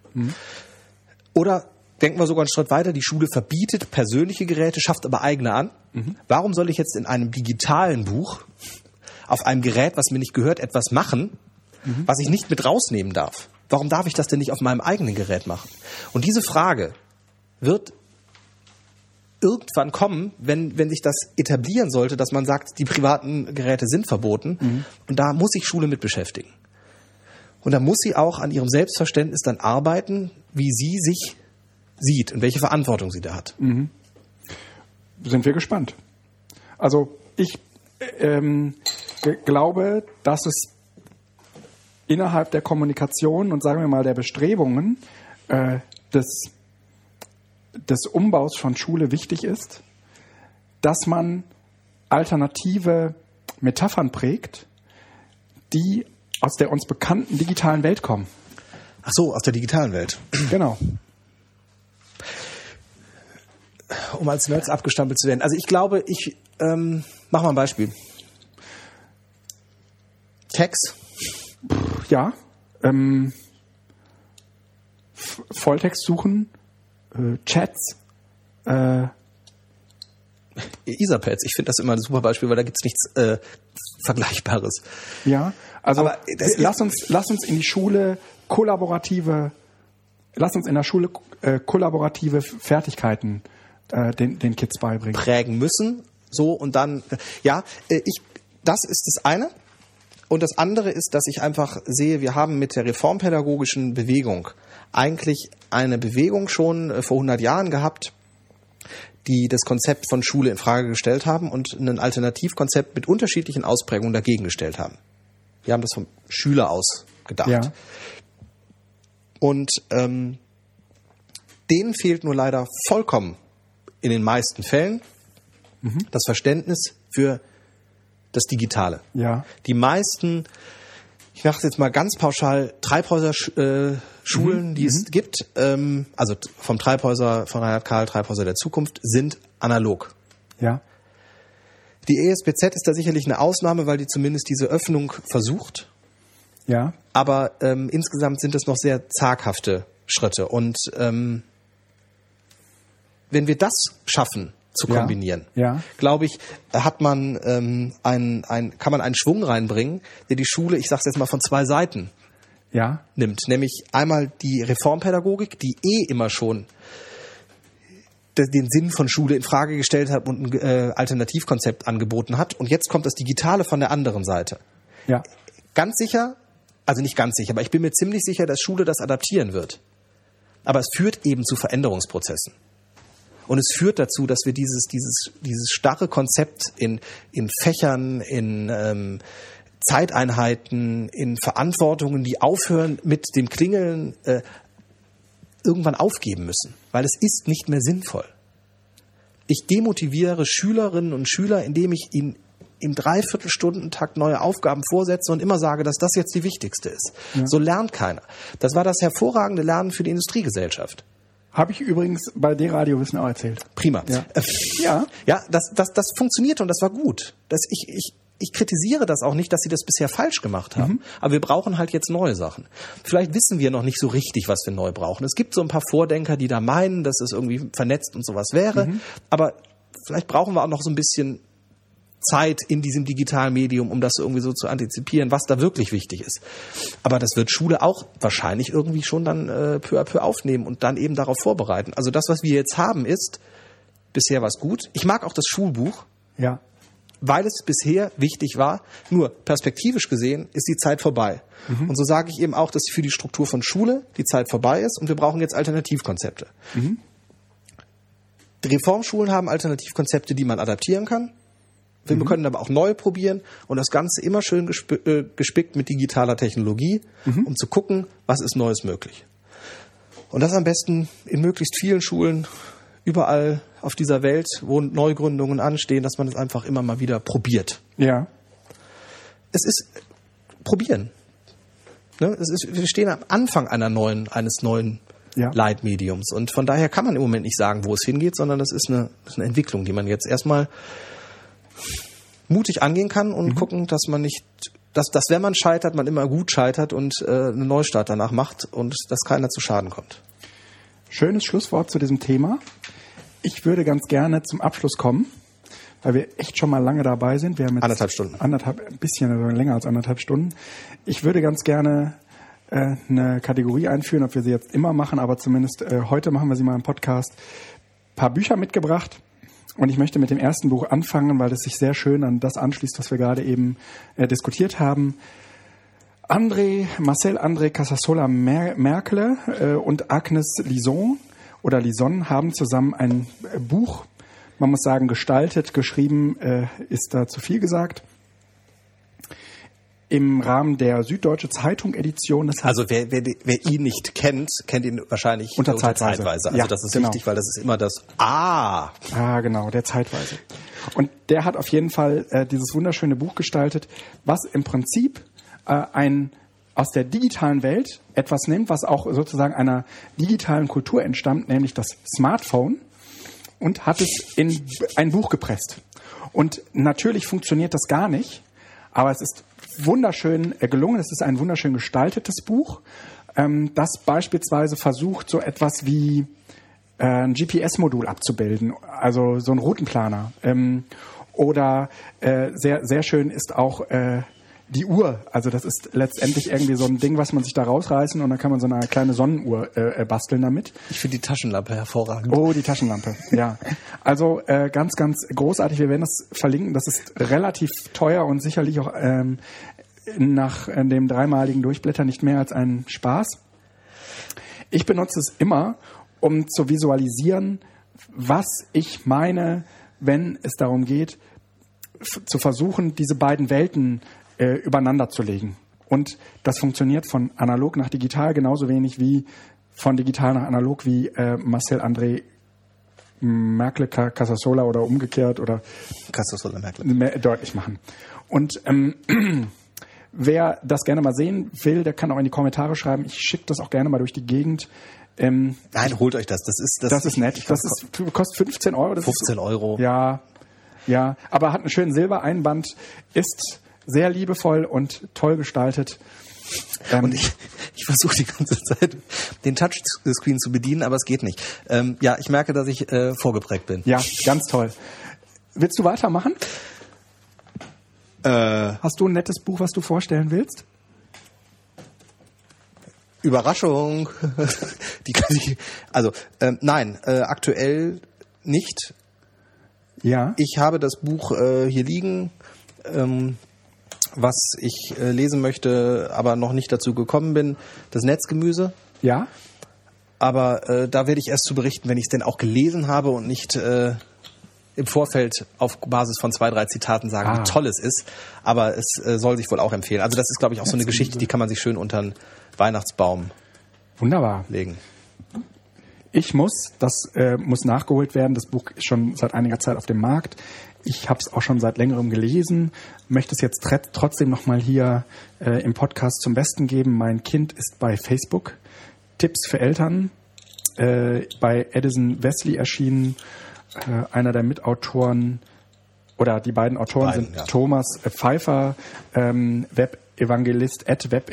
B: oder denken wir sogar einen Schritt weiter, die Schule verbietet persönliche Geräte, schafft aber eigene an. Warum soll ich jetzt in einem digitalen Buch auf einem Gerät, was mir nicht gehört, etwas machen, was ich nicht mit rausnehmen darf? Warum darf ich das denn nicht auf meinem eigenen Gerät machen? Und diese Frage wird irgendwann kommen, wenn sich das etablieren sollte, dass man sagt, die privaten Geräte sind verboten. Und da muss sich Schule mit beschäftigen. Und da muss sie auch an ihrem Selbstverständnis dann arbeiten, wie sie sich sieht und welche Verantwortung sie da hat.
A: Sind wir gespannt. Also ich glaube, dass es innerhalb der Kommunikation und sagen wir mal der Bestrebungen des Umbaus von Schule wichtig ist, dass man alternative Metaphern prägt, die aus der uns bekannten digitalen Welt kommen.
B: Ach so, aus der digitalen Welt.
A: Genau.
B: Um als Nerds abgestempelt zu werden. Also ich glaube, mach mal ein Beispiel. Text.
A: Ja. Volltext suchen. Chats.
B: Etherpads, ich finde das immer ein super Beispiel, weil da gibt es nichts Vergleichbares.
A: Ja, also lass uns in die Schule kollaborative Fertigkeiten den Kids beibringen.
B: Prägen müssen, so und dann, das ist das eine. Und das andere ist, dass ich einfach sehe, wir haben mit der reformpädagogischen Bewegung eigentlich eine Bewegung schon vor 100 Jahren gehabt, die das Konzept von Schule in Frage gestellt haben und ein Alternativkonzept mit unterschiedlichen Ausprägungen dagegen gestellt haben. Wir haben das vom Schüler aus gedacht. Ja. Und denen fehlt nur leider vollkommen in den meisten Fällen das Verständnis für das Digitale.
A: Ja.
B: Die meisten, ich mache es jetzt mal ganz pauschal, Treibhäuser-Schulen, die es gibt, also von Reinhard Karl, Treibhäuser der Zukunft, sind analog.
A: Ja.
B: Die ESBZ ist da sicherlich eine Ausnahme, weil die zumindest diese Öffnung versucht.
A: Ja.
B: Aber insgesamt sind das noch sehr zaghafte Schritte. Und wenn wir das schaffen zu kombinieren, glaube ich, hat man kann man einen Schwung reinbringen, der die Schule, ich sag's jetzt mal, von zwei Seiten nimmt. Nämlich einmal die Reformpädagogik, die immer schon den Sinn von Schule in Frage gestellt hat und ein Alternativkonzept angeboten hat. Und jetzt kommt das Digitale von der anderen Seite.
A: Ja.
B: Ganz sicher, also nicht ganz sicher, aber ich bin mir ziemlich sicher, dass Schule das adaptieren wird. Aber es führt eben zu Veränderungsprozessen. Und es führt dazu, dass wir dieses starre Konzept in Fächern, in Zeiteinheiten, in Verantwortungen, die aufhören mit dem Klingeln, irgendwann aufgeben müssen, weil es ist nicht mehr sinnvoll. Ich demotiviere Schülerinnen und Schüler, indem ich ihnen im Dreiviertelstundentakt neue Aufgaben vorsetze und immer sage, dass das jetzt die wichtigste ist. Ja. So lernt keiner. Das war das hervorragende Lernen für die Industriegesellschaft.
A: Habe ich übrigens bei D-Radio Wissen auch erzählt.
B: Prima.
A: Ja,
B: ja, das funktionierte und das war gut. Ich kritisiere das auch nicht, dass sie das bisher falsch gemacht haben. Aber wir brauchen halt jetzt neue Sachen. Vielleicht wissen wir noch nicht so richtig, was wir neu brauchen. Es gibt so ein paar Vordenker, die da meinen, dass es irgendwie vernetzt und sowas wäre. Aber vielleicht brauchen wir auch noch so ein bisschen Zeit in diesem digitalen Medium, um das irgendwie so zu antizipieren, was da wirklich wichtig ist. Aber das wird Schule auch wahrscheinlich irgendwie schon dann peu à peu aufnehmen und dann eben darauf vorbereiten. Also das, was wir jetzt haben, ist bisher was gut. Ich mag auch das Schulbuch.
A: Ja.
B: Weil es bisher wichtig war, nur perspektivisch gesehen ist die Zeit vorbei. Und so sage ich eben auch, dass für die Struktur von Schule die Zeit vorbei ist und wir brauchen jetzt Alternativkonzepte. Die Reformschulen haben Alternativkonzepte, die man adaptieren kann. Wir können aber auch neu probieren und das Ganze immer schön gespickt mit digitaler Technologie, um zu gucken, was ist Neues möglich. Und das am besten in möglichst vielen Schulen, überall auf dieser Welt, wo Neugründungen anstehen, dass man es einfach immer mal wieder probiert.
A: Ja.
B: Es ist probieren. Ne? Wir stehen am Anfang eines neuen Leitmediums. Und von daher kann man im Moment nicht sagen, wo es hingeht, sondern das ist eine Entwicklung, die man jetzt erstmal mutig angehen kann und gucken, dass man nicht, dass wenn man scheitert, man immer gut scheitert und einen Neustart danach macht und dass keiner zu Schaden kommt.
A: Schönes Schlusswort zu diesem Thema. Ich würde ganz gerne zum Abschluss kommen, weil wir echt schon mal lange dabei sind. Wir haben jetzt
B: 1,5 Stunden.
A: Ein bisschen also länger als 1,5 Stunden. Ich würde ganz gerne eine Kategorie einführen, ob wir sie jetzt immer machen, aber zumindest heute machen wir sie mal im Podcast. Ein paar Bücher mitgebracht. Und ich möchte mit dem ersten Buch anfangen, weil es sich sehr schön an das anschließt, was wir gerade eben diskutiert haben. Marcel André Casasola Merkle und Agnes Lison haben zusammen ein Buch, man muss sagen, gestaltet, geschrieben, ist da zu viel gesagt, im Rahmen der Süddeutsche Zeitung Edition. Das heißt,
B: also wer ihn nicht kennt, kennt ihn wahrscheinlich
A: unter Zeitweise.
B: Also
A: ja,
B: das ist
A: genau.
B: wichtig, weil das ist immer das
A: genau, der Zeitweise. Und der hat auf jeden Fall dieses wunderschöne Buch gestaltet, was im Prinzip aus der digitalen Welt etwas nimmt, was auch sozusagen einer digitalen Kultur entstammt, nämlich das Smartphone, und hat es in ein Buch gepresst. Und natürlich funktioniert das gar nicht, aber es ist wunderschön gelungen. Es ist ein wunderschön gestaltetes Buch, das beispielsweise versucht, so etwas wie ein GPS-Modul abzubilden, also so ein Routenplaner. Oder sehr, sehr schön ist auch die Uhr. Also das ist letztendlich irgendwie so ein Ding, was man sich da rausreißen und dann kann man so eine kleine Sonnenuhr basteln damit.
B: Ich finde die Taschenlampe hervorragend.
A: Oh, die Taschenlampe, ja. Also ganz, ganz großartig. Wir werden das verlinken. Das ist relativ teuer und sicherlich auch nach dem dreimaligen Durchblättern nicht mehr als ein Spaß. Ich benutze es immer, um zu visualisieren, was ich meine, wenn es darum geht, zu versuchen, diese beiden Welten übereinander zu legen. Und das funktioniert von analog nach digital genauso wenig wie von digital nach analog, wie Marcel André Merkle Casasola oder umgekehrt oder
B: Casasola Merkle
A: deutlich machen. Und wer das gerne mal sehen will, der kann auch in die Kommentare schreiben. Ich schicke das auch gerne mal durch die Gegend.
B: Nein, holt euch das. Das
A: ist nett. Das kostet 15 Euro. Das
B: 15 Euro.
A: Ja, aber hat einen schönen Silbereinband, ist sehr liebevoll und toll gestaltet.
B: Und ich versuche die ganze Zeit, den Touchscreen zu bedienen, aber es geht nicht. Ich merke, dass ich vorgeprägt bin.
A: Ja, ganz toll. Willst du weitermachen? Hast du ein nettes Buch, was du vorstellen willst?
B: Überraschung. Nein, aktuell nicht.
A: Ja.
B: Ich habe das Buch hier liegen, was ich lesen möchte, aber noch nicht dazu gekommen bin. Das Netzgemüse.
A: Ja.
B: Aber da werde ich erst zu berichten, wenn ich es denn auch gelesen habe und nicht im Vorfeld auf Basis von 2, 3 Zitaten sagen, wie toll es ist. Aber es soll sich wohl auch empfehlen. Also das ist, glaube ich, auch so eine Geschichte, die kann man sich schön unter den Weihnachtsbaum legen.
A: Ich muss nachgeholt werden. Das Buch ist schon seit einiger Zeit auf dem Markt. Ich habe es auch schon seit längerem gelesen, möchte es jetzt trotzdem nochmal hier im Podcast zum Besten geben. Mein Kind ist bei Facebook. Tipps für Eltern, bei Edison Wesley erschienen. Einer der Mitautoren oder die beiden Autoren sind Thomas Pfeiffer, Webevangelist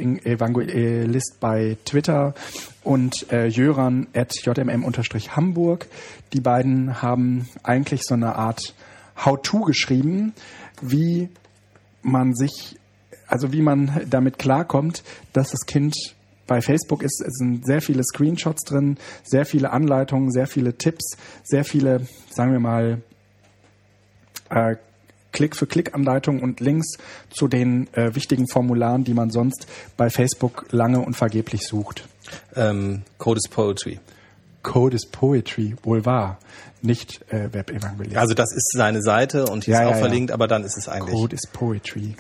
A: bei Twitter und Jöran @jmm_Hamburg. Die beiden haben eigentlich so eine Art How-to geschrieben, wie man damit klarkommt, dass das Kind bei Facebook ist. Es sind sehr viele Screenshots drin, sehr viele Anleitungen, sehr viele Tipps, sehr viele, sagen wir mal, Klick-für-Klick-Anleitungen und Links zu den wichtigen Formularen, die man sonst bei Facebook lange und vergeblich sucht.
B: Code is Poetry.
A: Code is Poetry, wohl wahr. Nicht Webevangelist.
B: Also das ist seine Seite und die ist auch verlinkt, aber dann ist es eigentlich...
A: Code is Poetry.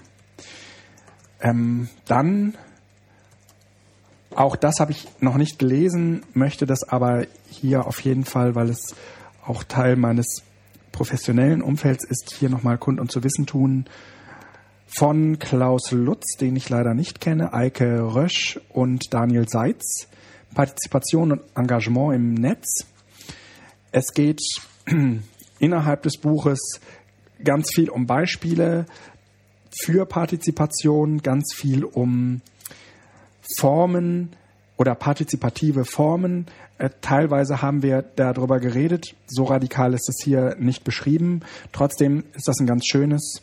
A: Dann... Auch das habe ich noch nicht gelesen, möchte das aber hier auf jeden Fall, weil es auch Teil meines professionellen Umfelds ist, hier nochmal kund und zu wissen tun. Von Klaus Lutz, den ich leider nicht kenne, Eike Rösch und Daniel Seitz. Partizipation und Engagement im Netz. Es geht innerhalb des Buches ganz viel um Beispiele für Partizipation, ganz viel um Formen oder partizipative Formen. Teilweise haben wir darüber geredet. So radikal ist es hier nicht beschrieben. Trotzdem ist das ein ganz schönes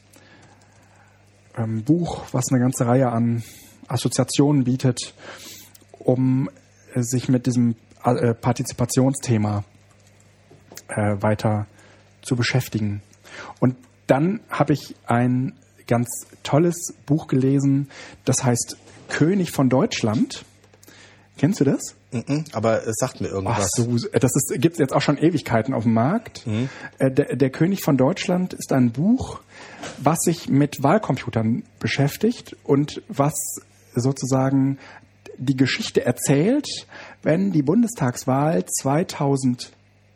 A: Buch, was eine ganze Reihe an Assoziationen bietet, um sich mit diesem Partizipationsthema weiter zu beschäftigen. Und dann habe ich ein ganz tolles Buch gelesen, das heißt König von Deutschland. Kennst du das?
B: Aber es sagt mir irgendwas.
A: Ach so, gibt es jetzt auch schon Ewigkeiten auf dem Markt. Der König von Deutschland ist ein Buch, was sich mit Wahlcomputern beschäftigt und was sozusagen die Geschichte erzählt, wenn die Bundestagswahl 2009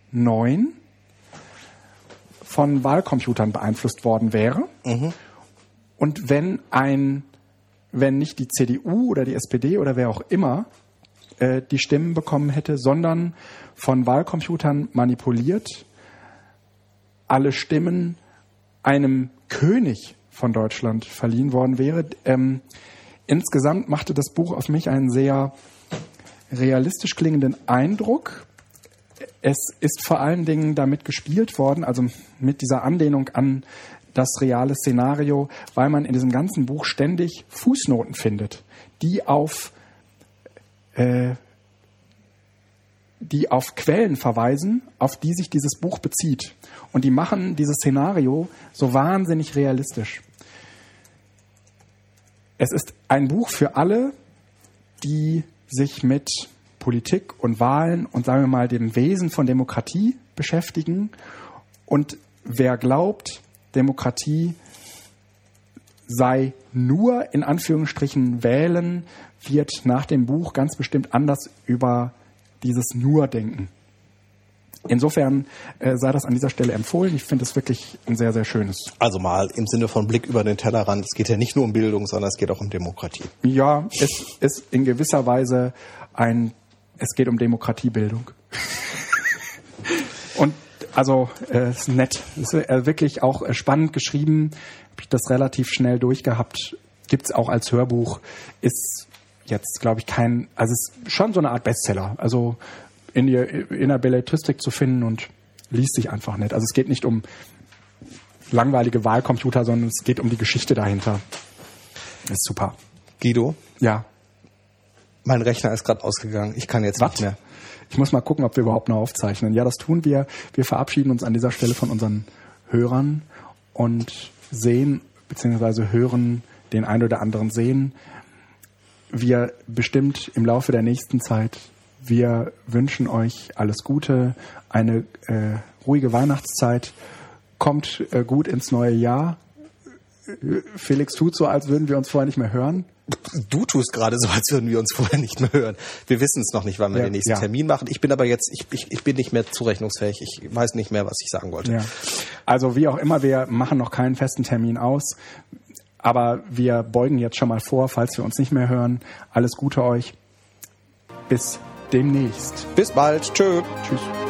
A: von Wahlcomputern beeinflusst worden wäre. Und wenn nicht die CDU oder die SPD oder wer auch immer die Stimmen bekommen hätte, sondern von Wahlcomputern manipuliert, alle Stimmen einem König von Deutschland verliehen worden wäre. Insgesamt machte das Buch auf mich einen sehr realistisch klingenden Eindruck. Es ist vor allen Dingen damit gespielt worden, also mit dieser Anlehnung an das reale Szenario, weil man in diesem ganzen Buch ständig Fußnoten findet, die auf Quellen verweisen, auf die sich dieses Buch bezieht. Und die machen dieses Szenario so wahnsinnig realistisch. Es ist ein Buch für alle, die sich mit Politik und Wahlen und, sagen wir mal, dem Wesen von Demokratie beschäftigen. Und wer glaubt, Demokratie sei nur in Anführungsstrichen wählen, wird nach dem Buch ganz bestimmt anders über dieses Nur denken. Insofern sei das an dieser Stelle empfohlen. Ich finde es wirklich ein sehr, sehr schönes.
B: Also mal im Sinne von Blick über den Tellerrand. Es geht ja nicht nur um Bildung, sondern es geht auch um Demokratie.
A: Ja, es ist in gewisser Weise es geht um Demokratiebildung. Und also ist nett. Ist wirklich auch spannend geschrieben. Habe ich das relativ schnell durchgehabt. Gibt's auch als Hörbuch. Ist jetzt, glaube ich, also es ist schon so eine Art Bestseller. Also in der Belletristik zu finden und liest sich einfach nett. Also es geht nicht um langweilige Wahlcomputer, sondern es geht um die Geschichte dahinter. Ist super.
B: Guido?
A: Ja.
B: Mein Rechner ist gerade ausgegangen. Ich kann jetzt nicht mehr.
A: Ich muss mal gucken, ob wir überhaupt noch aufzeichnen. Ja, das tun wir. Wir verabschieden uns an dieser Stelle von unseren Hörern und sehen bzw. hören den ein oder anderen sehen. Wir bestimmt im Laufe der nächsten Zeit. Wir wünschen euch alles Gute, eine ruhige Weihnachtszeit. Kommt gut ins neue Jahr. Felix tut so, als würden wir uns vorher nicht mehr hören.
B: Du tust gerade so, als würden wir uns vorher nicht mehr hören. Wir wissen es noch nicht, wann wir den nächsten Termin machen. Ich bin aber jetzt, ich bin nicht mehr zurechnungsfähig. Ich weiß nicht mehr, was ich sagen wollte.
A: Ja. Also wie auch immer, wir machen noch keinen festen Termin aus. Aber wir beugen jetzt schon mal vor, falls wir uns nicht mehr hören. Alles Gute euch. Bis demnächst.
B: Bis bald. Tschö.
A: Tschüss.